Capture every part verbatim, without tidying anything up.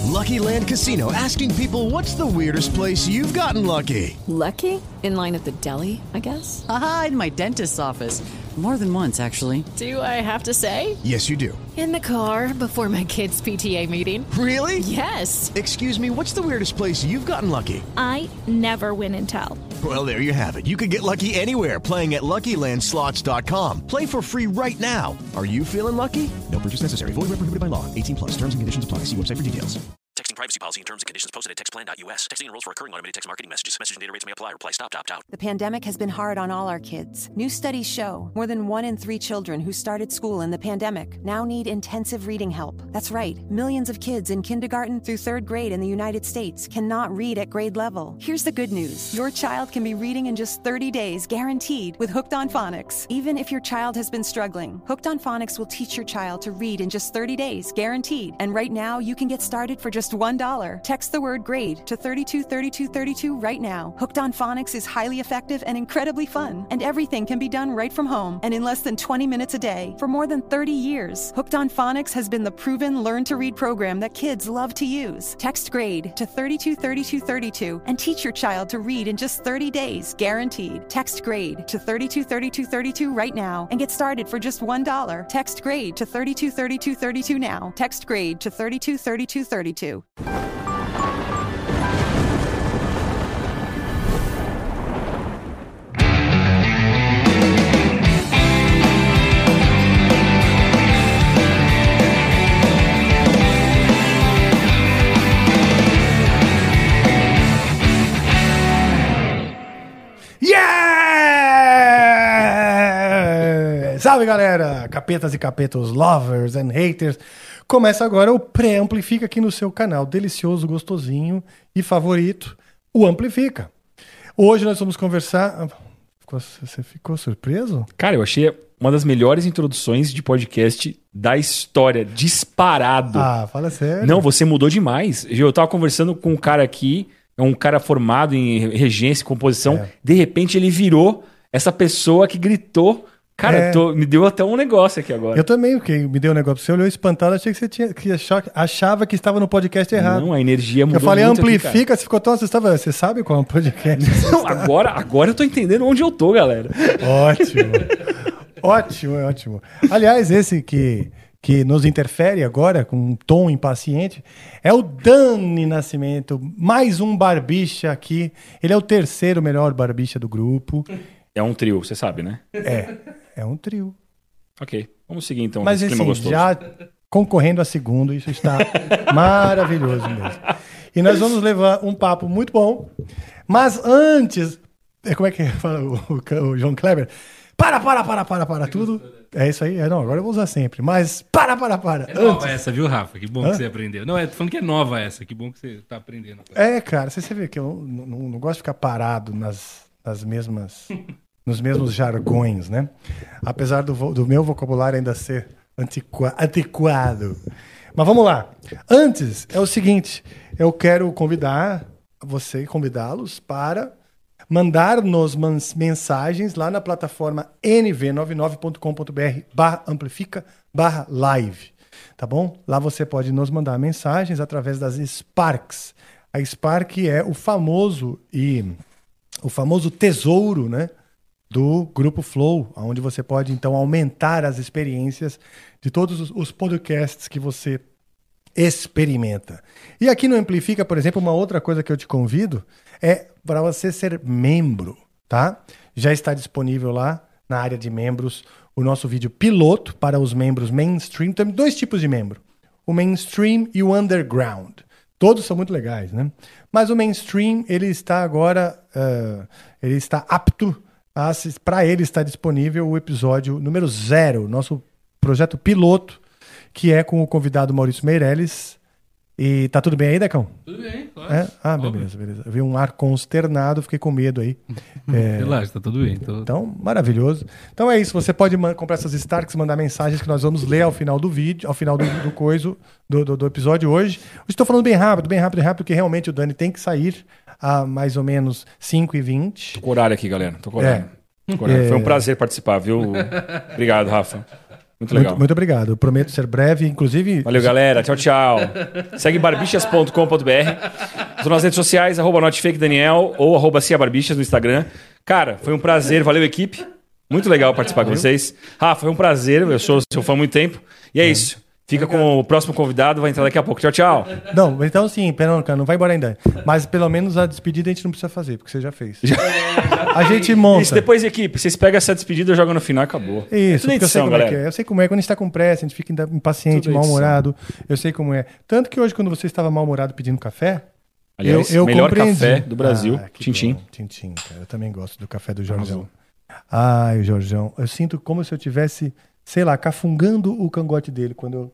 Lucky Land Casino, asking people, what's the weirdest place you've gotten lucky? Lucky? In line at the deli, I guess? Aha, in my dentist's office. More than once, actually. Do I have to say? Yes, you do. In the car before my kids' P T A meeting. Really? Yes. Excuse me, what's the weirdest place you've gotten lucky? I never win and tell. Well, there you have it. You can get lucky anywhere, playing at Lucky Land Slots dot com. Play for free right now. Are you feeling lucky? No purchase necessary. Void where prohibited by law. eighteen plus. Terms and conditions apply. See website for details. Texting privacy policy and terms and conditions posted at text plan dot U S. Texting enrolls for recurring automated text marketing messages. Message and data rates may apply. Reply stop to opt out. The pandemic has been hard on all our kids. New studies show more than one in three children who started school in the pandemic now need intensive reading help. That's right. Millions of kids in kindergarten through third grade in the United States cannot read at grade level. Here's the good news. Your child can be reading in just thirty days, guaranteed, with Hooked on Phonics. Even if your child has been struggling, Hooked on Phonics will teach your child to read in just thirty days, guaranteed. And right now, you can get started for just one dollar. Text the word GRADE to thirty-two thirty-two thirty-two right now. Hooked on Phonics is highly effective and incredibly fun. And everything can be done right from home and in less than twenty minutes a day. For more than thirty years, Hooked on Phonics has been the proven learn-to-read program that kids love to use. Text GRADE to thirty-two thirty-two thirty-two and teach your child to read in just thirty days, guaranteed. Text GRADE to thirty-two thirty-two thirty-two right now and get started for just one dollar. Text GRADE to thirty-two thirty-two thirty-two now. Text GRADE to thirty-two thirty-two thirty-two. Yeah! Salve, galera! Capetas e capetos, lovers and haters. Começa agora o Pré-Amplifica aqui no seu canal delicioso, gostosinho e favorito, o Amplifica. Hoje nós vamos conversar... Você ficou surpreso? Cara, eu achei uma das melhores introduções de podcast da história, disparado. Ah, fala sério. Não, você mudou demais. Eu tava conversando com um cara aqui, é um cara formado em regência e composição, é. De repente ele virou essa pessoa que gritou. Cara, é. tô, me deu até um negócio aqui agora. Eu também, porque me deu um negócio. Você olhou espantado, achei que você tinha, que achava, achava que estava no podcast errado. Não, a energia mudou. Eu falei, muito amplifica, aqui, você ficou tão assustado. Você sabe qual é o podcast? Não, agora, agora eu tô entendendo onde eu tô, galera. Ótimo. Ótimo, ótimo. Aliás, esse que, que nos interfere agora, com um tom impaciente, é o Dani Nascimento. Mais um barbicha aqui. Ele é o terceiro melhor barbicha do grupo. É um trio, você sabe, né? É, é um trio. Ok, vamos seguir então. Mas esse assim, clima gostoso. Já concorrendo a segundo, isso está maravilhoso mesmo. E nós vamos levar um papo muito bom. Mas antes, como é que fala o, o, o João Kleber? Para, para, para, para, para, tudo. É isso aí? É, não, agora eu vou usar sempre. Mas para, para, para. É nova antes. Essa, viu, Rafa? Que bom Hã? que você aprendeu. Não, é falando que é nova essa. Que bom que você está aprendendo. É, cara, você, você vê que eu não, não, não gosto de ficar parado nas... Nas mesmas, nos mesmos jargões, né? Apesar do, do meu vocabulário ainda ser antiqua, antiquado. Mas vamos lá. Antes, é o seguinte. Eu quero convidar você, convidá-los para mandar-nos mensagens lá na plataforma n v noventa e nove ponto com ponto b r barra amplifica barra live. Tá bom? Lá você pode nos mandar mensagens através das Sparks. A Spark é o famoso e... o famoso tesouro, né, do Grupo Flow, onde você pode, então, aumentar as experiências de todos os podcasts que você experimenta. E aqui no Amplifica, por exemplo, uma outra coisa que eu te convido é para você ser membro, tá? Já está disponível lá na área de membros o nosso vídeo piloto para os membros mainstream. Tem dois tipos de membro, o mainstream e o underground. Todos são muito legais, né? Mas o mainstream, ele está agora, uh, ele está apto, para ele está disponível o episódio número zero, nosso projeto piloto, que é com o convidado Maurício Meirelles. E tá tudo bem aí, Decão? Tudo bem, claro. É? Ah, beleza, beleza. Eu vi um ar consternado, fiquei com medo aí. É... Relaxa, tá tudo bem. Tô... Então, maravilhoso. Então é isso, você pode comprar essas Starks, mandar mensagens que nós vamos ler ao final do vídeo, ao final do, do coiso, do, do, do episódio hoje. Hoje estou falando bem rápido, bem rápido, bem rápido, porque realmente o Dani tem que sair a mais ou menos cinco e vinte. Tô com horário aqui, galera. Tô com horário. É. Tô com horário. É... Foi um prazer participar, viu? Obrigado, Rafa. Muito legal. Muito, muito obrigado. Eu prometo ser breve, inclusive... Valeu, galera. Tchau, tchau. Segue barbichas ponto com ponto b r. Estou nas redes sociais, arroba notfakedaniel ou arroba ciabarbichas no Instagram. Cara, foi um prazer. Valeu, equipe. Muito legal participar Valeu. com vocês. Rafa, foi um prazer. Eu sou seu fã há muito tempo. E é, é. isso. Fica com o próximo convidado, vai entrar daqui a pouco. Tchau, tchau. Não, então sim, pera, não vai embora ainda. Mas pelo menos a despedida a gente não precisa fazer, porque você já fez. Já... A gente monta. Isso, depois, equipe, vocês pegam essa despedida e jogam no final e acabou. Isso, porque edição, eu sei como galera. é que é. Eu sei como é. Quando a gente tá com pressa, a gente fica impaciente, mal-humorado. Eu sei como é. Tanto que hoje, quando você estava mal-humorado pedindo café... Aliás, eu, eu melhor compreendi. café do Brasil, ah, Tintim. Tintim, cara. Eu também gosto do café do Jorjão. Ai, o Jorjão. Eu sinto como se eu tivesse, sei lá, cafungando o cangote dele quando eu...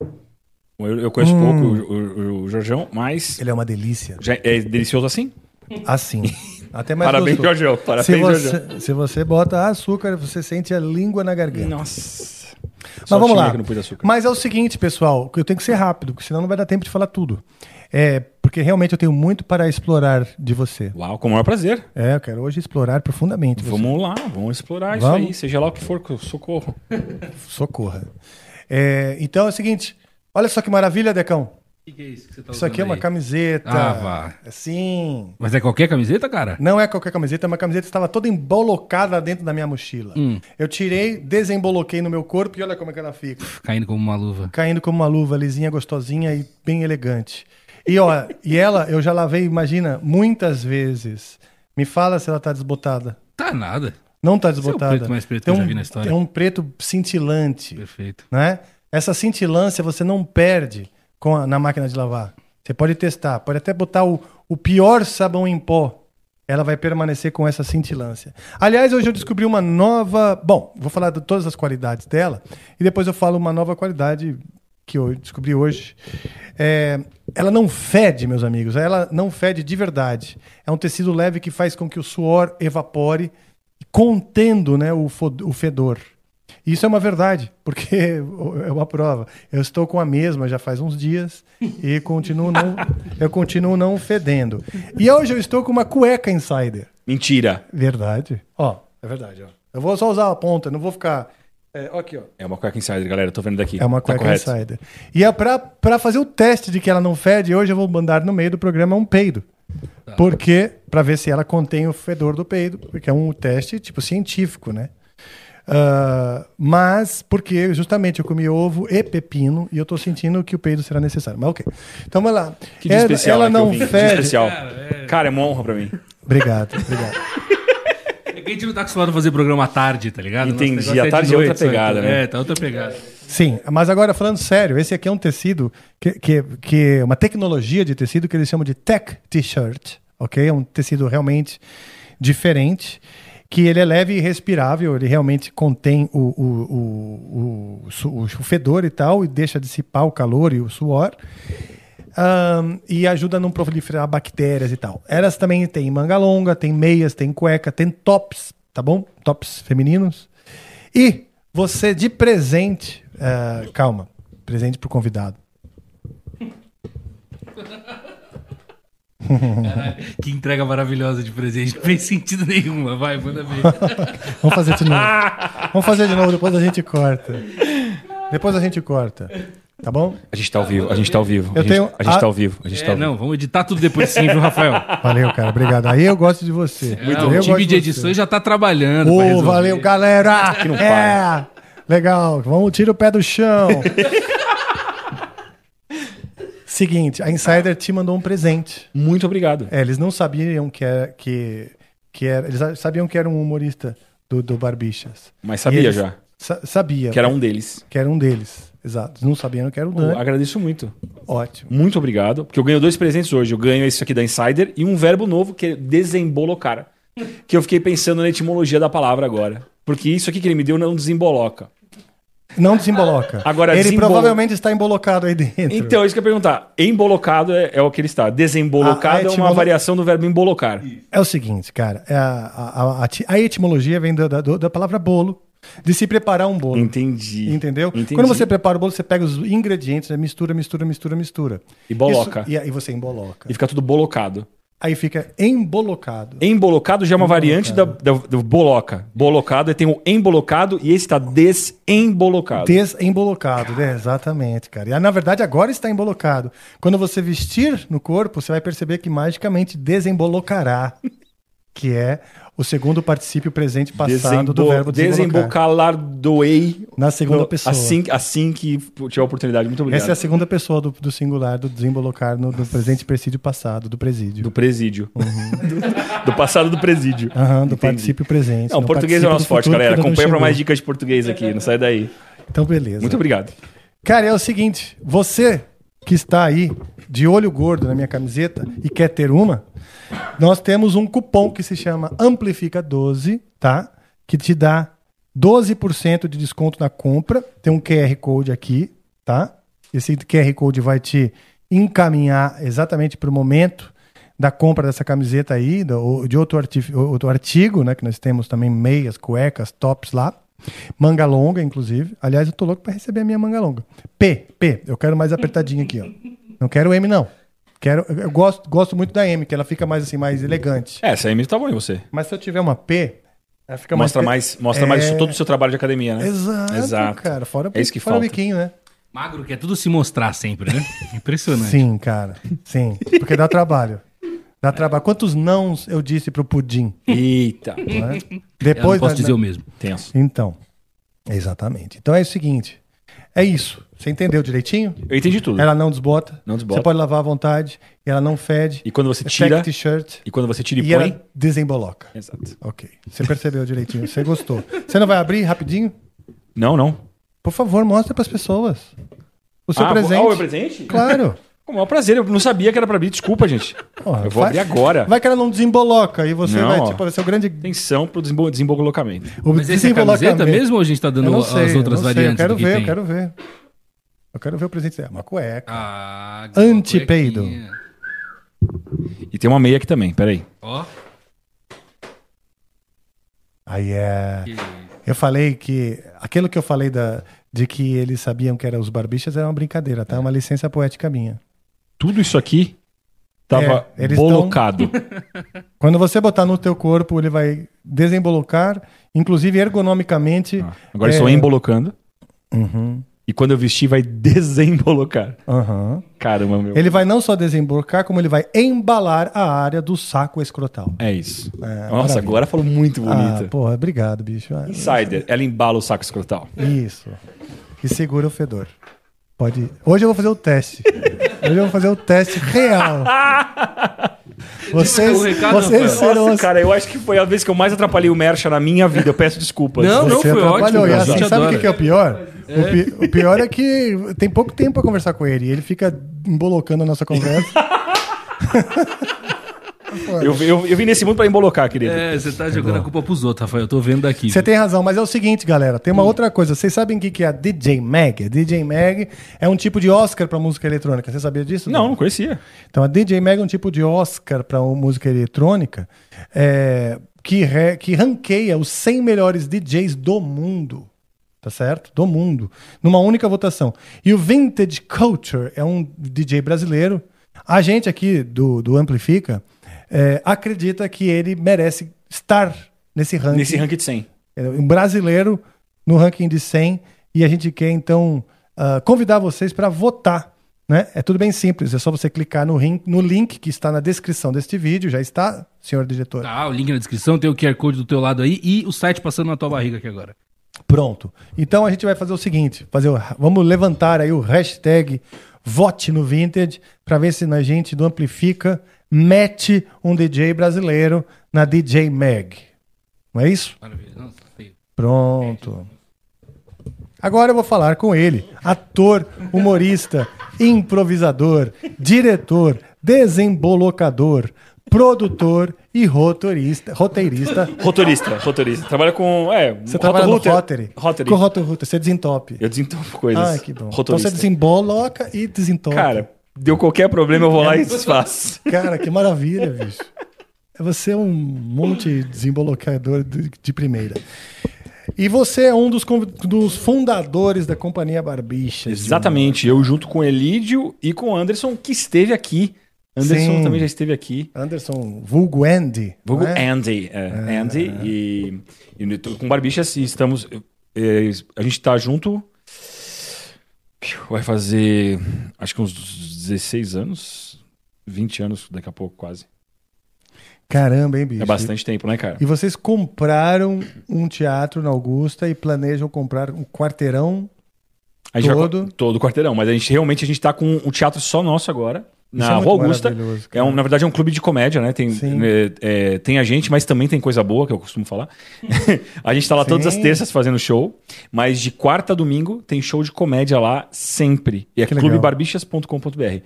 Eu, eu conheço hum. pouco o, o, o Jorjão, mas... Ele é uma delícia. Já é delicioso assim? Assim. Até mais Parabéns, gostoso. Jorjão. Parabéns, se você, Jorjão. Se você bota açúcar, você sente a língua na garganta. Nossa. Mas Só vamos lá. Mas é o seguinte, pessoal, eu tenho que ser rápido, porque senão não vai dar tempo de falar tudo. É, porque realmente eu tenho muito para explorar de você. Uau, com o maior prazer. É, eu quero hoje explorar profundamente. Vamos você. lá, vamos explorar vamos? isso aí, seja lá o que for, socorro. Socorra. É, então é o seguinte, olha só que maravilha, Decão. O que, que é isso que você tá Isso aqui é uma aí? camiseta. Ah, vá. Assim. Mas é qualquer camiseta, cara? Não é qualquer camiseta, é uma camiseta que estava toda embolocada dentro da minha mochila. Hum. Eu tirei, desemboloquei no meu corpo e olha como é que ela fica. Caindo como uma luva. Caindo como uma luva, lisinha, gostosinha e bem elegante. E ó, e ela, eu já lavei, imagina, muitas vezes. Me fala se ela tá desbotada. Tá nada. Não tá desbotada. Esse é o preto mais preto tem que um, eu já vi na história. É um preto cintilante. Perfeito. Né? Essa cintilância você não perde com a, na máquina de lavar. Você pode testar, pode até botar o, o pior sabão em pó. Ela vai permanecer com essa cintilância. Aliás, hoje eu descobri uma nova... Bom, vou falar de todas as qualidades dela e depois eu falo uma nova qualidade que eu descobri hoje. É, ela não fede, meus amigos. Ela não fede de verdade. É um tecido leve que faz com que o suor evapore, contendo, né, o, o fedor. Isso é uma verdade, porque é uma prova. Eu estou com a mesma já faz uns dias e continuo não, eu continuo não fedendo. E hoje eu estou com uma cueca Insider. Mentira. Verdade. Ó, é verdade. Ó. Eu vou só usar a ponta, não vou ficar... É, ó aqui, ó. É uma cueca Insider, galera. Tô vendo daqui. É uma cueca tá Insider. E é pra, pra fazer o teste de que ela não fede, hoje eu vou mandar no meio do programa um peido. Tá. Porque, pra ver se ela contém o fedor do peido, porque é um teste tipo científico, né? Uh, mas porque justamente eu comi ovo e pepino e eu tô sentindo que o peido será necessário. Mas ok. Então vamos lá. Que dia ela, especial, ela né, não que eu vim. fede. Dia especial. Cara, é... Cara, é uma honra pra mim. Obrigado, obrigado. É que a gente não tá acostumado a fazer programa à tarde, tá ligado? Entendi. A tarde é outra pegada, né? É, tá outra pegada. Sim, mas agora falando sério, esse aqui é um tecido que, que, que é uma tecnologia de tecido que eles chamam de tech t-shirt, ok? É um tecido realmente diferente, que ele é leve e respirável, ele realmente contém o, o, o, o, o fedor e tal, e deixa dissipar o calor e o suor, um, e ajuda a não proliferar bactérias e tal. Elas também têm manga longa, tem meias, tem cueca, tem tops, tá bom? Tops femininos. E você de presente, uh, calma, presente pro convidado. Caralho, que entrega maravilhosa de presente. Não fez sentido nenhuma. Vai, manda ver. Vamos fazer de novo. Vamos fazer de novo, depois a gente corta. Depois a gente corta. Tá bom? A gente tá ao vivo, a gente tá ao vivo. Eu a gente, tenho a gente a... tá ao vivo. A gente é, tá ao vivo. Não, vamos editar tudo depois sim, viu, Rafael? Valeu, cara. Obrigado. Aí eu gosto de você. É, não, eu o time de, de edições já tá trabalhando. Ô, valeu, galera! Que não é, para. Legal. Vamos tirar o pé do chão. Seguinte, a Insider te mandou um presente. Muito obrigado. É, eles não sabiam que era, que, que era, eles sabiam que era um humorista do, do Barbichas. Mas sabia eles, já. Sa sabia. Que era um deles. Que era um deles, exato. Não sabiam que era o Dani. Eu agradeço muito. Ótimo. Muito obrigado, porque eu ganho dois presentes hoje. Eu ganho esse aqui da Insider e um verbo novo que é desembolocar. Que eu fiquei pensando na etimologia da palavra agora. Porque isso aqui que ele me deu não desemboloca. Não desemboloca. Agora, ele desembolo... provavelmente está embolocado aí dentro. Então, isso que eu ia perguntar. Embolocado é, é o que ele está. Desembolocado a, a etimolo... é uma variação do verbo embolocar. É o seguinte, cara. A, a, a, a etimologia vem da, da, da palavra bolo. De se preparar um bolo. Entendi. Entendeu? Entendi. Quando você prepara o bolo, você pega os ingredientes, mistura, mistura, mistura, mistura. E boloca. Isso, e aí você emboloca. E fica tudo bolocado. aí fica embolocado. Embolocado já é uma variante da, da- do boloca. Bolocado, aí tem o embolocado e esse tá desembolocado. Desembolocado, né? Exatamente, cara. E na verdade agora está embolocado. Quando você vestir no corpo, você vai perceber que magicamente desembolocará, que é o segundo particípio presente passado do Desembo- verbo desembolocar. Desembocalar-doei. Na segunda no- pessoa. Assim, assim que tiver a oportunidade. Muito obrigado. Essa é a segunda pessoa do, do singular do desembolocar no, no presente presídio passado, do presídio. Do presídio. do, do passado do presídio. Aham, do Entendi. particípio presente. Não, no português é o particípio nosso do forte, futuro que galera. ainda não Acompanha pra chegou. mais dicas de português aqui. Não sai daí. Então, beleza. Muito obrigado. Cara, é o seguinte, você que está aí de olho gordo na minha camiseta e quer ter uma, nós temos um cupom que se chama Amplifica doze, tá? Que te dá doze por cento de desconto na compra. Tem um Q R Code aqui, tá? Esse Q R Code vai te encaminhar exatamente para o momento da compra dessa camiseta aí, do- de outro, arti- outro artigo, né? Que nós temos também meias, cuecas, tops lá. Manga longa, inclusive. Aliás, eu tô louco pra receber a minha manga longa. P, P. Eu quero mais apertadinho aqui, ó. Não quero M, não. Quero, eu gosto, gosto muito da M, que ela fica mais assim, mais elegante. É, essa aí tá bom em você. Mas se eu tiver uma P, ela fica Mostra mais... mais, mostra É. mais todo o seu trabalho de academia, né? Exato, cara. Fora, É isso que fora falta. o biquinho, né? Magro quer tudo se mostrar sempre, né? Impressionante. Sim, cara. Sim. Porque dá trabalho. Dá trabalho. Quantos nãos eu disse pro pudim? Eita. Não é? Eu não Depois posso da- dizer o mesmo. Tenso. Então, exatamente. Então é o seguinte, é isso. Você entendeu direitinho? Eu entendi tudo. Ela não desbota. Não desbota. Você pode lavar à vontade. E ela não fede. E quando você É tira... tech t-shirt. E quando você tira e, E põe... ela desemboloca. Exato. Ok. Você percebeu direitinho. Você gostou. Você não vai abrir rapidinho? Não, não. Por favor, mostra para as pessoas. O seu Ah, presente. ah, o meu presente? Claro. Com o maior prazer. Eu não sabia que era pra abrir. Desculpa, gente. Ó, Eu vou vai- abrir agora. Vai que ela não desemboloca. E você Não, vai, ó. tipo, vai ser o grande... Atenção pro desembo- desembolocamento. O Mas essa é a camiseta mesmo ou a gente tá dando Eu não as sei, outras eu não sei. variantes Eu quero do que ver, tem? eu quero ver. Eu quero ver o presente dela. Uma cueca. Ah, Antipeido. cuequinha. E tem uma meia aqui também. Peraí. Ó. Aí é... que- Eu falei que... Aquilo que eu falei da, de que eles sabiam que eram os barbichas era uma brincadeira, tá? Uma licença poética minha. Tudo isso aqui tava É, eles bolocado. Quando você botar no teu corpo, ele vai desembolocar, inclusive ergonomicamente. Ah, agora é... estou embolocando. Uhum, E quando eu vestir, vai desembolocar. uhum. Caramba, meu. Ele vai não só desembolocar, como ele vai embalar a área do saco escrotal. É isso. É, Nossa, maravilha. agora falou muito bonito. Ah, porra, obrigado, bicho. Ah, Insider, ela embala o saco escrotal. Isso. E segura o fedor. Pode ir. Hoje eu vou fazer o teste. Hoje eu vou fazer o teste real. Vocês, O recado, vocês Rafael. serão Nossa, os... cara, eu acho que foi a vez que eu mais atrapalhei o Mercha na minha vida. Eu peço desculpas. Não, não, Você foi atrapalhou. ótimo. E A assim, gente sabe o adora. que que é o pior? O, pi- o pior é que tem pouco tempo pra conversar com ele. E ele fica embolocando a nossa conversa. Eu, eu, eu vim nesse mundo pra embolocar, querido. É, você tá jogando a culpa pros outros, Rafael. Eu tô vendo daqui. Você tem razão, mas é o seguinte, galera. Tem uma outra coisa. Vocês sabem o que que é a D J Mag? A D J Mag é um tipo de Oscar pra música eletrônica. Você sabia disso? Não, não conhecia. Então, a D J Mag é um tipo de Oscar para música eletrônica é, que, re, que ranqueia os cem melhores D Js do mundo. Tá certo? Do mundo. Numa única votação. E o Vintage Culture é um D J brasileiro. A gente aqui do, do Amplifica é, acredita que ele merece estar nesse ranking. Nesse ranking de cem. É um brasileiro no ranking de cem. E a gente quer, então, uh, convidar vocês para votar. Né? É tudo bem simples, é só você clicar no, rin- no link que está na descrição deste vídeo. Já está, senhor diretor? Ah, o link na descrição, tem o Q R Code do teu lado aí e o site passando na tua barriga aqui agora. Pronto. Então a gente vai fazer o seguinte: fazer o- vamos levantar aí o hashtag Vote no Vintage para ver se a gente do Amplifica mete um D J brasileiro na D J Mag. Não é isso? Maravilha. Nossa, feio. Pronto. Agora eu vou falar com ele, ator, humorista, improvisador, diretor, desembolocador, produtor e roteirista. Roteirista. Rotorista, rotorista. Trabalha com. É, Você trabalha no Rotor- Rotary? Rotary. Com Rotor Router, você desentope. Eu desentopo coisas. Ai, que bom. Então Rotorista. você desemboloca e desentope. Cara, deu qualquer problema, eu vou lá e desfaço. Cara, que maravilha, bicho. Você é um monte desembolocador de, de primeira. E você é um dos, conv- dos fundadores da Companhia Barbichas. Exatamente. Eu junto com o Elídio e com o Anderson, que esteve aqui Anderson Sim. também já esteve aqui. Anderson, vulgo Andy. Vulgo não é? Andy. É, Andy. E, e com Barbixas estamos... é, a gente tá junto... Vai fazer... Acho que uns dezesseis anos. vinte anos daqui a pouco, quase. Caramba, hein, bicho? É bastante tempo, né, cara? E vocês compraram um teatro na Augusta e planejam comprar um quarteirão A gente todo? Vai, todo o quarteirão. Mas a gente realmente a gente tá com um teatro só nosso agora. Isso Na é Rua muito Augusta. maravilhoso, É um, na verdade é um clube de comédia, né? Tem, é, é, tem a gente, mas também tem coisa boa, que eu costumo falar. A gente tá lá Sim. todas as terças fazendo show. Mas de quarta a domingo tem show de comédia lá sempre. E é Que legal. clube barbixas ponto com ponto b r.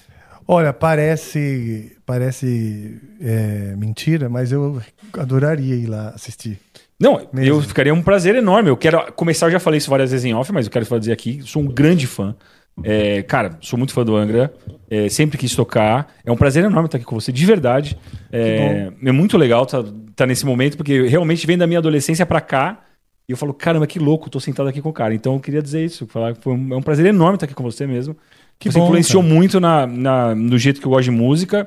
Olha, parece, parece é, mentira, mas eu adoraria ir lá assistir. Não, Mesmo. eu ficaria um prazer enorme. Eu quero começar, eu já falei isso várias vezes em off, mas eu quero dizer aqui, sou um grande fã. É, cara, sou muito fã do Angra, é, sempre quis tocar. É um prazer enorme estar aqui com você, de verdade. É, é muito legal estar tá, tá nesse momento, porque realmente vem da minha adolescência pra cá. E eu falo, caramba, que louco, tô sentado aqui com o cara. Então eu queria dizer isso, falar que foi um, é um prazer enorme estar aqui com você mesmo. Que você bom, influenciou cara. muito na, na, no jeito que eu gosto de música,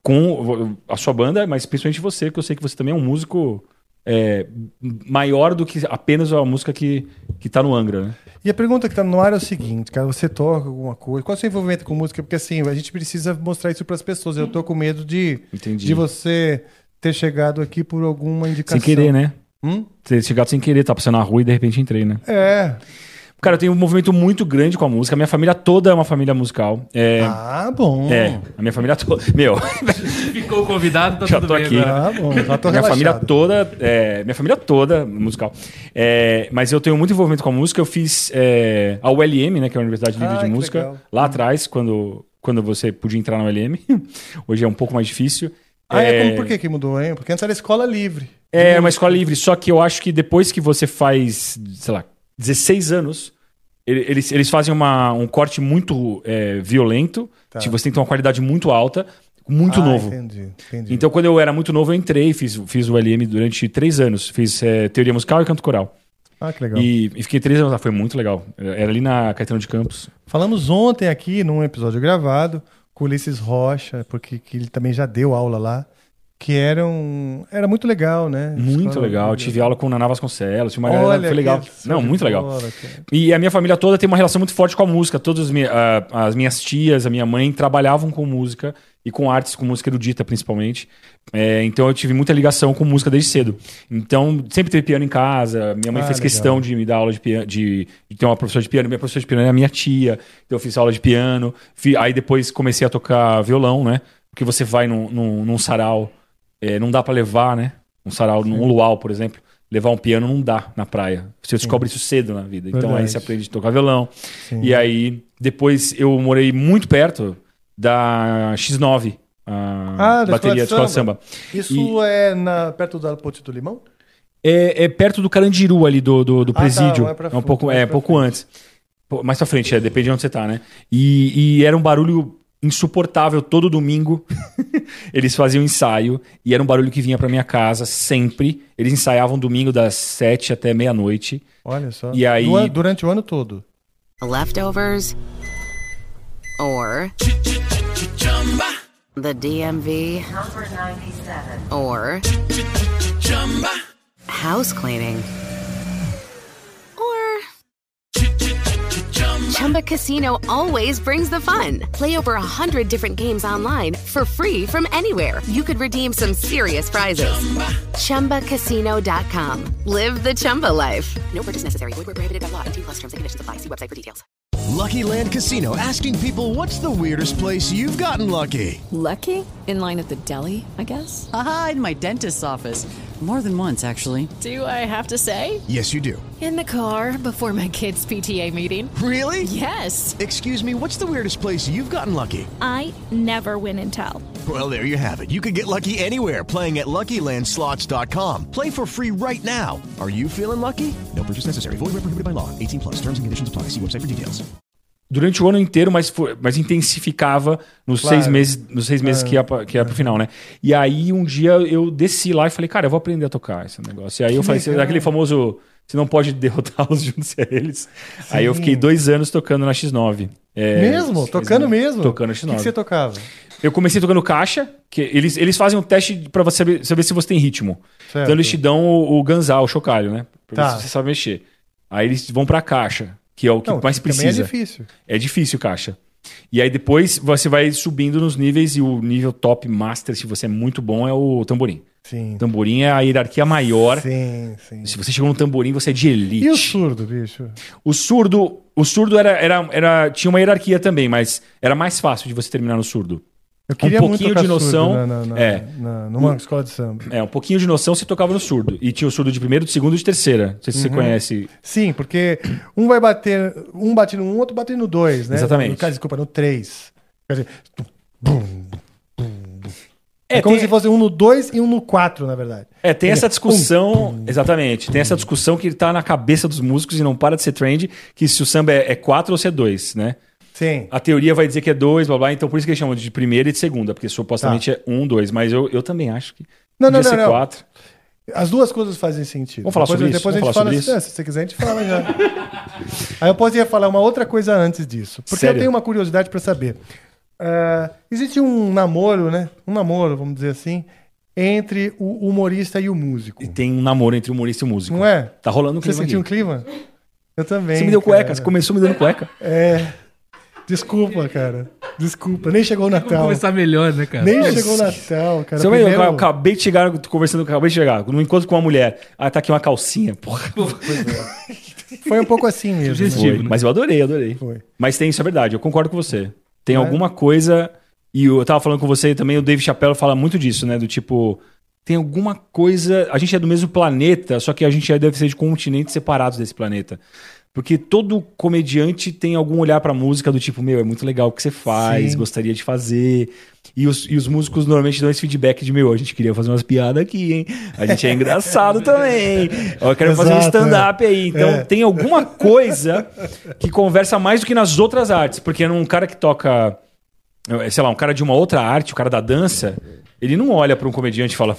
com a sua banda, mas principalmente você, porque eu sei que você também é um músico é, maior do que apenas a música que, que tá no Angra, né? E a pergunta que tá no ar é o seguinte, cara, você toca alguma coisa? Qual é o seu envolvimento com música? Porque assim, a gente precisa mostrar isso pras pessoas. Eu tô com medo de, Entendi. de você ter chegado aqui por alguma indicação. Sem querer, né? Hum? Ter chegado sem querer, tá passando na rua e de repente entrei, né? É. Cara, eu tenho um movimento muito grande com a música. A minha família toda é uma família musical. É, Ah, bom. é a minha família toda. Meu, Ficou convidado, tá Já tudo tô bem aqui. agora. Ah, bom. Já tô minha relaxado. família toda, é, minha família toda musical. É, mas eu tenho muito envolvimento com a música. Eu fiz é, a U L M, né, que é a Universidade Livre Ah, de que Música, legal. lá atrás, quando, quando você podia entrar na U L M. Hoje é um pouco mais difícil. Ah, é como por que que mudou, hein? Porque antes era escola livre. É uma escola livre, só que eu acho que depois que você faz, sei lá, dezesseis anos, ele- eles, eles fazem uma, um corte muito é, violento, Tá. tipo, você tem que ter uma qualidade muito alta, muito Ah, novo. Entendi, entendi. Então, quando eu era muito novo, eu entrei, fiz, fiz o L M durante três anos. Fiz é, teoria musical e canto coral. Ah, que legal. E, e fiquei três anos lá, foi muito legal. Era ali na Caetano de Campos. Falamos ontem aqui, num episódio gravado, com o Ulisses Rocha, porque que ele também já deu aula lá, que era, um, era muito legal, né? Muito Escola- legal. Eu tive aula com o Naná Vasconcelos, tinha uma galera, Olha, foi legal. que show Não, de muito legal. bola, cara. E a minha família toda tem uma relação muito forte com a música. Todas as, minha, ah, as minhas tias, a minha mãe trabalhavam com música e com artes, com música erudita principalmente. É, então eu tive muita ligação com música desde cedo. Então sempre teve piano em casa. Minha mãe Ah, fez legal. questão de me dar aula de piano, de, de ter uma professora de piano. Minha professora de piano era minha tia, então eu fiz aula de piano. Fi- aí depois comecei a tocar violão, né? Porque você vai num, num, num sarau, é, não dá pra levar, né? Um sarau, num luau, por exemplo. Levar um piano não dá na praia. Você descobre isso cedo na vida. Então aí Verdade. você aprende a tocar violão. Sim. E aí, depois eu morei muito perto da X nove, a Ah, da bateria escola de de escola de samba. Isso é na, perto da Ponte do Limão? É, é perto do Carandiru ali, do, do, do Ah, tá, presídio. mais pra é um frente, pouco, mais é, pra pouco frente. antes. Pô, mais pra frente, é, depende de onde você tá, né? E, e era um barulho insuportável todo domingo. Eles faziam ensaio e era um barulho que vinha pra minha casa sempre. Eles ensaiavam domingo das sete até meia-noite. Olha só. E aí- Do an- durante o ano todo. Leftovers or the D M V or house cleaning or Chumba Casino always brings the fun. Play over a hundred different games online for free from anywhere. You could redeem some serious prizes. Chumba Casino dot com. Live the Chumba life. No purchase necessary. Void where prohibited by law. eighteen plus terms and conditions apply. See website for details. Lucky Land Casino, asking people, what's the weirdest place you've gotten lucky? Lucky? In line at the deli, I guess? Aha, in my dentist's office. More than once, actually. Do I have to say? Yes, you do. In the car before my kids' P T A meeting. Really? Yes. Excuse me, what's the weirdest place you've gotten lucky? I never win and tell. Well, there you have it. You can get lucky anywhere, playing at Lucky Land Slots dot com. Play for free right now. Are you feeling lucky? No purchase necessary. Void where prohibited by law. eighteen plus. Terms and conditions apply. See website for details. Durante o ano inteiro, mas, foi- mas intensificava nos Claro. seis meses, nos seis meses que ia, pra- que ia pro final, né? E aí um dia eu desci lá e falei, cara, eu vou aprender a tocar esse negócio. E aí eu falei, legal. aquele famoso, você não pode derrotá-los, junte-se a eles. Aí eu fiquei dois anos tocando na X nove. É, Mesmo? X Tocando nove. mesmo? Tocando na O X que, nove. que você tocava? Eu comecei tocando caixa, que eles, eles fazem um teste pra você saber, saber se você tem ritmo. Certo. Então eles te dão o, o ganzal, o chocalho, né? Pra Tá. ver se você sabe mexer. Aí eles vão pra caixa, que é o que Não, mais também precisa. é difícil. É difícil caixa. E aí depois você vai subindo nos níveis e o nível top master, se você é muito bom, é o tamborim. Sim. Tamborim é a hierarquia maior. Sim, sim. Se você chegou no tamborim, você é de elite. E o surdo, bicho? O surdo, o surdo era, era, era, tinha uma hierarquia também, mas era mais fácil de você terminar no surdo. Eu queria um pouquinho muito de tocar noção. surdo na, na, na, é. na, numa escola de samba. É, um pouquinho de noção você tocava no surdo. E tinha o surdo de primeiro, de segundo e de terceira. Não sei se Uhum. você conhece. Sim, porque um vai bater, um bate no um, outro bate no dois, né? Exatamente. No caso, desculpa, no três. Quer dizer, bum, bum, bum. É, É como tem- se fosse um no dois e um no quatro, na verdade. É, tem Quer essa dizer, discussão. um, Exatamente. Tem essa discussão que tá na cabeça dos músicos e não para de ser trend, que se o samba é, é quatro ou se é dois, né? Sim. A teoria vai dizer que é dois, blá blá, então por isso que eles chamam de primeira e de segunda, porque supostamente é um, dois, mas eu, eu também acho que Não, não, podia não, ser não. quatro. As duas coisas fazem sentido. Vamos falar depois, sobre isso? Depois Vamos a gente falar fala sobre assim, isso? ah, se você quiser, a gente fala já. Aí eu poderia falar uma outra coisa antes disso. Porque Sério? eu tenho uma curiosidade pra saber. Ah, existe um namoro, né? Um namoro, vamos dizer assim, entre o humorista e o músico. E tem um namoro entre o humorista e o músico. Não é? Tá rolando um Você clima sentiu um aqui. clima? Eu também. Você me deu cueca, cara. você começou me dando cueca. É. Desculpa, cara. Desculpa. Nem chegou o Vamos Natal. começar melhor, né, cara? Nem chegou o Natal, cara. Seu amigo, Primeiro- eu acabei de chegar, tô conversando, acabei de chegar, num encontro com uma mulher. Ah, tá aqui uma calcinha. Porra. Foi um pouco assim mesmo. Sugestivo. né? Foi. Mas eu adorei, adorei. Foi. Mas tem, isso é verdade, eu concordo com você. Tem Não é? alguma coisa. E eu tava falando com você também, o Dave Chappelle fala muito disso, né? Do tipo. Tem alguma coisa. A gente é do mesmo planeta, só que a gente deve ser de continentes separados desse planeta. Porque todo comediante tem algum olhar pra música do tipo, meu, é muito legal o que você faz, Sim. gostaria de fazer. E os, e os músicos normalmente dão esse feedback de, meu, a gente queria fazer umas piadas aqui, hein? A gente é engraçado também. Eu quero fazer um Exato, stand-up aí. Então É. tem alguma coisa que conversa mais do que nas outras artes. Porque um cara que toca, sei lá, um cara de uma outra arte, o cara da dança, ele não olha pra um comediante e fala...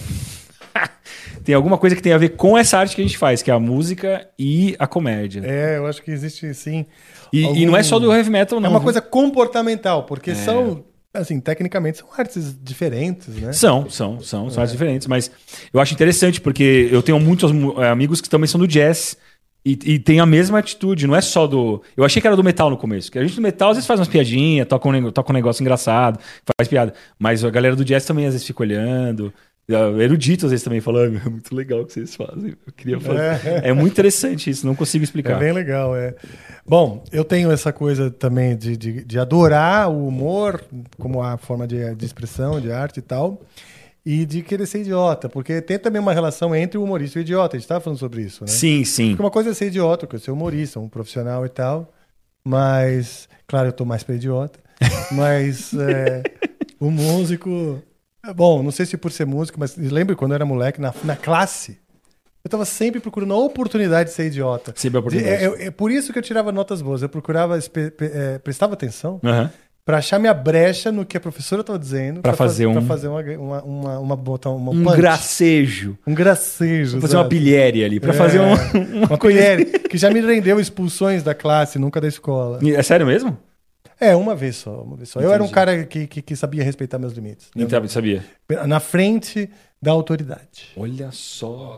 Tem alguma coisa que tem a ver com essa arte que a gente faz, que é a música e a comédia. É, eu acho que existe sim. E, algum- e não é só do heavy metal, não. É uma viu? coisa comportamental, porque É. são, assim, tecnicamente são artes diferentes, né? São, são, são, são É. artes diferentes. Mas eu acho interessante, porque eu tenho muitos mu- eh, amigos que também são do jazz e, e tem a mesma atitude, não é só do... Eu achei que era do metal no começo, que a gente do metal às vezes faz umas piadinhas, toca um, nego- toca um negócio engraçado, faz piada. Mas a galera do jazz também às vezes fica olhando... Erudito às vezes também falando, é muito legal o que vocês fazem. Eu queria fazer. É. É, muito interessante isso, não consigo É explicar. bem legal, é. Bom, eu tenho essa coisa também de, de, de adorar o humor como a forma de, de expressão, de arte e tal, e de querer ser idiota, porque tem também uma relação entre o humorista e o idiota. A gente estava falando sobre isso, né? Sim, sim. Porque uma coisa é ser idiota, outra coisa é ser humorista, um profissional e tal, mas, claro, eu tô mais pra idiota, mas é, o músico... Bom, não sei se por ser músico, mas lembro quando eu era moleque, na, na classe, eu tava sempre procurando a oportunidade de ser idiota. Sempre a oportunidade. De- é, é- é por isso que eu tirava notas boas. Eu procurava, espe- pe- é, prestava atenção Aham. pra achar minha brecha no que a professora tava dizendo. Pra fazer faz- um- Pra fazer uma, uma, uma, uma, botar uma Um punch. gracejo. Um gracejo. Pra fazer uma exato. pilhéria ali, pra É, fazer um, uma colher, que já me rendeu expulsões da classe, nunca da escola. É sério mesmo? É, uma vez só, uma vez só. Eu era um Entendi. cara que, que, que sabia respeitar meus limites. né? Então, sabia? Na frente da autoridade. Olha só.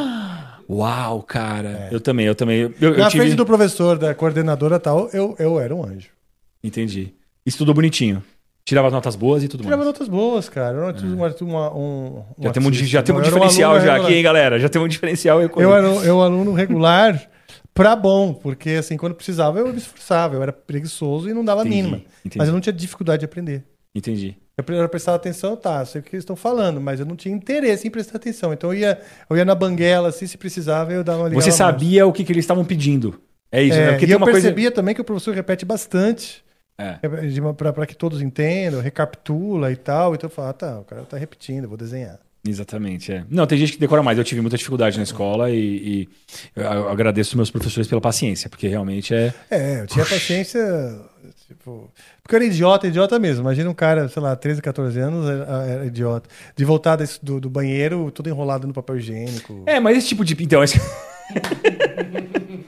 Uau, cara. Eu também, eu também. Eu, eu Na tive... frente do professor, da coordenadora e tal, eu, eu era um anjo. Entendi. Estudou bonitinho. Tirava as notas boas e tudo Tirava mais. notas boas, cara. Eu era uma, uma, um, um Já temos um, artista. já temos um Eu era diferencial aluno já regular. aqui, hein, galera? Já temos um diferencial. Eu, Eu era, eu era aluno regular pra bom, porque assim, quando precisava eu me esforçava. Eu era preguiçoso e não dava a Entendi, mínima. entendi. Mas eu não tinha dificuldade de aprender. Entendi. Eu pre- eu prestava atenção, tá, sei o que eles estão falando, mas eu não tinha interesse em prestar atenção. Então eu ia, eu ia na banguela, assim, se precisava, eu dava uma ligada Você mais. sabia o que, que eles estavam pedindo. É isso, É, né? Porque e tem eu uma coisa... percebia também que o professor repete bastante. É. Para que todos entendam, recapitula e tal. Então eu falo, ah, tá, o cara tá repetindo, eu vou desenhar. Exatamente, é. Não, tem gente que decora mais. Eu tive muita dificuldade na escola e, e eu agradeço os meus professores pela paciência, porque realmente é... É, eu tinha paciência, tipo... Porque eu era idiota, idiota mesmo. Imagina um cara, sei lá, treze, catorze anos, era, era idiota. De voltar desse- do, do banheiro, todo enrolado no papel higiênico. É, mas esse tipo de... Então, esse...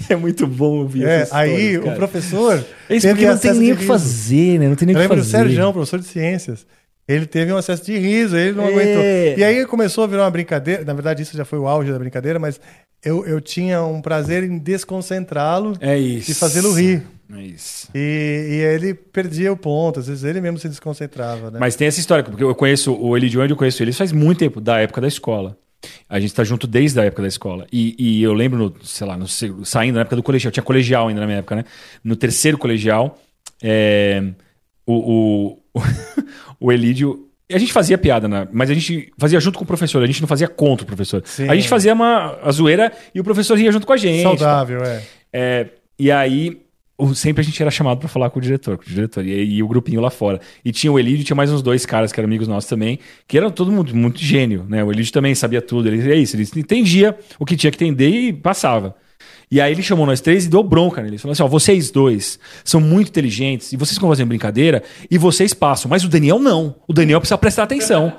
É muito bom ouvir É, essas aí histórias, o cara. professor. É isso, porque não tem nem o que fazer, né? Não tem nem o Eu que lembro do fazer. Sérgio, professor de ciências. Ele teve um acesso de riso, ele não É. aguentou. E aí começou a virar uma brincadeira. Na verdade, isso já foi o auge da brincadeira, mas eu, eu tinha um prazer em desconcentrá-lo É isso. e fazê-lo rir. É isso. E, e ele perdia o ponto, às vezes ele mesmo se desconcentrava, né? Mas tem essa história, porque eu conheço o Elidio Andy, eu conheço ele faz muito tempo, da época da escola. A gente tá junto desde a época da escola. E, e eu lembro, no, sei lá, no, saindo na época do colegial, tinha colegial ainda na minha época, né? No terceiro colegial, é, o, o, o Elidio... A gente fazia piada, né? Mas a gente fazia junto com o professor, a gente não fazia contra o professor. Sim. A gente fazia uma a zoeira e o professor ria junto com a gente. Saudável, é. É, e aí, o- sempre a gente era chamado pra falar com o diretor, com o diretor e, e o grupinho lá fora. E tinha o Elidio, tinha mais uns dois caras que eram amigos nossos também, que eram todo mundo muito gênio, né? O Elidio também sabia tudo, ele é isso, ele entendia o que tinha que entender e passava. E aí ele chamou nós três e deu bronca nele. Ele falou assim, ó, vocês dois são muito inteligentes e vocês ficam fazendo brincadeira e vocês passam, mas o Daniel não. O Daniel precisa prestar atenção.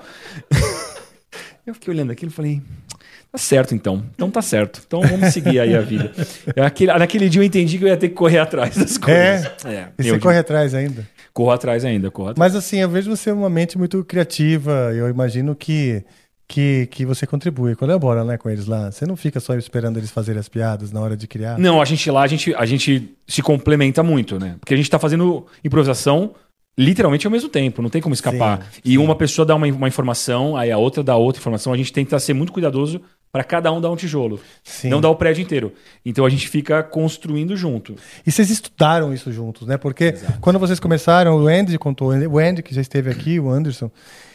Eu fiquei olhando aquilo e falei, tá certo então. Então tá certo. Então vamos seguir aí a vida. Aquele, naquele dia eu entendi que eu ia ter que correr atrás das coisas. É? E eu você corre atrás ainda? Corro atrás ainda, corro atrás. Mas assim, eu vejo você uma mente muito criativa. Eu imagino que, que, que você contribui, colabora, né, com eles lá. Você não fica só esperando eles fazerem as piadas na hora de criar? Não, a gente lá, a gente, a gente se complementa muito, né? Porque a gente tá fazendo improvisação literalmente ao mesmo tempo, não tem como escapar. Sim, e uma pessoa dá uma, uma informação, aí a outra dá outra informação. A gente tenta ser muito cuidadoso para cada um dar um tijolo. Sim. Não dar o prédio inteiro. Então a gente fica construindo junto. E vocês estudaram isso juntos, né? Porque quando vocês começaram, o Andy contou, o Andy que já esteve aqui, o Anderson,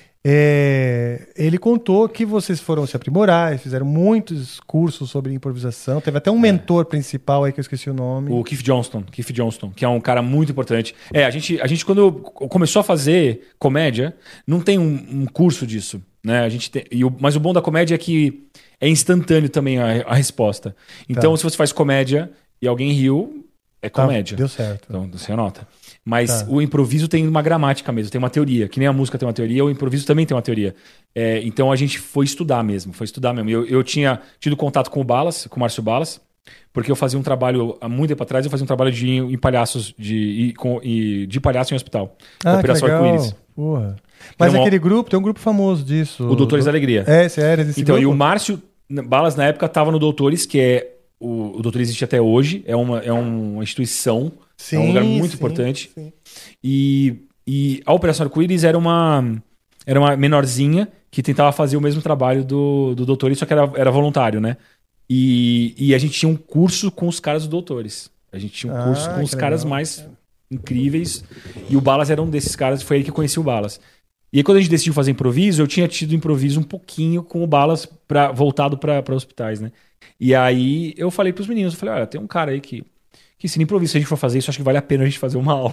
é, ele contou que vocês foram se aprimorar, fizeram muitos cursos sobre improvisação. Teve até um mentor principal aí que eu esqueci o nome. O Keith Johnston, Keith Johnston, que é um cara muito importante. É, a gente, a gente quando começou a fazer comédia, não tem um, um curso disso, né? A gente tem, e o, mas o bom da comédia é que é instantâneo também a, a resposta. Então, Tá. se você faz comédia e alguém riu, é Tá, comédia. deu certo. Então, você anota. Mas Tá. o improviso tem uma gramática mesmo, tem uma teoria. Que nem a música tem uma teoria, o improviso também tem uma teoria. É, então a gente foi estudar mesmo, foi estudar mesmo. Eu, eu tinha tido contato com o Balas, com o Márcio Balas, porque eu fazia um trabalho, há muito tempo atrás, eu fazia um trabalho de, em palhaços, de, e, com, e, de palhaço em hospital. Ah, que Operação legal. Arco-Íris. Porra. Mas Tem um- aquele grupo, tem um grupo famoso disso. O Doutores da Alegria. É, sério, desse Então, grupo? e o Márcio Balas, na época, estava no Doutores, que é. O, o Doutores existe até hoje, é uma, é uma instituição, Sim, é um lugar muito sim, importante. sim. E, e a Operação Arco-Íris era uma, era uma menorzinha que tentava fazer o mesmo trabalho do, do Doutores, só que era, era voluntário, né? E, e a gente tinha um curso com os caras do Doutores. A gente tinha um Ah, curso com os que caras legal. mais incríveis. E o Balas era um desses caras, foi aí que eu conheci o Balas. E aí, quando a gente decidiu fazer improviso, eu tinha tido improviso um pouquinho com o Balas pra, voltado para hospitais, né? E aí eu falei pros meninos, eu falei, olha, tem um cara aí que, que ensina improviso, se a gente for fazer isso, acho que vale a pena a gente fazer uma aula.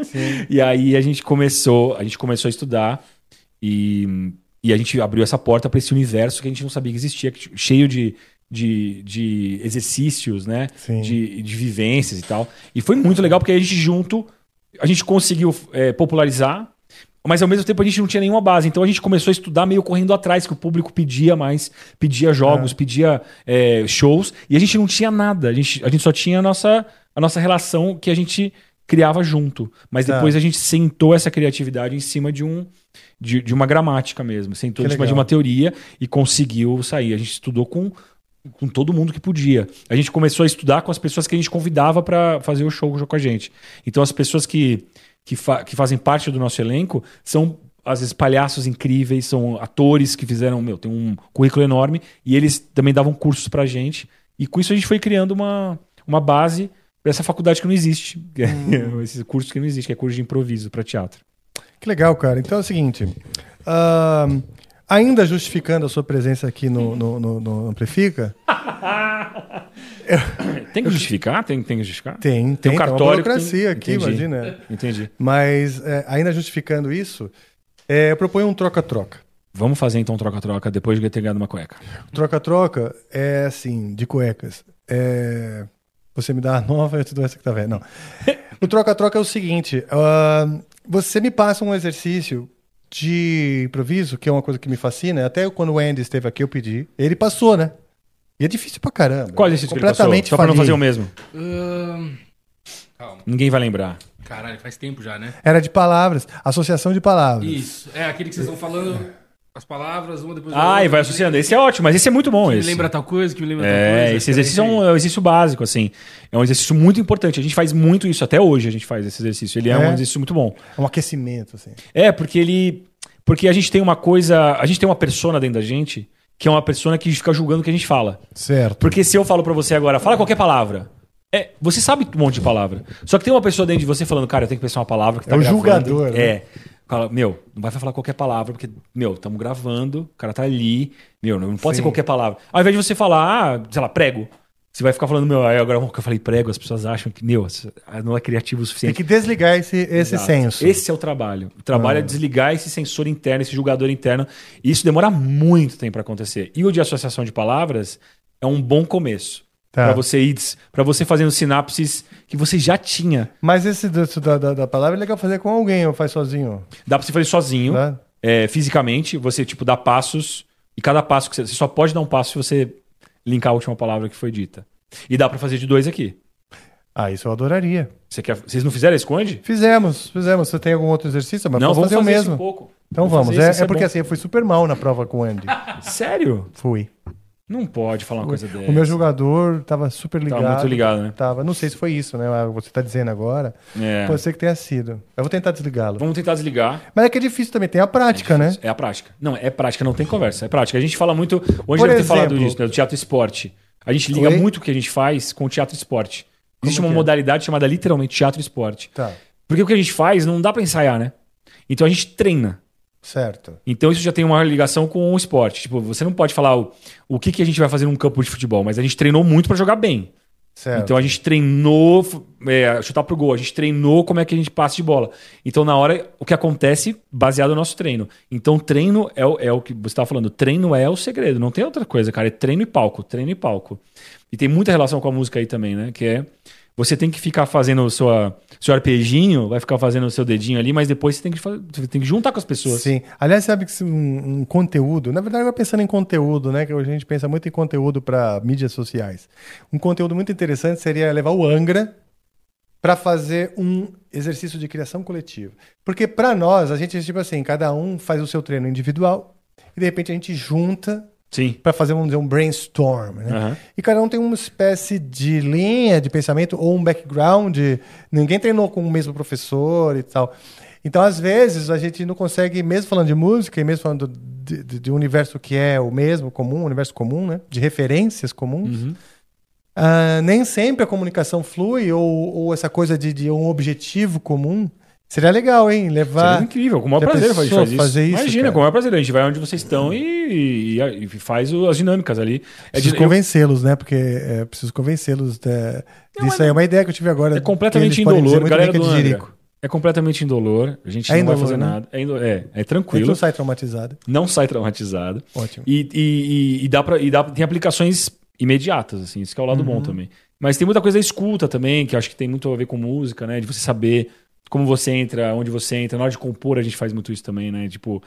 E aí a gente começou, a gente começou a estudar e, e a gente abriu essa porta para esse universo que a gente não sabia que existia, que- cheio de, de, de exercícios, né? Sim. De, de vivências e tal. E foi muito legal porque a gente junto, a gente conseguiu é, popularizar, mas ao mesmo tempo a gente não tinha nenhuma base. Então a gente começou a estudar meio correndo atrás, que o público pedia mais, pedia jogos, pedia é, shows, e a gente não tinha nada. A gente, a gente só tinha a nossa, a nossa relação que a gente criava junto. Mas Tá. depois a gente sentou essa criatividade em cima de, um, de, de uma gramática mesmo. Sentou Que em cima legal. de uma teoria e conseguiu sair. A gente estudou com, com todo mundo que podia. A gente começou a estudar com as pessoas que a gente convidava para fazer o show com a gente. Então as pessoas que, que, fa- que fazem parte do nosso elenco são, às vezes, palhaços incríveis, são atores que fizeram, meu, tem um currículo enorme, e eles também davam cursos pra gente. E com isso a gente foi criando uma, uma base para essa faculdade que não existe, que é esse curso que não existe, que é curso de improviso para teatro. Que legal, cara. Então é o seguinte, ahn, ainda justificando a sua presença aqui no, no, no, no Amplifica, Tem que justificar? Tem, tem que justificar? tem, tem, Tem um tem uma cartório que burocracia tem- aqui, Entendi. imagina. Entendi. Mas é, ainda justificando isso, é, eu proponho um troca-troca. Vamos fazer então um troca-troca depois de ter ganhado uma cueca. Troca-troca é assim, de cuecas. É, você me dá a nova, eu te dou essa que tá velha. Não. O troca-troca é o seguinte: ahn, você me passa um exercício de improviso, que é uma coisa que me fascina. Até quando o Andy esteve aqui, eu pedi. Ele passou, né? E é difícil pra caramba. Qual exercício que ele passou? Completamente Só pra não falido. fazer o mesmo. Ahn, calma. Ninguém vai lembrar. Caralho, faz tempo já, né? Era de palavras, associação de palavras. Isso. É aquele que vocês estão falando as palavras, uma depois da Ah, outra. e vai associando. Esse é ótimo, mas esse é muito bom. Que me esse. lembra tal coisa, que me lembra tal É, coisa. esse exercício é um, é um exercício básico, assim. É um exercício muito importante. A gente faz muito isso, até hoje a gente faz esse exercício. Ele é, É? um exercício muito bom. É um aquecimento, assim. É, porque ele. Porque a gente tem uma coisa. A gente tem uma persona dentro da gente, que é uma persona que fica julgando o que a gente fala. Certo. Porque se eu falo pra você agora, fala qualquer palavra. É, você sabe um monte de palavra. Só que tem uma pessoa dentro de você falando, cara, eu tenho que pensar uma palavra que tá É o gravando. julgador, né? É. Fala, meu, não vai falar qualquer palavra, porque, meu, estamos gravando, o cara tá ali, meu, não pode Sim. ser qualquer palavra. Ao invés de você falar, ah, sei lá, prego, você vai ficar falando, meu, aí agora que eu falei prego, as pessoas acham que, meu, não é criativo o Tem suficiente. que desligar esse, esse Exato. senso. Esse é o trabalho. O trabalho Ah. é desligar esse sensor interno, esse julgador interno. E isso demora muito tempo para acontecer. E o de associação de palavras é um bom começo. Tá. Para você ir, para você fazendo sinapses que você já tinha. Mas esse do- da, da, da palavra é legal fazer com alguém ou faz sozinho? Dá para você fazer sozinho, Dá? é, fisicamente. Você tipo dá passos e cada passo que você, você só pode dar um passo se você linkar a última palavra que foi dita. E dá para fazer de dois aqui. Ah, isso eu adoraria. Você quer? Vocês não fizeram esconde? Fizemos, fizemos. Você tem algum outro exercício? Mas Não, posso vamos fazer o fazer mesmo. isso um pouco. Então Vamos vamos. fazer É, isso, isso é é porque bom. assim, eu fui super mal na prova com o Andy. Sério? Fui. Não pode falar uma coisa dessa. O meu jogador tava super ligado. Tava muito ligado, né? Tava. Não sei se foi isso, né? Você tá dizendo agora. É. Pode ser que tenha sido. Eu vou tentar desligá-lo. Vamos tentar desligar. Mas é que é difícil também. Tem a prática, né? É a prática. Não, é prática, não tem conversa. É prática. A gente fala muito. Hoje Por deve ter exemplo- falado disso, né? Do teatro esporte. A gente liga Oi? muito o que a gente faz com o teatro esporte. Existe Como uma que é? modalidade chamada literalmente teatro esporte. Tá. Porque o que a gente faz não dá pra ensaiar, né? Então a gente treina. Certo. Então isso já tem uma ligação com o esporte. Tipo, você não pode falar o, o que, que a gente vai fazer num campo de futebol, mas a gente treinou muito pra jogar bem. Certo. Então a gente treinou é, chutar pro gol, a gente treinou como é que a gente passa de bola. Então na hora, o que acontece baseado no nosso treino. Então treino é, o- é o que você estava falando, treino é o segredo, não tem outra coisa, cara, é treino e palco, treino e palco. E tem muita relação com a música aí também, né, que é você tem que ficar fazendo o sua, seu arpejinho, vai ficar fazendo o seu dedinho ali, mas depois você tem que, fa- você tem que juntar com as pessoas. Sim. Aliás, sabe que se um, um conteúdo, na verdade, eu pensando em conteúdo, né? Que hoje a gente pensa muito em conteúdo para mídias sociais. Um conteúdo muito interessante seria levar o Angra para fazer um exercício de criação coletiva. Porque para nós, a gente, tipo assim, cada um faz o seu treino individual e de repente a gente junta Sim. para fazer, vamos dizer, um brainstorm, né? Aham. E cada um tem uma espécie de linha de pensamento ou um background. Ninguém treinou com o mesmo professor e tal. Então, às vezes, a gente não consegue, mesmo falando de música e mesmo falando de, de, de um universo que é o mesmo, comum, um universo comum, né? De referências comuns. Uhum. Ah, nem sempre a comunicação flui ou, ou essa coisa de, de um objetivo comum. Seria legal, hein? Levar... Seria incrível, com o maior Já prazer a gente pensou faz isso. fazer isso, Imagina, cara? com o maior prazer. A gente vai onde vocês estão e, e- e faz o- as dinâmicas ali. É, Preciso de- eu- convencê-los, né? Porque é, preciso convencê-los. É, isso aí é uma ideia que eu tive agora. é completamente que eles podem dizer indolor, muito galera bem do que é de Angra. jirico. É completamente indolor. A gente É não vai indolor, fazer né? nada. É, indo- é, é Ele tranquilo. não sai traumatizado. Não sai traumatizado. Ótimo. E, e, e- e dá pra, e dá, tem aplicações imediatas, assim, isso que é o lado Uhum. bom também. Mas tem muita coisa da escuta também, que eu acho que tem muito a ver com música, né? De você saber como você entra, onde você entra. Na hora de compor, a gente faz muito isso também, né? Tipo,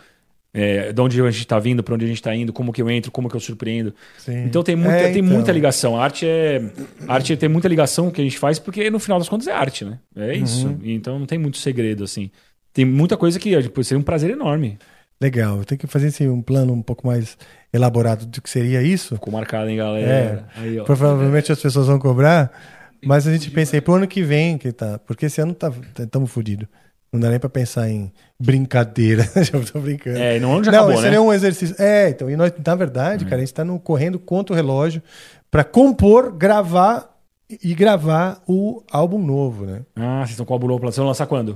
é, de onde a gente tá vindo, pra onde a gente tá indo, como que eu entro, como que eu surpreendo. Sim. Então tem muita, É, tem então. muita ligação. A arte é. A arte tem muita ligação com o que a gente faz, porque no final das contas é arte, né? É isso. Uhum. Então não tem muito segredo, assim. Tem muita coisa que tipo, seria um prazer enorme. Legal. Eu tenho que fazer assim, um plano um pouco mais elaborado do que seria isso. Ficou marcado, hein, galera? Aí, ó. Provavelmente as pessoas vão cobrar, mas a gente pensa aí pro ano que vem, que tá, porque esse ano tá, estamos fodidos. Não dá nem pra pensar em brincadeira. Já tô brincando. É, e no ano já Não, acabou, esse né? seria um exercício. É, então, e nós, na verdade, cara, a gente tá no, correndo contra o relógio pra compor, gravar e gravar o álbum novo, né? Ah, vocês estão com a Bulô Vocês vão lançar quando?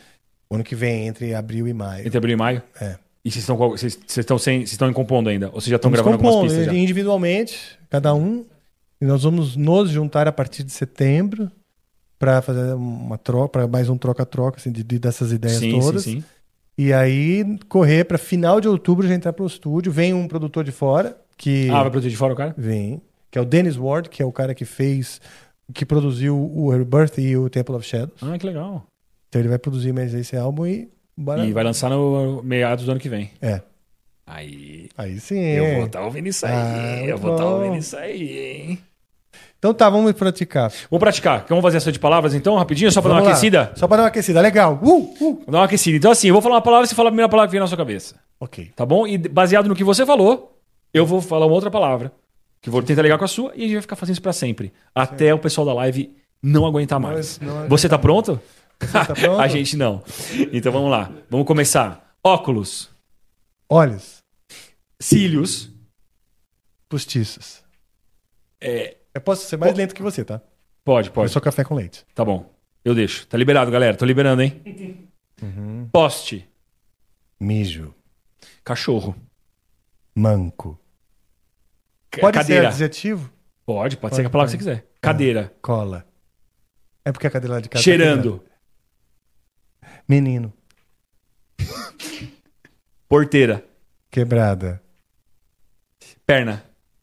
O ano que vem, entre abril e maio. Entre abril e maio? É. E vocês estão, com- vocês, vocês estão, sem, vocês estão compondo ainda? Ou vocês já estão Estamos gravando algumas compondo pistas já? individualmente, cada um. E nós vamos nos juntar a partir de setembro para fazer uma troca, para mais um troca-troca assim, de, de- dessas ideias Sim, todas. sim, sim. E aí correr para final de outubro já entrar pro estúdio. Vem um produtor de fora que Ah, vai produzir de fora o cara? vem, que é o Dennis Ward, que é o cara que fez, que produziu o Rebirth e o Temple of Shadows. Ah, que legal. Então ele vai produzir mais esse álbum e bora. E vai lançar no meados do ano que vem. É. Aí. Aí sim. Eu vou estar ouvindo isso aí. Ah, eu vou estar bom. ouvindo isso aí, hein? Então tá, vamos praticar. Vamos praticar. Vamos fazer essa de palavras então, rapidinho, só pra Vamos dar uma lá. aquecida? Só pra dar uma aquecida. Legal. Uh, uh. Vamos dar uma aquecida. Então assim, eu vou falar uma palavra e você fala a primeira palavra que vem na sua cabeça. Ok. Tá bom? E baseado no que você falou, eu vou falar uma outra palavra. Que vou tentar ligar com a sua e a gente vai ficar fazendo isso pra sempre. Até o pessoal da live não aguentar mais. Não aguentar Você tá pronto? Você tá pronto? A gente não. Então vamos lá. Vamos começar. Óculos. Olhos. Cílios. Postiços. É, Eu posso ser mais lento que você, tá? pode, Eu pode. sou café com leite. Tá bom. Eu deixo. Tá liberado, galera. Tô liberando, hein? Uhum. Poste. Mijo. Cachorro. Manco. C- Pode ser Cadeira. adjetivo? Pode, pode, Pode, ser a palavra que pode. você quiser. Cadeira. Cola. É porque a cadeira lá de casa... tá Cheirando. quebrada. Menino. Porteira. Quebrada. Perna.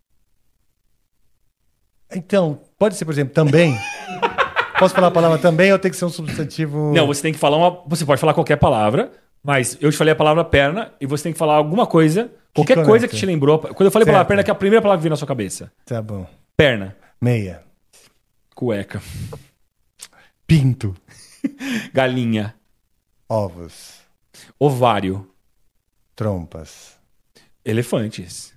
Então, pode ser, por exemplo, também? Posso falar a palavra também ou tem que ser um substantivo... Não, você tem que falar uma. Você pode falar qualquer palavra, mas eu te falei a palavra perna e você tem que falar alguma coisa, qualquer conecta. coisa que te lembrou. Quando eu falei a palavra Certo. perna, que é a primeira palavra que veio na sua cabeça. Tá bom. Perna. Meia. Cueca. Pinto. Galinha. Ovos. Ovário. Trompas. Elefantes.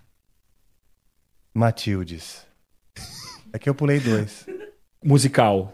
Matildes. É que eu pulei dois. Musical.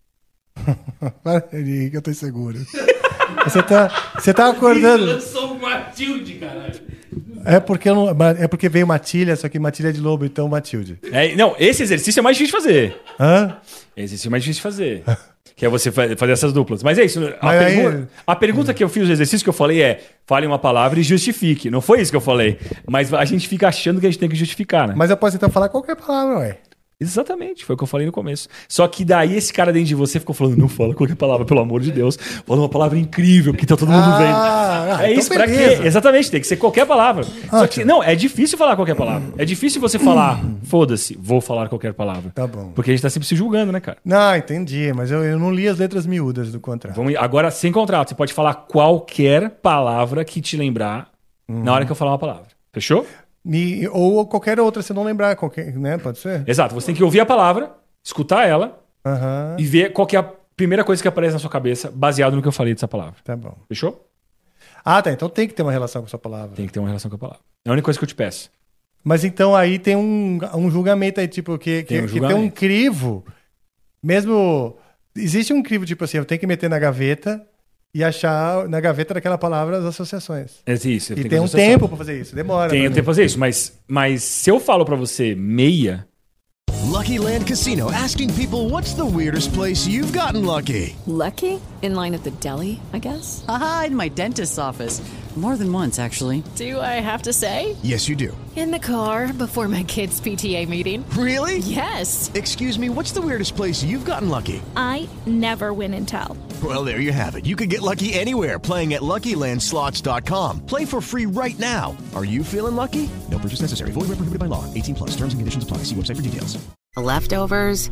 Para, Henrique, eu tô inseguro. Você tá, você tá acordando. Eu sou o Matilde, caralho. É porque, eu não, é porque veio Matilha, só que Matilha é de lobo, então Matilde. É, não, esse exercício é mais difícil de fazer. Hã? Esse exercício é mais difícil de fazer. Que é você fa- fazer essas duplas. Mas é isso. A, Mas aí- pergunta, a pergunta que eu fiz, o exercício que eu falei é: fale uma palavra e justifique. Não foi isso que eu falei. Mas a gente fica achando que a gente tem que justificar, né? Mas eu posso então falar qualquer palavra, ué. Exatamente, foi o que eu falei no começo. Só que daí esse cara dentro de você ficou falando: não fala qualquer palavra, pelo amor de Deus. Fala uma palavra incrível que tá todo mundo Ah, vendo. ah, É então isso, pra beleza. quê? Exatamente, tem que ser qualquer palavra. Só que, Ótimo. não, é difícil falar qualquer palavra. É difícil você falar, foda-se, vou falar qualquer palavra. Tá bom. Porque a gente tá sempre se julgando, né, cara? Não, entendi, mas eu, eu não li as letras miúdas do contrato. Vamos, agora, sem contrato, você pode falar qualquer palavra que te lembrar na hora que eu falar uma palavra. Fechou? Me, ou qualquer outra, se eu não lembrar, qualquer, né? Pode ser? Exato, você tem que ouvir a palavra, escutar ela Aham. e ver qual que é a primeira coisa que aparece na sua cabeça baseado no que eu falei dessa palavra. Tá bom. Fechou? Ah, tá. Então tem que ter uma relação com a sua palavra. Tem que ter uma relação com a palavra. É a única coisa que eu te peço. Mas então aí tem um, um julgamento aí, tipo, que, que, Tem um que tem um julgamento. crivo. Mesmo. Existe um crivo, tipo assim, eu tenho que meter na gaveta e achar na gaveta daquela palavra as associações. É isso. E tem um tempo pra fazer isso. Demora. Tem pra um mim. tempo pra fazer isso, mas, mas se eu falo pra você meia, Lucky Land Casino asking people, what's the weirdest place you've gotten lucky? Lucky? In line at the deli, I guess? Aha, in my dentist's office. More than once, actually. Do I have to say? Yes, you do. In the car before my kids' P T A meeting. Really? Yes. Excuse me, what's the weirdest place you've gotten lucky? I never win and tell. Well, there you have it. You can get lucky anywhere playing at Lucky Land Slots dot com. Play for free right now. Are you feeling lucky? No purchase necessary. Void where prohibited by law. eighteen plus. Terms and conditions apply. See website for details. Leftovers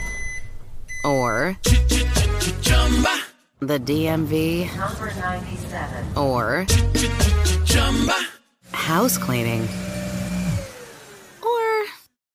or the D M V or house cleaning or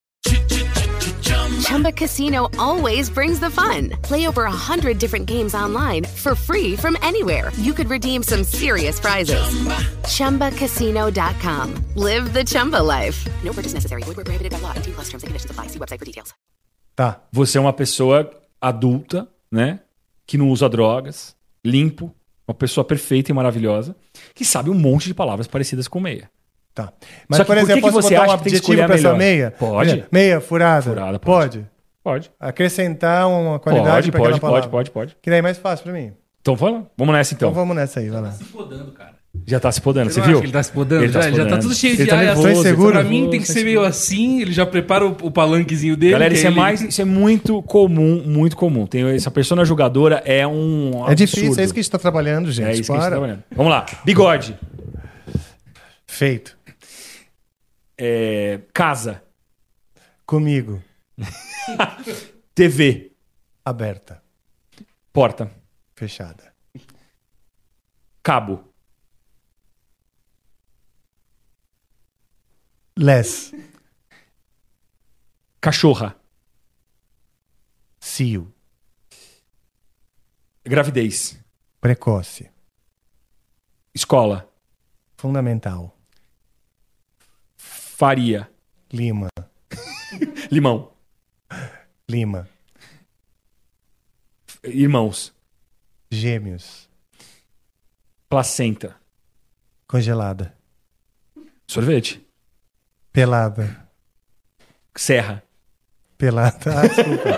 Chumba Casino always brings the fun. Play over a hundred different games online for free from anywhere. You could redeem some serious prizes. Chumba Casino dot com. Live the Chumba life. No purchase necessary. Void where prohibited by law. eighteen plus terms and conditions apply. See website for details. Tá. você é uma pessoa adulta, né? Que não usa drogas, limpo, uma pessoa perfeita e maravilhosa, que sabe um monte de palavras parecidas com meia. Tá. Mas, Só que por por que exemplo, que posso você botar acha um que tem que adjetivo escolher a pra essa melhor? meia? Pode. Por exemplo, Meia, furada. Furada, pode. Pode. Pode. Acrescentar uma qualidade Pode, pra pode, aquela palavra. pode, pode, pode. Que daí é mais fácil pra mim. Então vamos, vamos nessa então. Então vamos nessa aí, vai lá. Se podando, cara. Já tá se podando, você Você viu? viu? Ele tá se podando, Ele já, tá se ele já tá podando. tudo cheio Ele de tá ai, nervoso, assim, Tô inseguro? Pra mim tem que ser meio assim, ele já prepara o, o palanquezinho dele. Galera, que isso é, ele- mais, isso é muito comum, muito comum. Tem, essa persona julgadora é um É difícil, absurdo. é isso que a gente tá trabalhando, gente. É isso que a gente tá Para. trabalhando. Vamos lá. Bigode. Feito. É, casa. Comigo. T V. Aberta. Porta. Fechada. Cabo. Less. Cachorra. Cio. Gravidez. Precoce. Escola. Fundamental. Faria. Lima. Limão. Lima. Irmãos. Gêmeos. Placenta. Congelada. Sorvete. Pelada. Serra. Pelada. Ah, desculpa.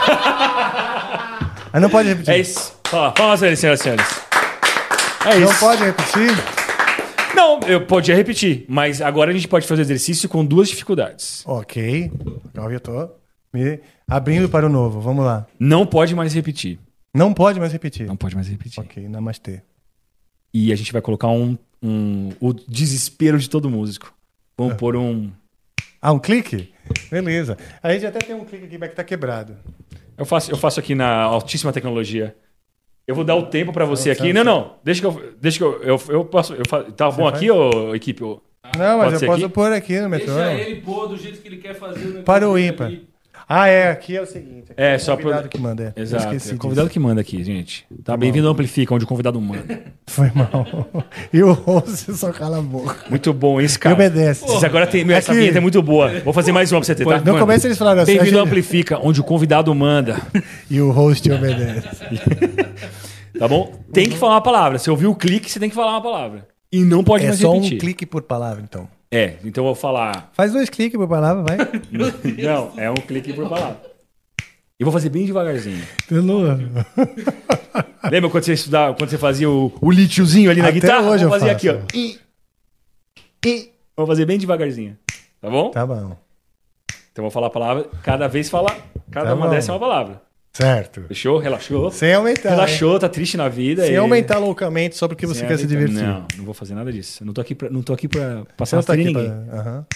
Ah, não pode repetir. É isso. Fala, fala, senhoras e senhores. É Não isso. pode repetir? Não, eu podia repetir, mas agora a gente pode fazer exercício com duas dificuldades. Ok. Então eu tô me abrindo para o novo. Vamos lá. Não pode mais repetir. Não pode mais repetir. Não pode mais repetir. Ok, namastê. E a gente vai colocar um, um o desespero de todo músico. Vamos Ah. pôr um... Ah, um clique? Beleza. A gente até tem um clique aqui, mas que tá quebrado. Eu faço, eu faço aqui na altíssima tecnologia. Eu vou dar o tempo pra você Não, aqui. não, Não, não. Deixa que eu... Deixa que eu, eu, eu posso... Eu faço, tá bom faz? aqui, ô, equipe? Ô? Não, mas Pode ser eu posso aqui? pôr aqui no metrô. Deixa ele pôr do jeito que ele quer fazer. O Para o negócio ímpar. ali. Ah, é. Aqui é o seguinte. Aqui É, o só convidado por... que manda. É. Exato. Eu esqueci É o disso. convidado que manda aqui, gente. Tá bem-vindo ao Amplifica, onde o convidado manda. Foi mal. E o host só cala a boca. Muito bom isso, E cara. obedece. Vocês agora tem... Essa Aqui- vinheta é muito boa. Vou fazer mais uma pra você ter, tá? No começo eles falaram assim. Bem-vindo a ao gente- Amplifica, onde o convidado manda. E o host obedece. Tá bom? Tem que falar uma palavra. Se ouvir o clique, você tem que falar uma palavra. E não pode É mais só repetir. um clique por palavra, então. É, então eu vou falar... Faz dois cliques por palavra, vai. Não, é um clique por palavra. E vou fazer bem devagarzinho. Pelo... Lembra quando você estudava, quando você fazia o, o lítiozinho ali na Até guitarra? hoje Vou eu fazer faço. aqui, ó. I, I. Vou fazer bem devagarzinho. Tá bom? Tá bom. Então eu vou falar a palavra. Cada vez fala. Cada Tá uma bom. dessa é uma palavra. Certo. Fechou? Relaxou? Sem aumentar. Relaxou, tá triste na vida. Sem e- aumentar loucamente só porque você Sem quer se aumentar. divertir. Não, não vou fazer nada disso. Eu não tô aqui pra, não tô aqui pra Você passar não na tá frente aqui de ninguém. pra... Aham.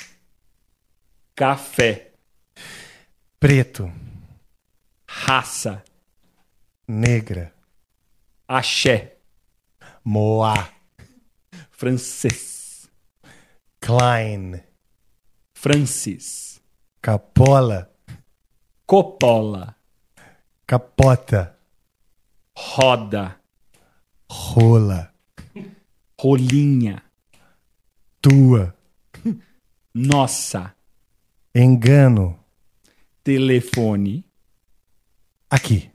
Café. Preto. Raça. Negra. Axé. Moá. Francês. Klein. Francis. Capola. Coppola. Capota. Roda. Rola. Rolinha. Tua. Nossa. Engano. Telefone. Aqui.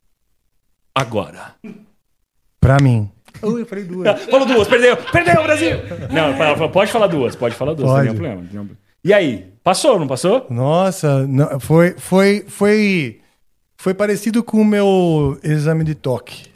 Agora. Pra mim. Ui, eu falei duas. Falou duas, perdeu. Perdeu, Brasil. Não, fala- fala- pode falar duas, pode falar duas, Pode. não tem nenhum problema. não tem nenhum problema. E aí, passou, não passou? Nossa, não, foi, foi, foi, foi parecido com o meu exame de toque.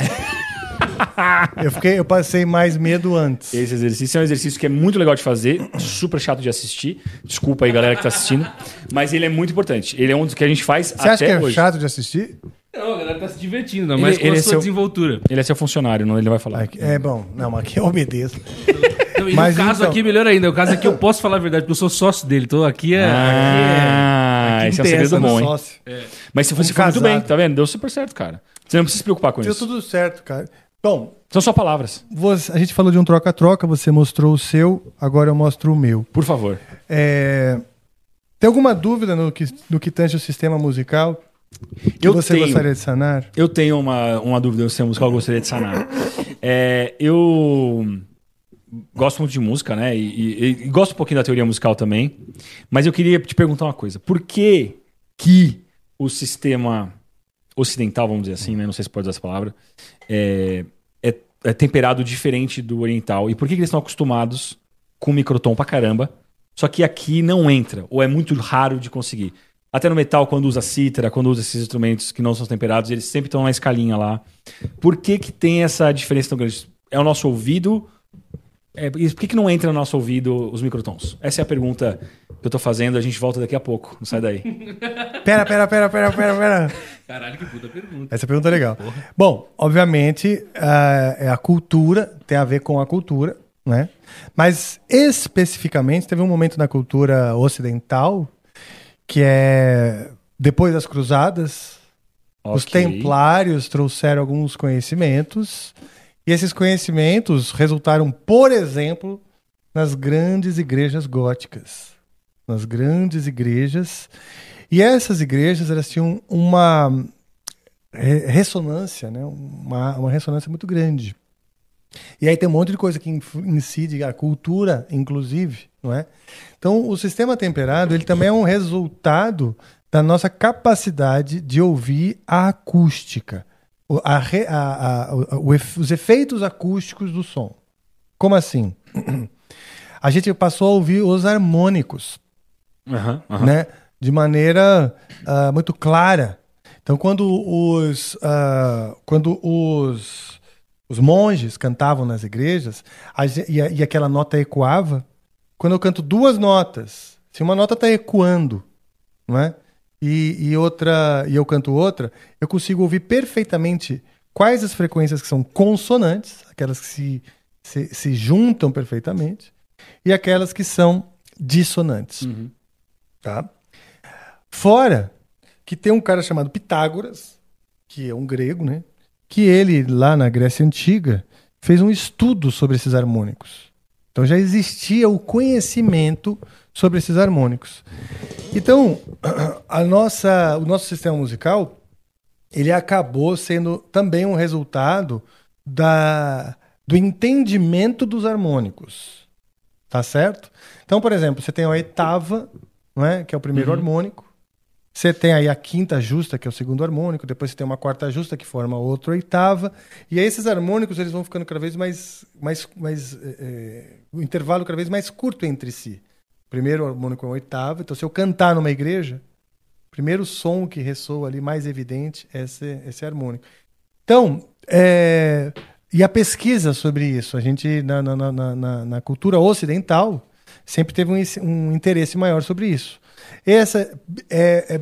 eu, fiquei, eu passei mais medo antes. Esse exercício é um exercício que é muito legal de fazer, super chato de assistir. Desculpa aí, galera que tá assistindo. Mas ele é muito importante. Ele é um dos que a gente faz Você até acha que é hoje. chato de assistir? Não, a galera tá se divertindo, ainda Ele- mais com ele a é sua seu- desenvoltura. Ele é seu funcionário, não, ele não vai falar. Aqui- É bom, não, mas aqui eu obedeço. Não, e Mas no caso então- aqui, melhor ainda. O caso aqui eu posso falar a verdade, porque eu sou sócio dele. Então aqui é. Ah, aqui é, aqui esse é não um tem segredo essa, bom, não. hein? Sócio. Mas se Um você for muito casado. bem, tá vendo? Deu super certo, cara. Você não precisa se preocupar com Deu isso. tudo certo, cara. Bom, São só palavras. você- a gente falou de um troca-troca, você mostrou o seu, agora eu mostro o meu. Por favor. É, tem alguma dúvida no que, no que tange o sistema musical que Eu você tenho. gostaria de sanar? Eu tenho uma, uma dúvida no sistema musical que eu gostaria de sanar. É, eu gosto muito de música, né? E, e- e gosto um pouquinho da teoria musical também. Mas eu queria te perguntar uma coisa. Por que que o sistema ocidental, vamos dizer assim, né? Não sei se pode usar essa palavra, é, é, é temperado diferente do oriental? E por que que eles estão acostumados com microtom pra caramba? Só que aqui não entra, ou é muito raro de conseguir. Até no metal, quando usa cítara, quando usa esses instrumentos que não são temperados, eles sempre estão na escalinha lá. Por que que tem essa diferença tão grande? É o nosso ouvido? É, por que que não entra no nosso ouvido os microtons? Essa é a pergunta que eu tô fazendo, a gente volta daqui a pouco. Não sai daí. Pera, pera, pera, pera, pera, pera. Caralho, que puta pergunta. Essa pergunta é legal. Bom, obviamente, a, é a cultura, tem a ver com a cultura, né? Mas, especificamente, teve um momento na cultura ocidental que é depois das cruzadas, os Ok. templários trouxeram alguns conhecimentos e esses conhecimentos resultaram, por exemplo, nas grandes igrejas góticas. nas grandes igrejas. E essas igrejas, elas tinham uma ressonância, né? uma, uma ressonância muito grande. E aí tem um monte de coisa que incide a cultura, inclusive, não é? Então, o sistema temperado, ele também é um resultado da nossa capacidade de ouvir a acústica, a, a, a, os efeitos acústicos do som. Como assim? A gente passou a ouvir os harmônicos, uhum, uhum. né? De maneira uh, muito clara. Então, quando os, uh, quando os, os monges cantavam nas igrejas a, e, a, e aquela nota ecoava, quando eu canto duas notas, se uma nota está ecoando, não é? E, e, outra, e eu canto outra, eu consigo ouvir perfeitamente quais as frequências que são consonantes, aquelas que se, se, se juntam perfeitamente, e aquelas que são dissonantes. Uhum. Tá? Fora que tem um cara chamado Pitágoras, que é um grego, né? Que ele, lá na Grécia Antiga, fez um estudo sobre esses harmônicos. Então já existia o conhecimento sobre esses harmônicos. Então, a nossa, o nosso sistema musical, ele acabou sendo também um resultado da, do entendimento dos harmônicos. Tá certo? Então, por exemplo, você tem a oitava, não é? Que é o primeiro uhum. harmônico. Você tem aí a quinta justa, que é o segundo harmônico. Depois você tem uma quarta justa, que forma outra oitava. E aí esses harmônicos eles vão ficando cada vez mais... mais, mais é, o intervalo cada vez mais curto entre si. O primeiro harmônico é uma oitava. Então, se eu cantar numa igreja, o primeiro som que ressoa ali mais evidente é esse, esse harmônico. Então, é, e a pesquisa sobre isso, a gente, na, na, na, na, na cultura ocidental, sempre teve um, um interesse maior sobre isso. Essa é,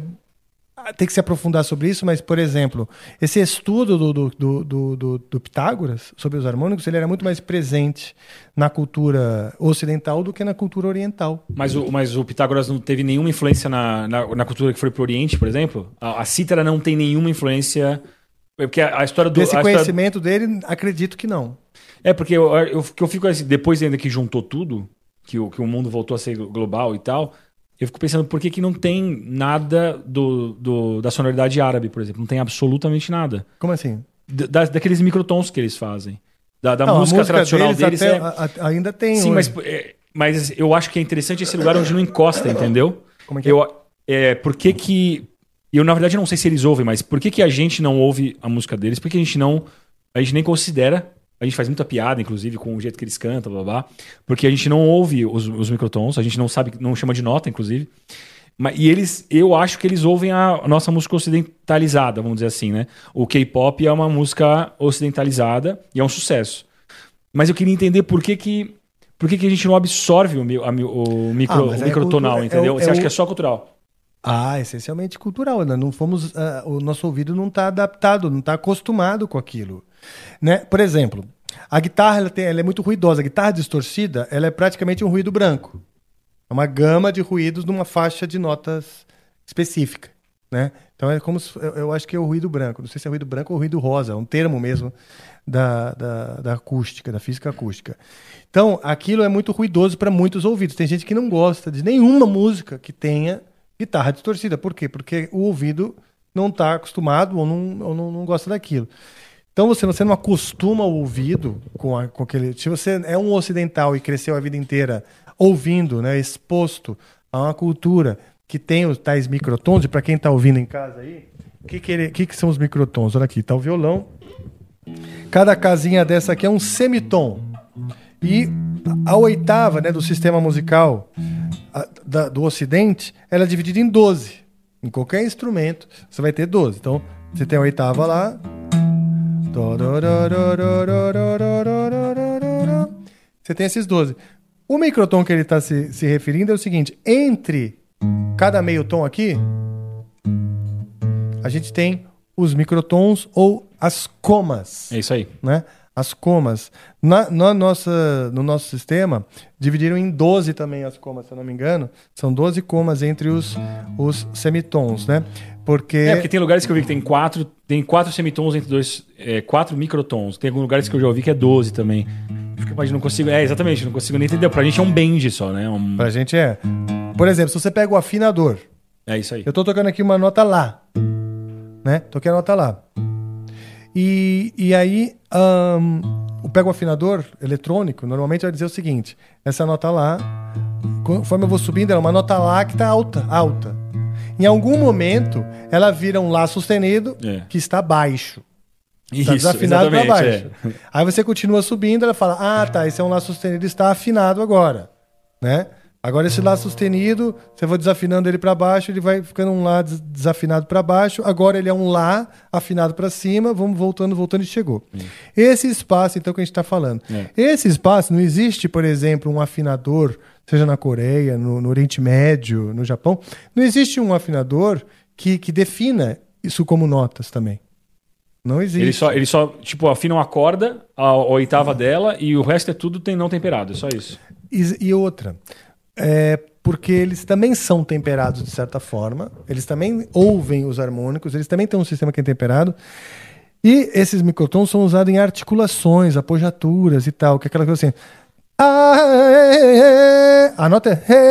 é, tem que se aprofundar sobre isso, mas, por exemplo, esse estudo do, do, do, do, do, do Pitágoras sobre os harmônicos, ele era muito mais presente na cultura ocidental do que na cultura oriental. Mas o, mas o Pitágoras não teve nenhuma influência na, na, na cultura que foi para o Oriente, por exemplo? A, a cítara não tem nenhuma influência... Porque a, a história do... Desse a conhecimento história... dele, acredito que não. É, porque eu, eu, eu fico assim, depois ainda que juntou tudo, que o, que o mundo voltou a ser global e tal... Eu fico pensando por que, que não tem nada do, do, da sonoridade árabe, por exemplo. Não tem absolutamente nada. Como assim? Da, daqueles microtons que eles fazem. Da, da não, música, música tradicional deles, deles. Até, é... a, a, ainda tem. Sim, hoje. mas, é, mas eu acho que é interessante esse lugar onde não encosta, entendeu? Como é que é? Eu, é por que que... Eu, na verdade, não sei se eles ouvem, mas por que, que a gente não ouve a música deles? Por que a gente não... A gente nem considera... A gente faz muita piada, inclusive, com o jeito que eles cantam, blá, blá, blá, porque a gente não ouve os, os microtons, a gente não sabe, não chama de nota, inclusive. Mas, e eles, eu acho que eles ouvem a nossa música ocidentalizada, vamos dizer assim, né? O K-pop é uma música ocidentalizada e é um sucesso. Mas eu queria entender por que que, por que, que a gente não absorve o, a, o, micro, ah, o é microtonal, cultura, entendeu? é, Você é acha o... que é só cultural? Ah, essencialmente cultural. Né? Não fomos, uh, o nosso ouvido não está adaptado, não está acostumado com aquilo. Né? Por exemplo, a guitarra ela tem, ela é muito ruidosa. A guitarra distorcida ela é praticamente um ruído branco. É uma gama de ruídos numa faixa de notas específica. Né? Então é como se, eu, eu acho que é o ruído branco. Não sei se é ruído branco ou ruído rosa. É um termo mesmo da, da, da acústica, da física acústica. Então aquilo é muito ruidoso para muitos ouvidos. Tem gente que não gosta de nenhuma música que tenha guitarra distorcida. Por quê? Porque o ouvido não está acostumado ou, não, ou não, não gosta daquilo. Então você, você não acostuma o ouvido com, a, com aquele... Se você é um ocidental e cresceu a vida inteira ouvindo, né, exposto a uma cultura que tem os tais microtons, e para quem está ouvindo em casa aí, o que, que, que, que são os microtons? Olha aqui, está o violão. Cada casinha dessa aqui é um semitom. E a oitava, né, do sistema musical a, da, do Ocidente, ela é dividida em doze. Em qualquer instrumento, você vai ter doze. Então, você tem a oitava lá. Você tem esses doze. O microtom que ele está se, se referindo é o seguinte: entre cada meio tom aqui, a gente tem os microtons ou as comas. É isso aí. Né? As comas. Na, na nossa, no nosso sistema, dividiram em doze também as comas, se eu não me engano. São doze comas entre os, os semitons, né? Porque... É, porque tem lugares que eu vi que tem quatro, tem quatro semitons entre dois, é, quatro microtons. Tem alguns lugares que eu já ouvi que é doze também. Eu fico, mas não consigo... É, exatamente, não consigo nem entender. Pra gente é um bend só, né? Um... Pra gente é... Por exemplo, se você pega o afinador. É isso aí. Eu tô tocando aqui uma nota Lá. Né? Toquei a nota Lá. E, e aí, um, eu pego o afinador eletrônico, normalmente vai dizer o seguinte: essa nota Lá, conforme eu vou subindo, é uma nota Lá que tá alta, alta. Em algum momento, ela vira um Lá sustenido é. que está baixo. Está desafinado para baixo. É. Aí você continua subindo, ela fala: ah, tá, esse é um Lá sustenido, está afinado agora. Né? Agora esse Lá sustenido, você vai desafinando ele para baixo, ele vai ficando um Lá desafinado para baixo. Agora ele é um Lá afinado para cima, vamos voltando, voltando e chegou. Hum. Esse espaço, então, que a gente está falando. É. Esse espaço, não existe, por exemplo, um afinador, seja na Coreia, no, no Oriente Médio, no Japão, não existe um afinador que, que defina isso como notas também. Não existe. Ele só, ele só tipo, afina uma corda, a oitava dela, e o resto é tudo tem não temperado, é só isso. E, e outra, é porque eles também são temperados de certa forma, eles também ouvem os harmônicos, eles também têm um sistema que é temperado, e esses microtons são usados em articulações, apojaturas e tal, que é aquela coisa assim... A nota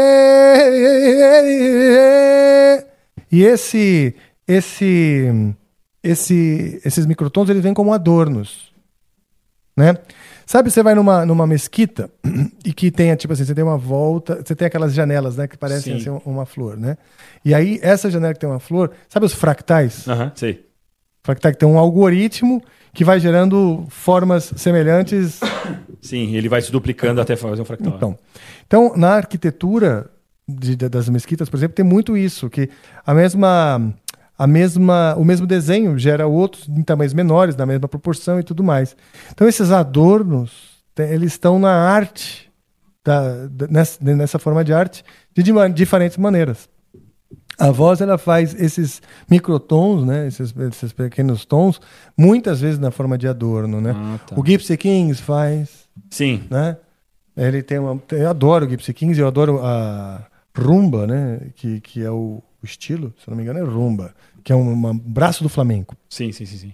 é... E esse... esse Esse, esses microtons, eles vêm como adornos, né? Sabe, você vai numa, numa mesquita e que tem, tipo assim, você tem uma volta, você tem aquelas janelas, né, que parecem assim, uma flor, né? E aí, essa janela que tem uma flor, sabe os fractais? Aham, uhum, sei. Fractal que tem um algoritmo que vai gerando formas semelhantes. Sim, ele vai se duplicando até fazer um fractal. Então, então na arquitetura de, de, das mesquitas, por exemplo, tem muito isso, que a mesma... A mesma, o mesmo desenho gera outros em tamanhos menores, na mesma proporção e tudo mais. Então, esses adornos, eles estão na arte, da, da, nessa, nessa forma de arte, de, de diferentes maneiras. A voz, ela faz esses microtons, né, esses, esses pequenos tons, muitas vezes na forma de adorno. Né? Ah, tá. O Gypsy Kings faz. Sim. Né? Ele tem uma, eu adoro o Gypsy Kings, eu adoro a rumba, né, que, que é o... O estilo, se não me engano, é rumba, que é um uma, braço do flamenco. Sim, sim, sim, sim.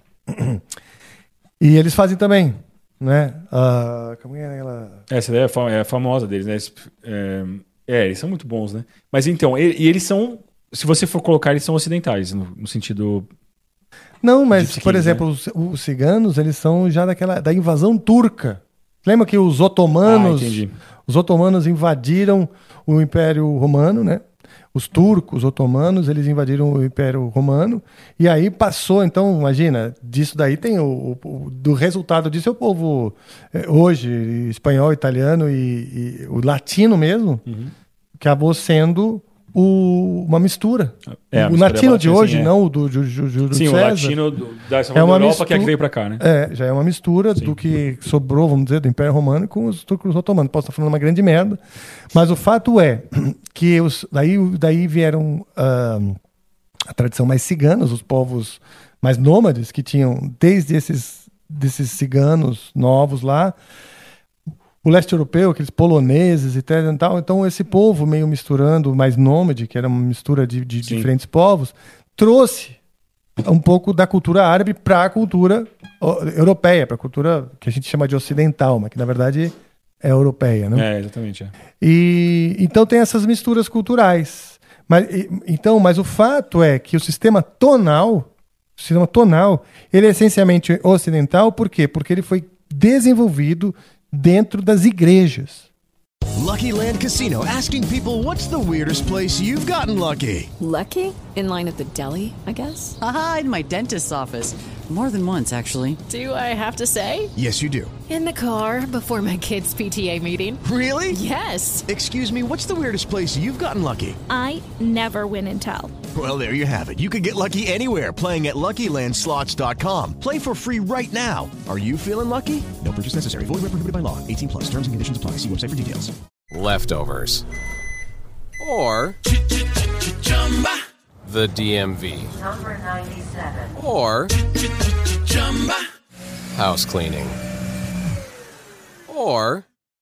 E eles fazem também, né? Uh, como é ela? Essa daí é, fam- é a famosa deles, né? É, é, eles são muito bons, né? Mas então, e, e eles são, se você for colocar, eles são ocidentais, no, no sentido... Não, mas, por exemplo, né? os, os ciganos, eles são já daquela, da invasão turca. Lembra que os otomanos, ah, os otomanos invadiram o Império Romano, né? Os turcos, os otomanos, eles invadiram o Império Romano e aí passou, então, imagina, disso daí tem o, o do resultado disso é o povo é, hoje, espanhol, italiano e, e o latino mesmo, uhum. acabou sendo o, uma mistura. É, o latino de hoje, assim, é. não o do Júlio Sim, César. O latino do, da é uma Europa mistura, que é que veio para cá, né? É, já é uma mistura Sim. do que sobrou, vamos dizer, do Império Romano com os turcos otomanos. Posso estar falando uma grande merda, mas o fato é que os, daí, daí vieram uh, a tradição mais ciganos, os povos mais nômades, que tinham desde esses, desses ciganos novos lá, o leste europeu, aqueles poloneses e tal. Então, esse povo meio misturando, mais nômade, que era uma mistura de, de diferentes povos, trouxe um pouco da cultura árabe para a cultura europeia, para a cultura que a gente chama de ocidental, mas que, na verdade, é europeia, né? É, exatamente. É. E, então, tem essas misturas culturais. Mas, e, então, mas o fato é que o sistema tonal, o sistema tonal, ele é essencialmente ocidental, por quê? Porque ele foi desenvolvido dentro das igrejas. Lucky Land Casino, asking people, what's the weirdest place you've gotten lucky? Lucky? In line at the deli, I guess? Aha, in my dentist's office. More than once, actually. Do I have to say? Yes, you do. In the car before my kids' P T A meeting. Really? Yes. Excuse me, what's the weirdest place you've gotten lucky? I never win and tell. Well, there you have it. You can get lucky anywhere, playing at Lucky Land Slots dot com. Play for free right now. Are you feeling lucky? No purchase necessary. Void where prohibited by law. eighteen plus. Terms and conditions apply. See website for details. Leftovers. Or the D M V. Number ninety-seven. Or house cleaning. Or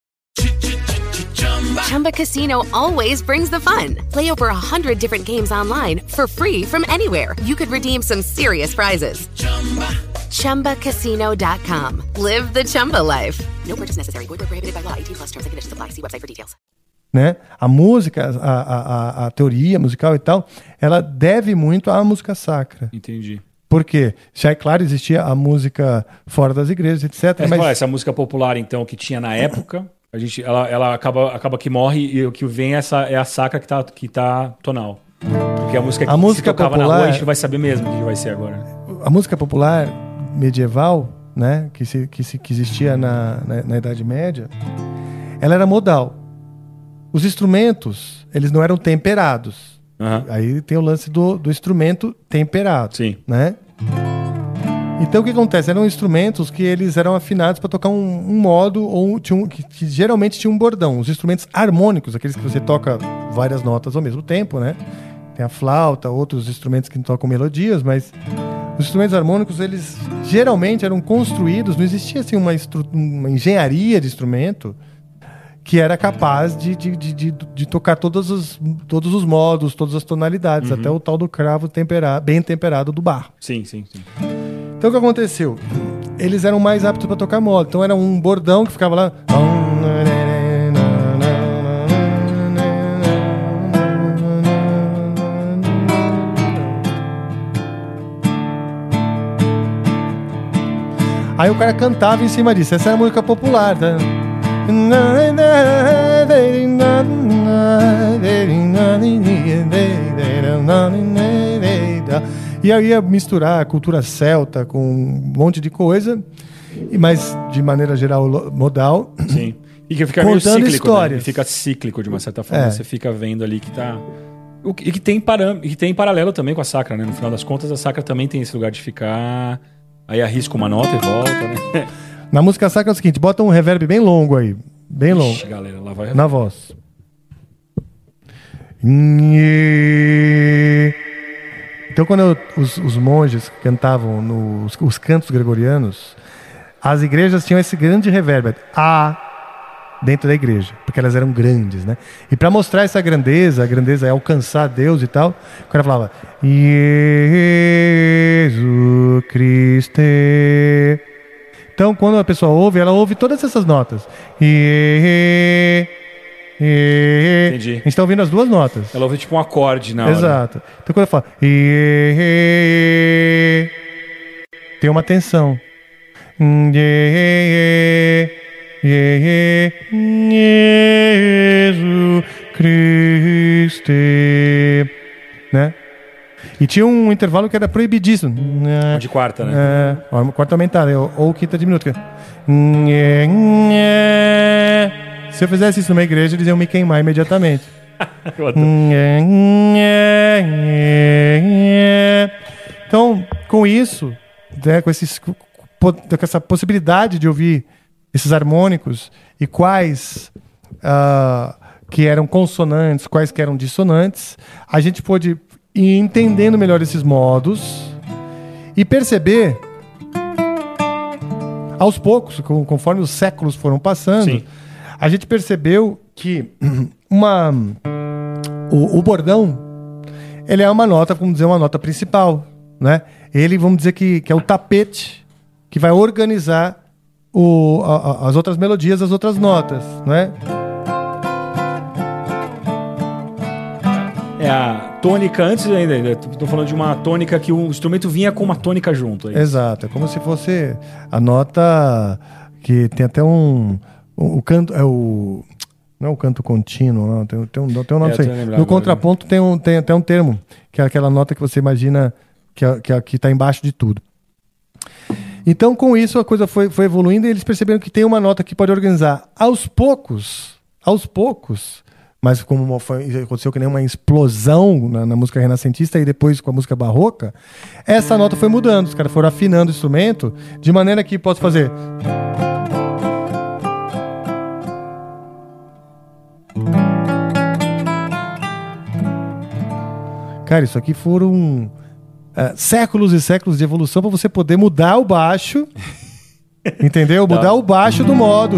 Chumba Casino always brings the fun. Play over a hundred different games online for free from anywhere. You could redeem some serious prizes. Chumba Casino dot com. Live the Chumba life. No purchase necessary. Void where prohibited by law. eighteen plus. Terms and conditions apply. See website for details. né? A música, a, a, a, a teoria musical e tal, ela deve muito à música sacra. Entendi. Por quê? Já é claro, existia a música fora das igrejas, etcétera. É, mas... fala, essa música popular, então, que tinha na época, a gente, ela, ela acaba, acaba que morre e o que vem é, essa, é a sacra que tá, que tá tonal. Porque a música que a música se tocava popular, na rua, a gente não vai saber mesmo o que vai ser agora. A música popular medieval, né, que, se, que, se, que existia na, na, na Idade Média, ela era modal. Os instrumentos, eles não eram temperados. Uhum. Aí tem o lance do, do instrumento temperado. Sim. Né? Então o que acontece? Eram instrumentos que eles eram afinados para tocar um, um modo ou tinha um, que, que geralmente tinha um bordão. Os instrumentos harmônicos, aqueles que você toca várias notas ao mesmo tempo, né? Tem a flauta, outros instrumentos que tocam melodias, mas os instrumentos harmônicos, eles geralmente eram construídos, não existia assim uma, estru- uma engenharia de instrumento que era capaz de, de, de, de, de tocar todos os, todos os modos, todas as tonalidades, uhum. até o tal do cravo temperado, bem temperado do bar. Sim, sim, sim. Então o que aconteceu? Eles eram mais aptos para tocar modo. Então era um bordão que ficava lá. Aí o cara cantava em cima disso. Essa era a música popular, tá? E eu ia misturar a cultura celta com um monte de coisa, mas de maneira geral modal. Sim. E que fica meio contando cíclico, histórias. Né? Fica cíclico de uma certa forma. É. Você fica vendo ali que tá. O que, e que tem param... e que tem paralelo também com a sacra, né? No final das contas, a sacra também tem esse lugar de ficar. Aí arrisca uma nota e volta, né? Na música sacra é o seguinte: bota um reverb bem longo aí. Bem longo. Ixi, galera, lá vai na voz. Então, quando eu, os, os monges cantavam nos, os cantos gregorianos, as igrejas tinham esse grande reverb. A dentro da igreja, porque elas eram grandes, né? E para mostrar essa grandeza, a grandeza é alcançar Deus e tal, o cara falava Jesus Cristo. Então, quando a pessoa ouve, ela ouve todas essas notas. E Entendi. A gente está ouvindo as duas notas. Ela ouve tipo um acorde na hora. Exato. Então, quando eu falo tem uma tensão. Jesus Cristo, né? E tinha um intervalo que era proibidíssimo. De quarta, né? É, ó, quarta aumentada, ou, ou quinta diminuta. Se eu fizesse isso numa igreja, eles iam me queimar imediatamente. Então, com isso, né, com, esses, com essa possibilidade de ouvir esses harmônicos e quais uh, que eram consonantes, quais que eram dissonantes, a gente pôde ir entendendo melhor esses modos e perceber aos poucos, conforme os séculos foram passando, Sim. a gente percebeu que uma, o, o bordão, ele é uma nota, vamos dizer, uma nota principal, né? Ele, vamos dizer que, que é o tapete que vai organizar o, a, a, as outras melodias, as outras notas, né? É a tônica antes ainda, estou falando de uma tônica que o instrumento vinha com uma tônica junto. É Exato, é como se fosse a nota que tem até um... O, o canto, é o... Não é o canto contínuo, não, tem, tem, um, tem um nome. É, no contraponto tem, um, tem até um termo, que é aquela nota que você imagina que está que, que tá embaixo de tudo. Então, com isso, a coisa foi, foi evoluindo e eles perceberam que tem uma nota que pode organizar aos poucos, aos poucos, mas como foi, aconteceu que nem uma explosão na, na música renascentista e depois com a música barroca, essa nota foi mudando, os caras foram afinando o instrumento de maneira que posso fazer... Cara, isso aqui foram uh, séculos e séculos de evolução para você poder mudar o baixo, entendeu? Mudar o baixo do modo.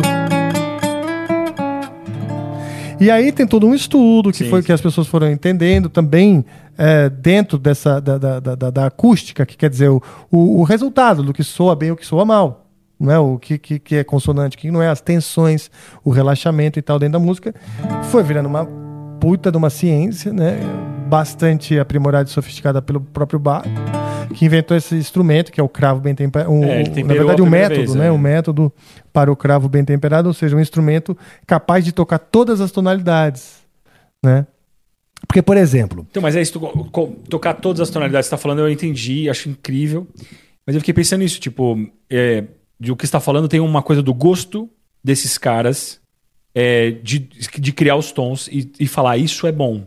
E aí tem todo um estudo que, sim, foi, sim. que as pessoas foram entendendo também é, dentro dessa, da, da, da, da acústica, que quer dizer o, o, o resultado do que soa bem e o que soa mal. não é? O que, que, que é consonante, o que não é, as tensões, o relaxamento e tal dentro da música. Foi virando uma puta de uma ciência, né? Bastante aprimorada e sofisticada pelo próprio Bach, que inventou esse instrumento, que é o cravo bem temperado. É, Na verdade, o método, vez, né? É. O método para o cravo bem temperado, ou seja, um instrumento capaz de tocar todas as tonalidades, né? Porque, por exemplo... Então, mas é isso, tocar todas as tonalidades que você está falando, eu entendi, acho incrível. Mas eu fiquei pensando nisso, tipo, é, de o que você está falando tem uma coisa do gosto desses caras é, de, de criar os tons e, e falar isso é bom.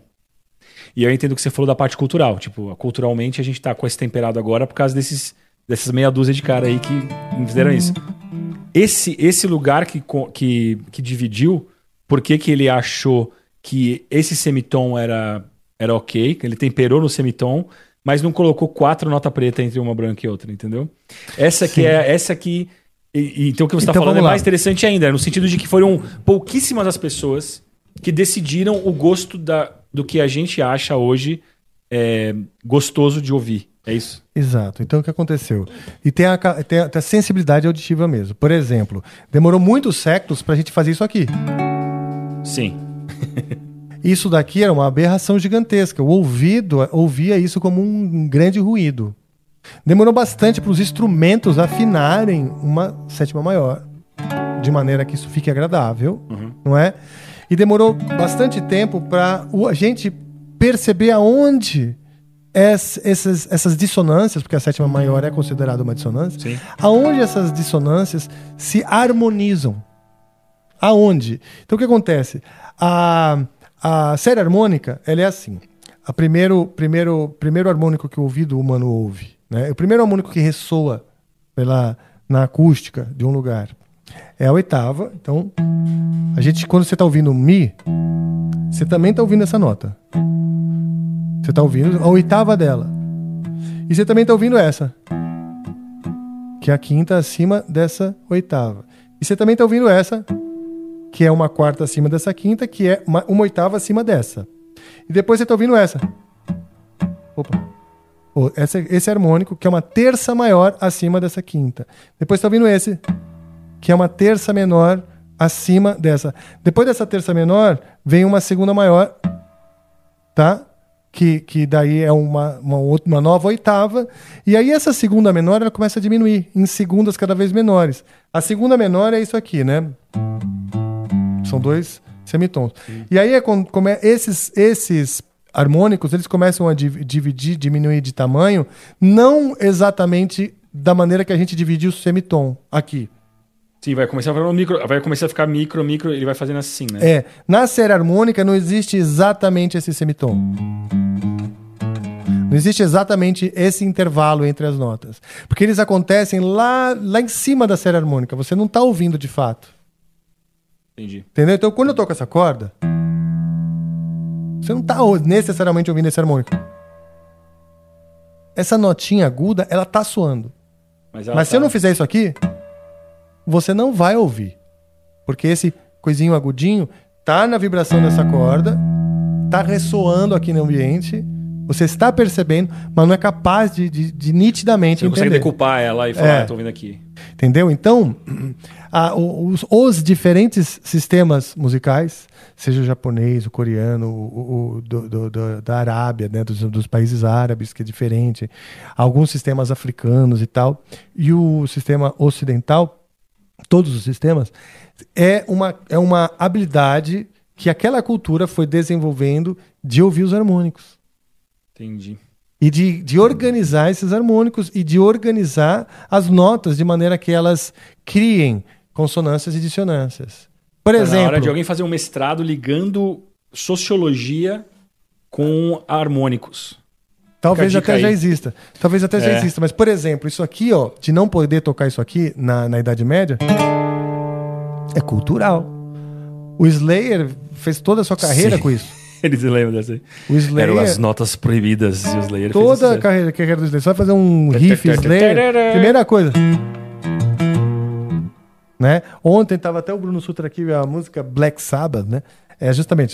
E eu entendo que você falou da parte cultural. Tipo, culturalmente a gente tá com esse temperado agora por causa desses, dessas meia dúzia de cara aí que fizeram isso. Esse, esse lugar que, que, que dividiu, por que que ele achou que esse semitom era, era ok, que ele temperou no semitom, mas não colocou quatro notas pretas entre uma branca e outra, entendeu? Essa que é essa que... E, e, então o que você está Então, falando é vamos lá. mais interessante ainda, no sentido de que foram pouquíssimas as pessoas que decidiram o gosto da, do que a gente acha hoje é, gostoso de ouvir. É isso? Exato. Então o que aconteceu? E tem a, tem a, tem a sensibilidade auditiva mesmo. Por exemplo, demorou muitos séculos pra gente fazer isso aqui. Sim. Isso daqui era uma aberração gigantesca. O ouvido ouvia isso como um grande ruído. Demorou bastante para os instrumentos afinarem uma sétima maior, de maneira que isso fique agradável, uhum. não é? E demorou bastante tempo para a gente perceber aonde es, essas, essas dissonâncias, porque a sétima maior é considerada uma dissonância, Sim. aonde essas dissonâncias se harmonizam. Aonde? Então o que acontece? A, a série harmônica, ela é assim. A primeiro, primeiro, primeiro harmônico que o ouvido humano ouve, né? O primeiro harmônico que ressoa pela, na acústica de um lugar é a oitava. Então, a gente, quando você está ouvindo Mi, você também está ouvindo essa nota. Você está ouvindo a oitava dela. E você também está ouvindo essa, que é a quinta acima dessa oitava. E você também está ouvindo essa, que é uma quarta acima dessa quinta, que é uma, uma oitava acima dessa. E depois você está ouvindo essa. Opa. Oh, essa, esse harmônico, que é uma terça maior acima dessa quinta. Depois você está ouvindo esse, que é uma terça menor acima dessa. Depois dessa terça menor, vem uma segunda maior, tá? Que, que daí é uma, uma, outra, uma nova oitava. E aí essa segunda menor, ela começa a diminuir em segundas cada vez menores. A segunda menor é isso aqui, né? São dois semitons. Sim. E aí é quando come, esses, esses harmônicos, eles começam a dividir, diminuir de tamanho, não exatamente da maneira que a gente divide o semitom aqui. Sim, vai começar a ficar micro, vai começar a ficar micro, micro, ele vai fazendo assim, né? É, na série harmônica não existe exatamente esse semitom. Não existe exatamente esse intervalo entre as notas. Porque eles acontecem lá, lá em cima da série harmônica. Você não está ouvindo de fato. Entendi. Entendeu? Então, quando eu toco essa corda, você não está necessariamente ouvindo esse harmônico. Essa notinha aguda, ela está soando. Mas, Mas tá... se eu não fizer isso aqui, você não vai ouvir. Porque esse coisinho agudinho tá na vibração dessa corda, tá ressoando aqui no ambiente, você está percebendo, mas não é capaz de, de, de nitidamente você não entender. consegue decupar ela e falar, é. ah, tô ouvindo aqui. Entendeu? Então, a, os, os diferentes sistemas musicais, seja o japonês, o coreano, o, o do, do, do, da Arábia, né, dos, dos países árabes, que é diferente, alguns sistemas africanos e tal, e o sistema ocidental, todos os sistemas, é uma, é uma habilidade que aquela cultura foi desenvolvendo de ouvir os harmônicos. Entendi. E de, de organizar esses harmônicos e de organizar as notas de maneira que elas criem consonâncias e dissonâncias. Por tá exemplo... na hora de alguém fazer um mestrado ligando sociologia com harmônicos. Talvez até aí. já exista. Talvez até é. já exista. Mas, por exemplo, isso aqui, ó, de não poder tocar isso aqui na, na Idade Média, é cultural. O Slayer fez toda a sua carreira Sim. com isso. Eles lembram dessa aí. O Slayer, eram as notas proibidas e o Slayer toda fez a carreira, carreira do Slayer. Você vai fazer um riff Slayer, primeira coisa. Né? Ontem estava até o Bruno Sutter aqui, a música Black Sabbath, né? É justamente...